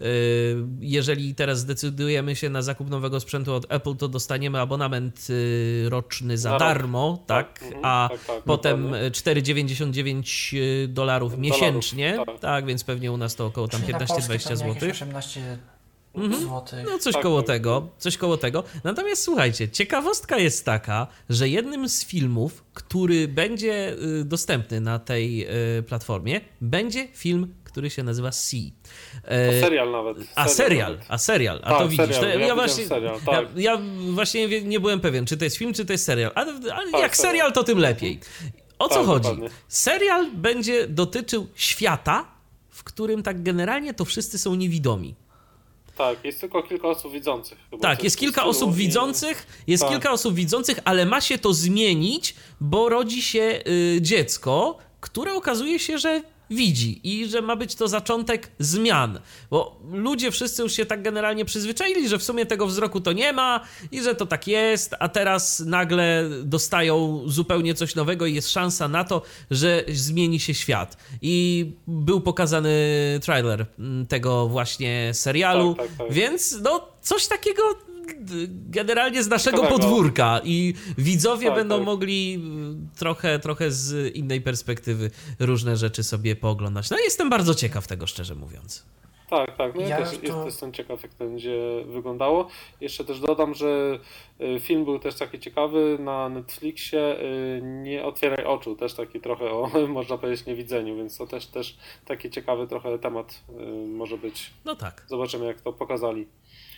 jeżeli teraz zdecydujemy się na zakup nowego sprzętu od Apple, to dostaniemy abonament roczny za darmo, tak? tak. A tak, tak, potem dokładnie. cztery dziewięćdziesiąt dziewięć dolarów miesięcznie, Dolarów, tak. tak, więc pewnie u nas to około tam Czyli na piętnaście Polskę dwadzieścia pewnie złotych. jakieś osiemnaście Mhm. złotych. No coś Tak, koło tak. tego, coś koło tego. Natomiast słuchajcie, ciekawostka jest taka, że jednym z filmów, który będzie y, dostępny na tej y, platformie, będzie film, który się nazywa C. To serial nawet. A serial, nawet. a serial, a Tak, to widzisz. serial, To, ja ja, widziałem właśnie, serial, ja, tak. ja właśnie nie, nie byłem pewien, czy to jest film, czy to jest serial. Ale, ale Tak, jak serial. serial, to tym lepiej. O co Tak, chodzi? dokładnie. Serial będzie dotyczył świata, w którym tak generalnie to wszyscy są niewidomi. Tak, jest tylko kilka osób widzących. Chyba Tak, coś jest w kilka stylu osób i- widzących, jest Tak. kilka osób widzących, ale ma się to zmienić, bo rodzi się y, dziecko, które okazuje się, że widzi i że ma być to zaczątek zmian, bo ludzie wszyscy już się tak generalnie przyzwyczaili, że w sumie tego wzroku to nie ma i że to tak jest, a teraz nagle dostają zupełnie coś nowego i jest szansa na to, że zmieni się świat. I był pokazany trailer mm, tego właśnie serialu, Tak, tak, tak. więc no coś takiego generalnie z naszego Ciekawego. podwórka i widzowie Tak, będą tak. mogli trochę, trochę z innej perspektywy różne rzeczy sobie pooglądać. No jestem bardzo ciekaw tego, szczerze mówiąc. Tak, tak. No ja, Ja też już jest, to- jestem ciekaw, jak to będzie wyglądało. Jeszcze też dodam, że y, film był też taki ciekawy na Netflixie. y, Nie otwieraj oczu, też taki trochę o, można powiedzieć, niewidzeniu, więc to też, też taki ciekawy trochę temat y, może być. No tak. Zobaczymy, jak to pokazali.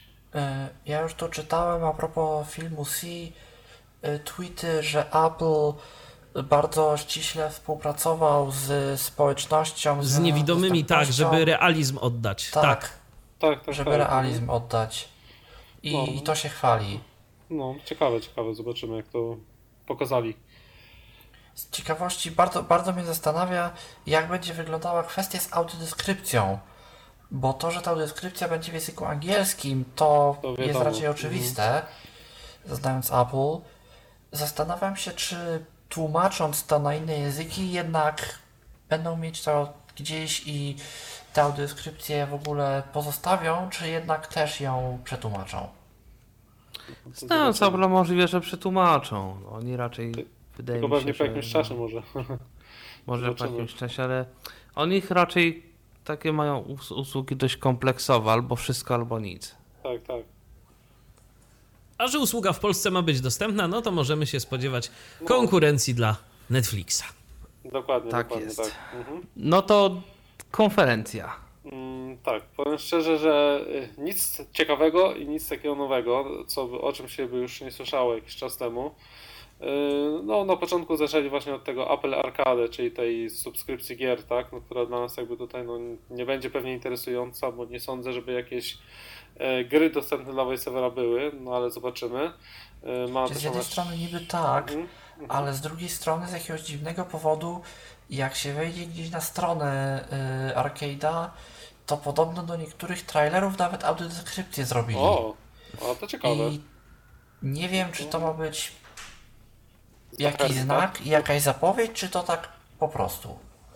E, Ja już tu czytałem a propos filmu C, e, tweety, że Apple bardzo ściśle współpracował z społecznością, Z niewidomymi, tak, dostępnością. żeby realizm oddać. tak, Tak. Tak, tak, żeby tak. realizm oddać. I, No. I to się chwali. No, ciekawe, ciekawe. Zobaczymy, jak to pokazali. Z ciekawości bardzo, bardzo mnie zastanawia, jak będzie wyglądała kwestia z audiodeskrypcją. Bo to, że ta audiodeskrypcja będzie w języku angielskim, to, To jest wiadomo. raczej oczywiste, znając Apple. Zastanawiam się, czy tłumacząc to na inne języki, jednak będą mieć to gdzieś i tę audiodeskrypcję w ogóle pozostawią, czy jednak też ją przetłumaczą. Znając Apple, możliwe, że przetłumaczą. Oni raczej, wydaje Tylko mi się, pewnie po że jakimś czasie może. może po zobaczymy. jakimś czasie, ale oni raczej takie mają us- usługi dość kompleksowe, albo wszystko, albo nic. Tak, tak. A że usługa w Polsce ma być dostępna, no to możemy się spodziewać konkurencji dla Netflixa. Dokładnie, Tak dokładnie jest. tak. Mhm. No to konferencja. Mm, tak, powiem szczerze, że y, nic ciekawego i nic takiego nowego, co, by- o czym się by już nie słyszało jakiś czas temu. Y, No, na początku zaczęli właśnie od tego Apple Arcade, czyli tej subskrypcji gier, tak, no, która dla nas jakby tutaj no, nie będzie pewnie interesująca, bo nie sądzę, żeby jakieś e, gry dostępne dla voiceovera były, no ale zobaczymy. Y, Ma Czy z też jednej ona- strony niby tak, Mhm, mhm. ale z drugiej strony z jakiegoś dziwnego powodu, jak się wejdzie gdzieś na stronę y, Arcade'a, to podobno do niektórych trailerów nawet audiodeskrypcję zrobili. O, a to ciekawe. I nie wiem, czy to ma być jakiś Zachęta. znak, jakaś zapowiedź, czy to tak po prostu.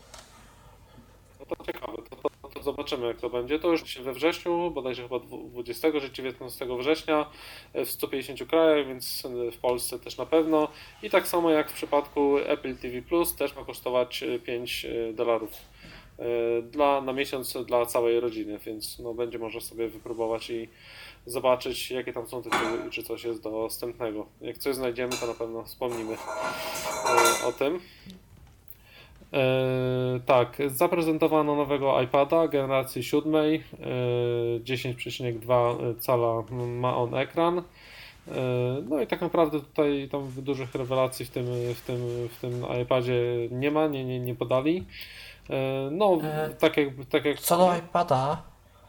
No to ciekawe, to, to, to zobaczymy jak to będzie. To już we wrześniu, bodajże chyba dwudziestego czy dziewiętnastego września w stu pięćdziesięciu krajach, więc w Polsce też na pewno. I tak samo jak w przypadku Apple T V Plus, też ma kosztować pięć dolarów dla, na miesiąc dla całej rodziny, więc no, będzie można sobie wypróbować i zobaczyć jakie tam są tytuły i czy coś jest dostępnego. Jak coś znajdziemy, to na pewno wspomnimy e, o tym. E, tak, zaprezentowano nowego iPada generacji siódmej, e, dziesięć przecinek dwa cala ma on ekran. E, no i tak naprawdę tutaj tam dużych rewelacji w tym, w tym, w tym iPadzie nie ma, nie, nie, nie podali. E, no, E, tak jak, tak jak... Co do iPada,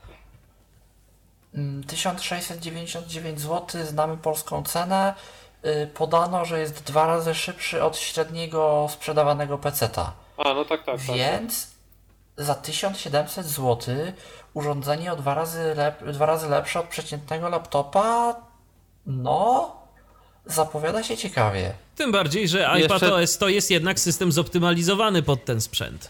mm, tysiąc sześćset dziewięćdziesiąt dziewięć złotych, znamy polską cenę. Y, Podano, że jest dwa razy szybszy od średniego sprzedawanego peceta. A, no tak, tak, tak. Więc za tysiąc siedemset złotych urządzenie o dwa razy, lep, dwa razy lepsze od przeciętnego laptopa, no, zapowiada się ciekawie. Tym bardziej, że Jeszcze- iPadOS to jest jednak system zoptymalizowany pod ten sprzęt.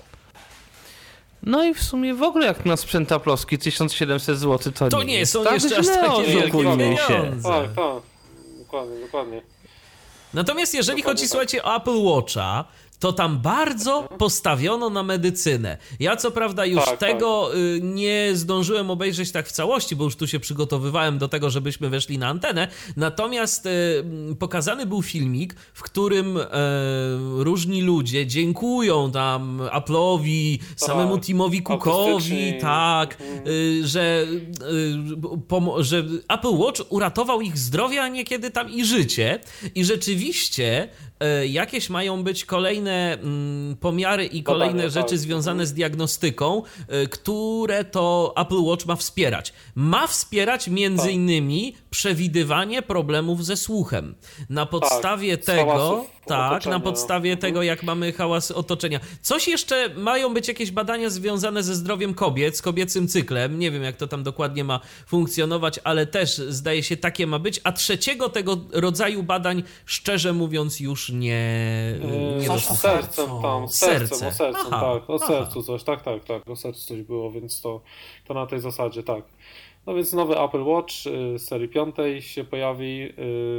No i w sumie w ogóle jak na sprzęt aplowski tysiąc siedemset złotych to, To nie nie jest są tak jeszcze aż źle, takie wielkie oszukujmy się. pieniądze. Tak, tak. Dokładnie, dokładnie. Natomiast jeżeli Dokładnie chodzi, tak. słuchajcie, o Apple Watcha, to tam bardzo postawiono na medycynę. Ja co prawda już Tak, tego y, nie zdążyłem obejrzeć tak w całości, bo już tu się przygotowywałem do tego, żebyśmy weszli na antenę. Natomiast y, pokazany był filmik, w którym y, różni ludzie dziękują tam Apple'owi, samemu Timowi Cookowi, autystyczni. tak, Mhm. y, że, y, pomo- że Apple Watch uratował ich zdrowie, a niekiedy tam i życie. I rzeczywiście y, jakieś mają być kolejne mm, pomiary i kolejne Badania, rzeczy tak. związane z diagnostyką, y, które to Apple Watch ma wspierać. Ma wspierać między Tak. innymi przewidywanie problemów ze słuchem. Na podstawie z tego, hałasów tak, otoczenia. na podstawie Mhm. tego, jak mamy hałas otoczenia. Coś jeszcze mają być jakieś badania związane ze zdrowiem kobiet, z kobiecym cyklem. Nie wiem, jak to tam dokładnie ma funkcjonować, ale też zdaje się takie ma być. A trzeciego tego rodzaju badań, szczerze mówiąc, już nie, nie coś dosłuchałem. sercem tam, sercem, Serce. o sercu, Aha, tak, o aha. sercu coś, tak, tak, tak, o sercu coś było, więc to, to na tej zasadzie, tak. No więc nowy Apple Watch y, serii piątej się pojawi,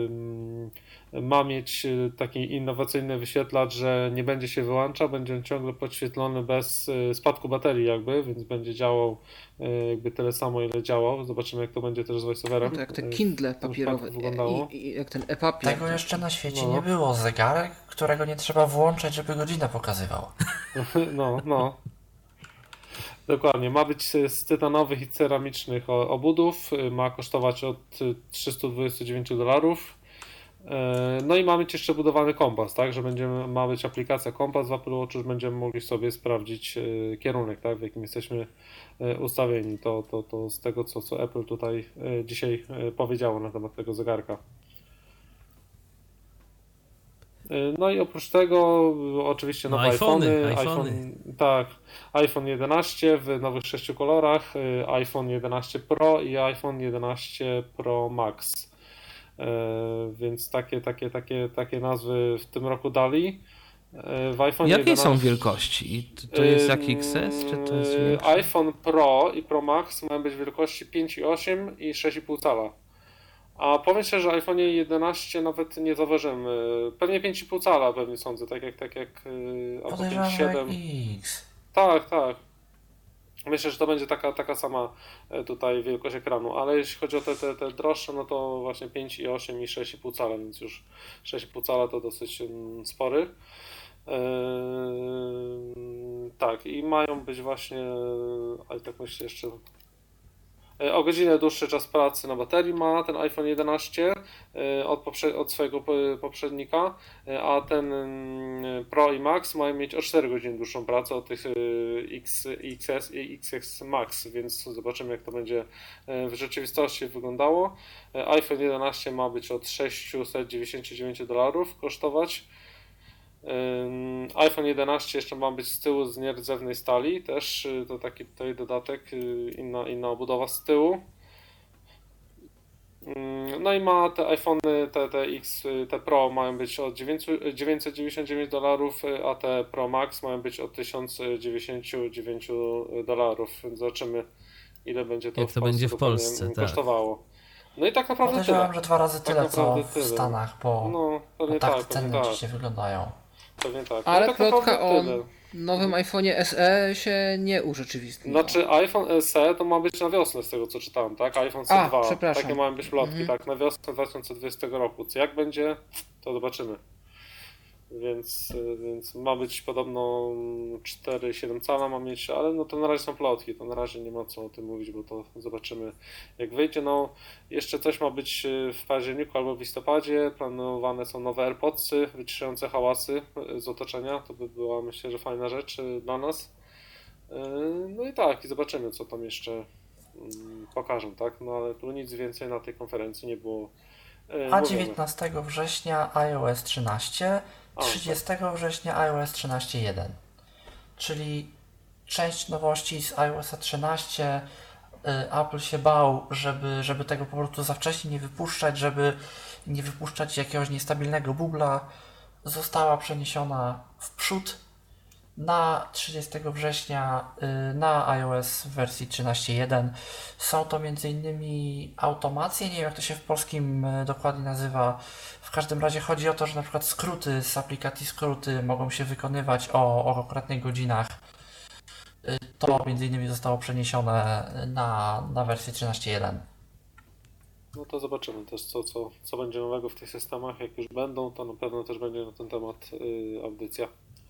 y, ma mieć y, taki innowacyjny wyświetlacz, że nie będzie się wyłączał, będzie ciągle podświetlony bez y, spadku baterii jakby, więc będzie działał y, jakby tyle samo, ile działał. Zobaczymy, jak to będzie też z voiceoverem. To jak te y, Kindle w tym papierowe przypadku wyglądało. i, i jak ten e-papier. Tego jeszcze na świecie No. nie było. Zegarek, którego nie trzeba włączać, żeby godzinę pokazywał. No, no. Dokładnie. Ma być z tytanowych i ceramicznych o- obudów. Y, Ma kosztować od y, trzysta dwadzieścia dziewięć dolarów. E, No i ma mieć jeszcze budowany kompas, tak? Że będziemy, ma być aplikacja kompas w Apple Watchu, że będziemy mogli sobie sprawdzić e, kierunek, tak? W jakim jesteśmy e, ustawieni. To, to, to z tego, co, co Apple tutaj e, dzisiaj e, powiedziało na temat tego zegarka. No i oprócz tego oczywiście nowe no, iPhony, iPhony, iPhony. iPhone, tak, iPhone jedenaście w nowych sześciu kolorach, iPhone jedenaście Pro i iPhone jedenaście Pro Max. Więc takie, takie, takie, takie nazwy w tym roku dali. W iPhone Jakie jedenaście... są wielkości? To jest jak X S, czy to jest większe? iPhone Pro i Pro Max mają być wielkości pięć i osiem i sześć i pół cala. A powiem szczerze, że iPhone jedenaście nawet nie zauważyłem. Pewnie pięć i pół cala pewnie sądzę, tak jak tak jak Podejrzewam, pięć siedem. jak X. Tak, tak. Myślę, że to będzie taka, taka sama tutaj wielkość ekranu, ale jeśli chodzi o te, te, te droższe, no to właśnie pięć i osiem i sześć i pół cala, więc już sześć i pół cala to dosyć spory. Yy, tak, i mają być właśnie, ale tak myślę jeszcze, o godzinę dłuższy czas pracy na baterii ma ten iPhone jedenaście od, poprze- od swojego poprzednika, a ten Pro i Max mają mieć o cztery godziny dłuższą pracę od tych X, XS i X S Max, więc zobaczymy, jak to będzie w rzeczywistości wyglądało. iPhone jedenaście ma być od sześćset dziewięćdziesiąt dziewięć dolarów kosztować. iPhone jedenaście jeszcze ma być z tyłu z nierdzewnej stali, też to taki tutaj dodatek, inna, inna obudowa z tyłu. No i ma te iPhony, te, te X, te Pro mają być od dziewięćset dziewięćdziesiąt dziewięć dolarów, a te Pro Max mają być od tysiąc dziewięćdziesiąt dziewięć dolarów, więc zobaczymy, ile będzie to, Jak w to Polsce będzie w Polsce, tak. kosztowało. No i tak naprawdę Podejrzewam, tyle. że dwa razy tyle, tak co w tyle. Stanach, bo, No, pewnie bo tak tak, ceny pewnie tak. oczywiście wyglądają. Pewnie tak. Ale no tak plotka o tyle. nowym iPhone'ie S E się nie urzeczywistniła. Znaczy iPhone S E to ma być na wiosnę z tego co czytałem, tak? iPhone S E A, dwa. przepraszam. Takie mają być plotki, Mhm. tak? Na wiosnę dwa tysiące dwudziestego roku. Co jak będzie, to zobaczymy. Więc, więc ma być podobno cztery i siedem cala ma mieć, ale no to na razie są plotki, to na razie nie ma co o tym mówić, bo to zobaczymy jak wyjdzie. No jeszcze coś ma być w październiku albo w listopadzie, planowane są nowe AirPodsy wyciszające hałasy z otoczenia, to by była myślę, że fajna rzecz dla nas. No i tak, i zobaczymy co tam jeszcze pokażą, tak? No ale tu nic więcej na tej konferencji nie było. A dziewiętnastego września iOS trzynaście, trzydziestego września iOS trzynaście jeden. Czyli część nowości z iOS trzynaście Apple się bał, żeby, żeby tego po prostu za wcześnie nie wypuszczać, żeby nie wypuszczać jakiegoś niestabilnego bubla. Została przeniesiona w przód na trzydziestego września na iOS w wersji trzynaście jeden. Są to m.in. automacje, nie wiem jak to się w polskim dokładnie nazywa. W każdym razie chodzi o to, że na przykład skróty z aplikacji skróty mogą się wykonywać o, o konkretnych godzinach. To m.in. zostało przeniesione na, na wersję trzynaście jeden. No to zobaczymy też co, co, co będzie nowego w tych systemach. Jak już będą, to na pewno też będzie na ten temat yy, audycja.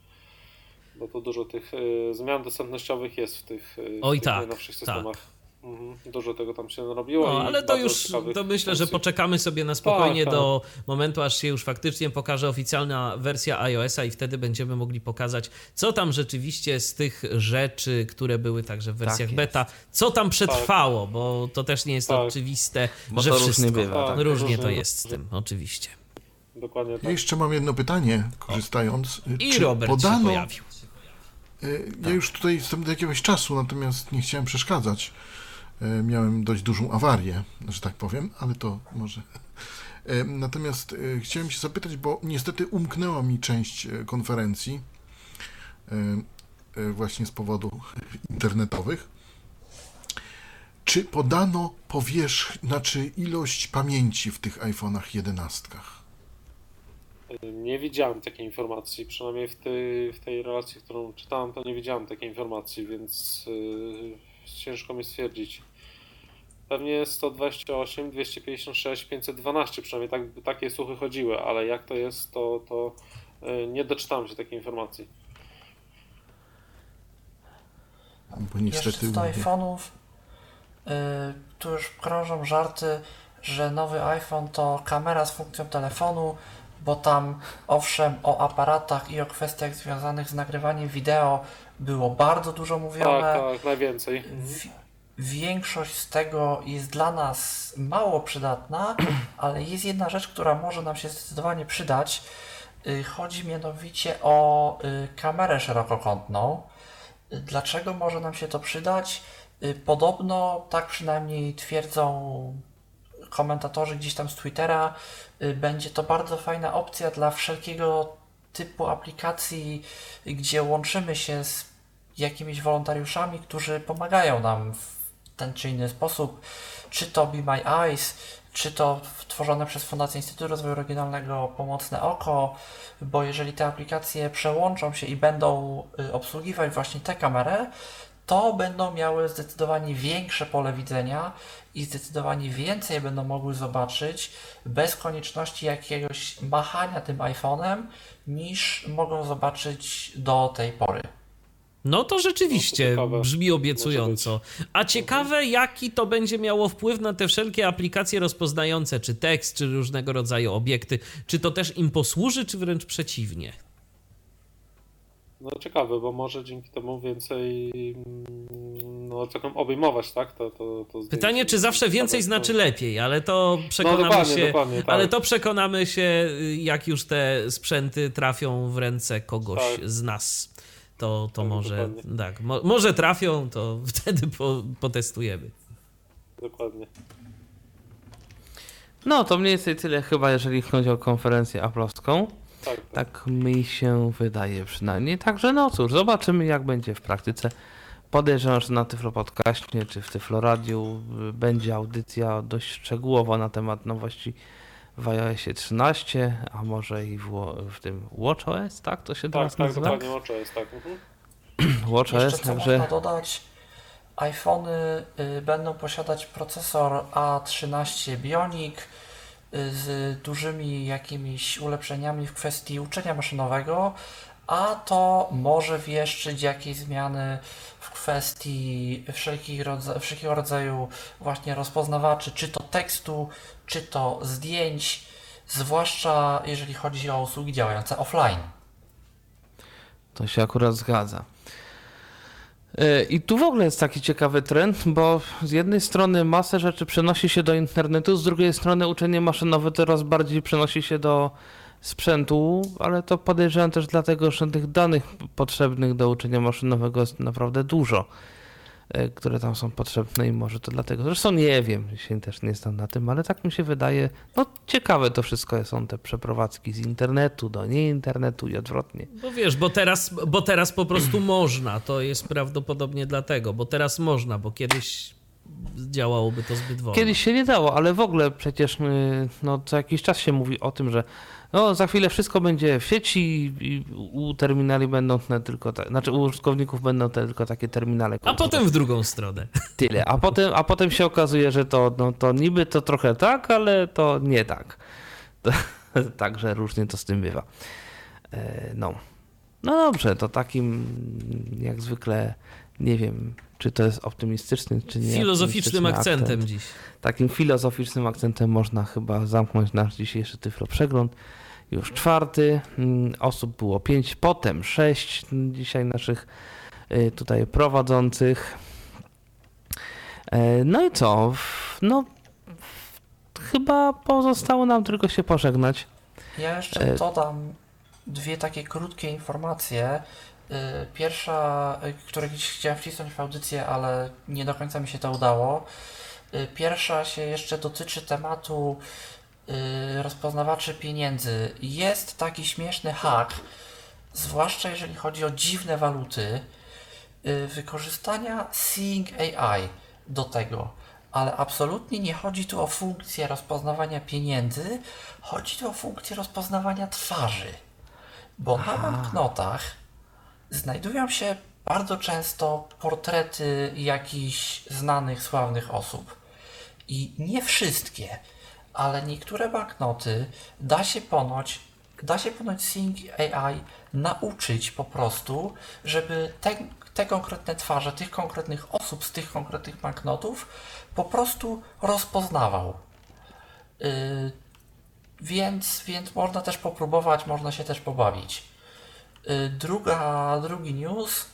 Bo to dużo tych y, zmian dostępnościowych jest w tych, y, Oj, w tych tak, najnowszych systemach. tak. Mhm. Dużo tego tam się narobiło. No, i ale to bardzo już, ciekawych to myślę, że funkcji. poczekamy sobie na spokojnie Tak, tak. do momentu, aż się już faktycznie pokaże oficjalna wersja iOS-a i wtedy będziemy mogli pokazać, co tam rzeczywiście z tych rzeczy, które były także w wersjach jest. beta, co tam przetrwało, bo to też nie jest Tak. oczywiste, Bo że to wszystko. różnie bywa, tak. Różnie to Różnie- jest z tym, oczywiście. Dokładnie Ja tak. jeszcze mam jedno pytanie, korzystając. I Czy Robert się podano, pojawił. y, Ja już tutaj jestem od jakiegoś czasu, natomiast nie chciałem przeszkadzać. Y, Miałem dość dużą awarię, że tak powiem, ale to może. Y, Natomiast y, chciałem się zapytać, bo niestety umknęła mi część y, konferencji y, y, właśnie z powodu internetowych. Czy podano powierzchnię, znaczy ilość pamięci w tych iPhone'ach jedenastkach? Nie widziałem takiej informacji, przynajmniej w tej, w tej relacji, którą czytałem, to nie widziałem takiej informacji, więc yy, ciężko mi stwierdzić. Pewnie sto dwadzieścia osiem, dwieście pięćdziesiąt sześć, pięćset dwanaście, przynajmniej tak, takie słuchy chodziły, ale jak to jest, to, to yy, nie doczytałem się takiej informacji. Bo niestety Jeszcze sto mówię. iPhone'ów. Yy, tu już krążą żarty, że nowy iPhone to kamera z funkcją telefonu, bo tam owszem o aparatach i o kwestiach związanych z nagrywaniem wideo było bardzo dużo mówione. Tak, tak, najwięcej. W, większość z tego jest dla nas mało przydatna, ale jest jedna rzecz, która może nam się zdecydowanie przydać. Chodzi mianowicie o kamerę szerokokątną. Dlaczego może nam się to przydać? Podobno, tak przynajmniej twierdzą komentatorzy gdzieś tam z Twittera, będzie to bardzo fajna opcja dla wszelkiego typu aplikacji, gdzie łączymy się z jakimiś wolontariuszami, którzy pomagają nam w ten czy inny sposób, czy to Be My Eyes, czy to tworzone przez Fundację Instytutu Rozwoju Regionalnego Pomocne Oko, bo jeżeli te aplikacje przełączą się i będą obsługiwać właśnie tę kamerę, to będą miały zdecydowanie większe pole widzenia i zdecydowanie więcej będą mogły zobaczyć bez konieczności jakiegoś machania tym iPhone'em, niż mogą zobaczyć do tej pory. No to rzeczywiście No to brzmi obiecująco. A ciekawe, jaki to będzie miało wpływ na te wszelkie aplikacje rozpoznające czy tekst, czy różnego rodzaju obiekty. Czy to też im posłuży, czy wręcz przeciwnie? No ciekawe, bo może dzięki temu więcej no tak obejmować, tak? To, to, to Pytanie, czy zawsze więcej znaczy lepiej, ale to przekonamy no, dokładnie, się, dokładnie, tak. ale to przekonamy się, jak już te sprzęty trafią w ręce kogoś tak. z nas. To, to tak, może, dokładnie. tak, mo, może trafią, to wtedy po, potestujemy. Dokładnie. No to mniej więcej tyle chyba, jeżeli chodzi o konferencję aplowską. Tak, tak. Tak mi się wydaje przynajmniej. Także no cóż, zobaczymy jak będzie w praktyce. Podejrzewam, że na Tyflo Podcaście czy w Tyflo Radiu będzie audycja dość szczegółowa na temat nowości w iOSie trzynaście, a może i w, w tym WatchOS, tak to się teraz Tak, tak, nazywa? dokładnie, WatchOS, tak. Mhm. WatchOS, Jeszcze co także... można dodać, iPhony y, będą posiadać procesor A trzynaście Bionic y, z dużymi jakimiś ulepszeniami w kwestii uczenia maszynowego, a to może wieszczyć jakieś zmiany w kwestii wszelkich rodza- wszelkiego rodzaju właśnie rozpoznawaczy, czy to tekstu, czy to zdjęć, zwłaszcza jeżeli chodzi o usługi działające offline. To się akurat zgadza. I tu w ogóle jest taki ciekawy trend, bo z jednej strony masę rzeczy przenosi się do internetu, z drugiej strony uczenie maszynowe coraz bardziej przenosi się do sprzętu, ale to podejrzewam też dlatego, że tych danych potrzebnych do uczenia maszynowego jest naprawdę dużo, które tam są potrzebne i może to dlatego. Zresztą nie wiem, się też nie znam na tym, ale tak mi się wydaje, no ciekawe to wszystko są te przeprowadzki z internetu do nie internetu i odwrotnie. Bo wiesz, bo teraz, bo teraz po prostu można, to jest prawdopodobnie dlatego, bo teraz można, bo kiedyś działałoby to zbyt wolno. Kiedyś się nie dało, ale w ogóle przecież no, co jakiś czas się mówi o tym, że no, za chwilę wszystko będzie w sieci i u terminali będą te tylko, ta, znaczy u użytkowników będą te tylko takie terminale. A potem w drugą stronę. Tyle, a potem, a potem się okazuje, że to, no, to niby to trochę tak, ale to nie tak. To, także różnie to z tym bywa. No. No dobrze, to takim jak zwykle nie wiem, czy to jest optymistyczny, czy nie. Filozoficznym akcentem akcent. Dziś. Takim filozoficznym akcentem można chyba zamknąć nasz dzisiejszy Tyflo Przegląd. Już czwarty. Osób było pięć, potem sześć dzisiaj naszych tutaj prowadzących. No i co? No chyba pozostało nam tylko się pożegnać. Ja jeszcze dodam dwie takie krótkie informacje. Pierwsza, którą gdzieś chciałem wcisnąć w audycję, ale nie do końca mi się to udało. Pierwsza się jeszcze dotyczy tematu rozpoznawaczy pieniędzy. Jest taki śmieszny hack, zwłaszcza jeżeli chodzi o dziwne waluty, wykorzystania Seeing A I do tego. Ale absolutnie nie chodzi tu o funkcję rozpoznawania pieniędzy, chodzi tu o funkcję rozpoznawania twarzy. Bo na banknotach znajdują się bardzo często portrety jakichś znanych, sławnych osób. I nie wszystkie, ale niektóre banknoty da się ponoć, da się ponoć Seeing A I nauczyć po prostu, żeby te, te konkretne twarze tych konkretnych osób z tych konkretnych banknotów po prostu rozpoznawał. Yy, więc, więc można też popróbować, można się też pobawić. Druga, drugi news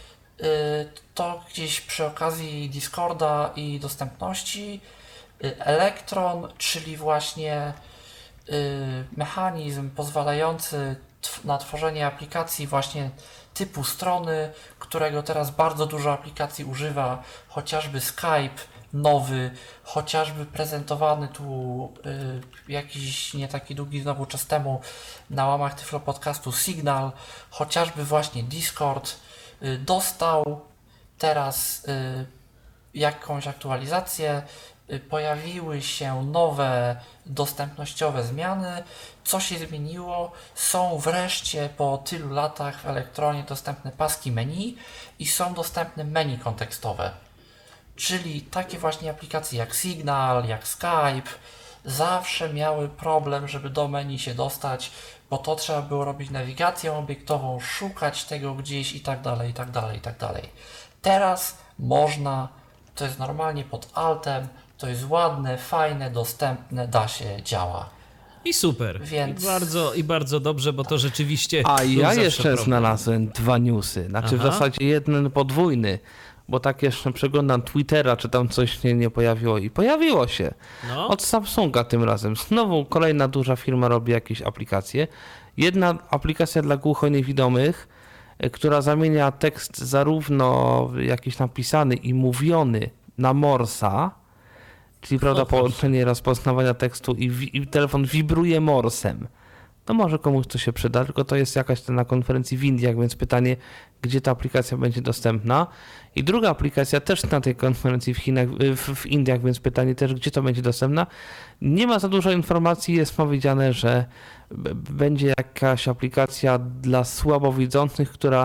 to gdzieś przy okazji Discorda i dostępności Electron, czyli właśnie mechanizm pozwalający na tworzenie aplikacji właśnie typu strony, którego teraz bardzo dużo aplikacji używa, chociażby Skype nowy, chociażby prezentowany tu y, jakiś nie taki długi znowu czas temu na łamach Tyflo Podcastu Signal, chociażby właśnie Discord y, dostał teraz y, jakąś aktualizację, y, pojawiły się nowe dostępnościowe zmiany. Co się zmieniło? Są wreszcie po tylu latach w Elektronie dostępne paski menu i są dostępne menu kontekstowe. Czyli takie właśnie aplikacje jak Signal, jak Skype zawsze miały problem, żeby do menu się dostać, bo to trzeba było robić nawigacją obiektową, szukać tego gdzieś i tak dalej, i tak dalej, i tak dalej. Teraz można, to jest normalnie pod altem, to jest ładne, fajne, dostępne, da się, działa. I super. Więc... I, bardzo, I bardzo dobrze, bo to rzeczywiście... A ja zawsze jeszcze problem. znalazłem dwa newsy, znaczy Aha. w zasadzie jeden podwójny, bo tak jeszcze przeglądam Twittera, czy tam coś nie, nie pojawiło i pojawiło się. No. Od Samsunga tym razem. Znowu kolejna duża firma robi jakieś aplikacje. Jedna aplikacja dla głuchoniewidomych, y, która zamienia tekst zarówno jakiś napisany i mówiony na Morsa, czyli prawda, połączenie rozpoznawania tekstu i, wi- i telefon wibruje Morsem. To może komuś to się przyda, tylko to jest jakaś na konferencji w Indiach, więc pytanie, gdzie ta aplikacja będzie dostępna. I druga aplikacja też na tej konferencji w Chinach, w, w Indiach, więc pytanie też, gdzie to będzie dostępna. Nie ma za dużo informacji, jest powiedziane, że b- będzie jakaś aplikacja dla słabowidzących, która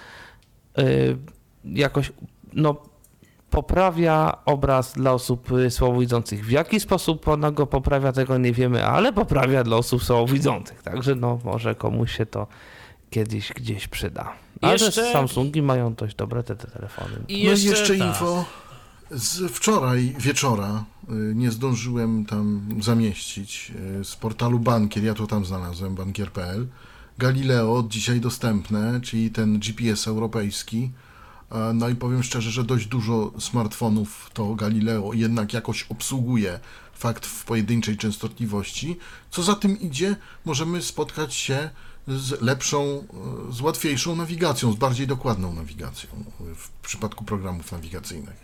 y, jakoś no, poprawia obraz dla osób y, słabowidzących. W jaki sposób ona go poprawia, tego nie wiemy, ale poprawia dla osób słabowidzących. Także no może komuś się to kiedyś gdzieś przyda. Ale Jeszcze- jeszcze... Samsungi mają dość dobre te, te telefony. I No jeszcze, i jeszcze tak. info z wczoraj wieczora, y, nie zdążyłem tam zamieścić, y, z portalu Bankier, ja to tam znalazłem, bankier kropka p l. Galileo od dzisiaj dostępne, czyli ten G P S europejski. E, No i powiem szczerze, że dość dużo smartfonów to Galileo jednak jakoś obsługuje, fakt w pojedynczej częstotliwości. Co za tym idzie, możemy spotkać się z lepszą, e, z łatwiejszą nawigacją, z bardziej dokładną nawigacją w przypadku programów nawigacyjnych.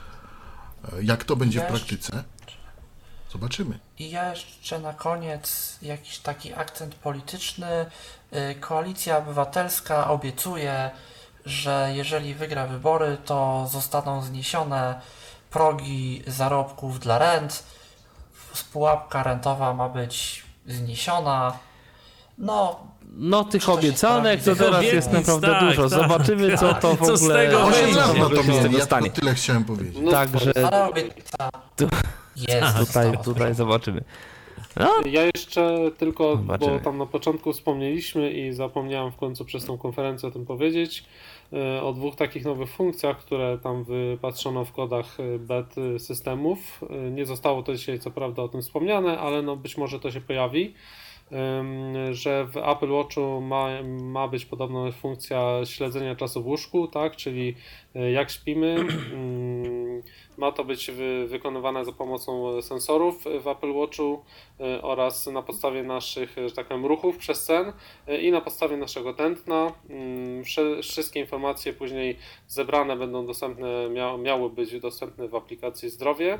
E, Jak to będzie w Wiesz- praktyce? Zobaczymy. I ja jeszcze na koniec jakiś taki akcent polityczny. Y, Koalicja Obywatelska obiecuje, że jeżeli wygra wybory, to zostaną zniesione progi zarobków dla rent. Pułapka rentowa ma być zniesiona. No, No tych Czy to się obiecanek to sprawdzi? teraz Tych jest obietnic, naprawdę tak, dużo. tak, Zobaczymy, co to w Co z ogóle tego To wyjdzie? się Ej, prawda co to z tego mieli, ja dostanie. tylko tyle chciałem powiedzieć. No, Także ale obietnica Tu- jest. tutaj, została tutaj zobaczymy. No, Ja jeszcze tylko, Zobaczymy. bo tam na początku wspomnieliśmy i zapomniałem w końcu przez tą konferencję o tym powiedzieć, e, o dwóch takich nowych funkcjach, które tam wypatrzono w kodach e, bet e, systemów. E, Nie zostało to dzisiaj co prawda o tym wspomniane, ale no być może to się pojawi, Em, że w Apple Watchu ma, ma być podobno funkcja śledzenia czasu w łóżku, tak, czyli e, jak śpimy. mm, Ma to być wy, wykonywane za pomocą sensorów w Apple Watchu e, oraz na podstawie naszych, że tak powiem, ruchów przez sen e, i na podstawie naszego tętna. Mm, wsze- Wszystkie informacje później zebrane będą dostępne, mia, miały być dostępne w aplikacji Zdrowie.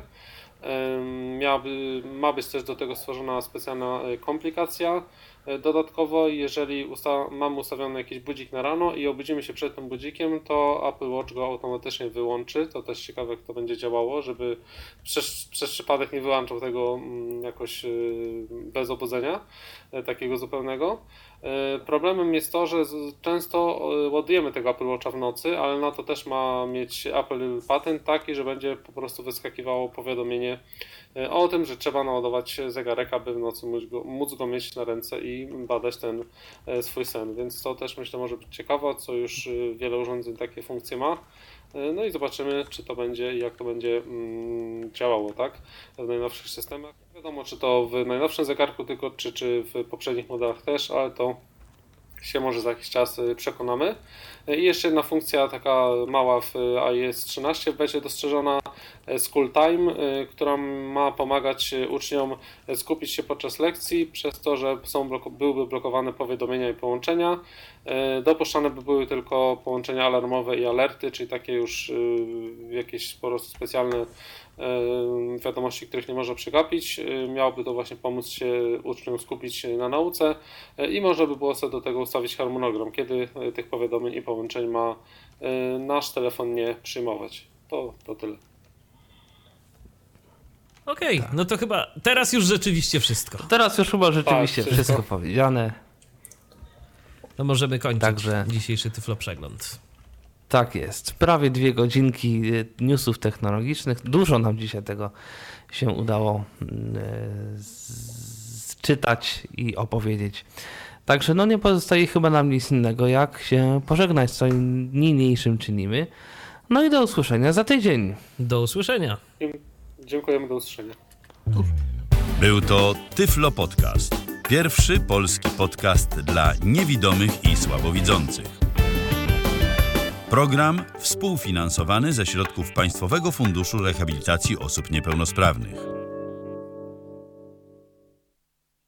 Em, Miałaby, ma być też do tego stworzona specjalna e, komplikacja. E, Dodatkowo, jeżeli usta mamy ustawiony jakiś budzik na rano i obudzimy się przed tym budzikiem, to Apple Watch go automatycznie wyłączy. To też ciekawe, jak to będzie działało, żeby przez, przez przypadek nie wyłączał tego mm, jakoś e, bez obudzenia, e, takiego zupełnego. E, Problemem jest to, że z- często e, ładujemy tego Apple Watcha w nocy, ale na to też ma mieć Apple patent taki, że będzie po prostu wyskakiwało powiadomienie e, o tym, że trzeba naładować zegarek, aby w nocy móc go, móc go mieć na ręce i badać ten e, swój sen. Więc to też myślę może być ciekawe, co już e, wiele urządzeń takie funkcje ma. E, No i zobaczymy, czy to będzie i jak to będzie mm, działało, tak? W najnowszych systemach. Nie wiadomo, czy to w najnowszym zegarku tylko, czy, czy w poprzednich modelach też, ale to się może za jakiś czas przekonamy. I jeszcze jedna funkcja taka mała w i o es trzynaście będzie dostrzeżona, School Time, która ma pomagać uczniom skupić się podczas lekcji przez to, że są blok- byłyby blokowane powiadomienia i połączenia. Dopuszczane by były tylko połączenia alarmowe i alerty, czyli takie już jakieś po prostu specjalne wiadomości, których nie można przegapić. Miałoby to właśnie pomóc się uczniom skupić na nauce i można by było sobie do tego ustawić harmonogram, kiedy tych powiadomień i połączeń ma nasz telefon nie przyjmować. To, to tyle. Okej, okay, no to chyba teraz już rzeczywiście wszystko. Teraz już chyba rzeczywiście tak, wszystko. wszystko powiedziane. No możemy kończyć Także dzisiejszy Tyflo Przegląd. Tak jest. Prawie dwie godzinki newsów technologicznych. Dużo nam dzisiaj tego się udało czytać i opowiedzieć. Także no nie pozostaje chyba nam nic innego, jak się pożegnać, co niniejszym czynimy. No i do usłyszenia za tydzień. Do usłyszenia. Dziękujemy, do usłyszenia. Był to Tyflo Podcast. Pierwszy polski podcast dla niewidomych i słabowidzących. Program współfinansowany ze środków Państwowego Funduszu Rehabilitacji Osób Niepełnosprawnych.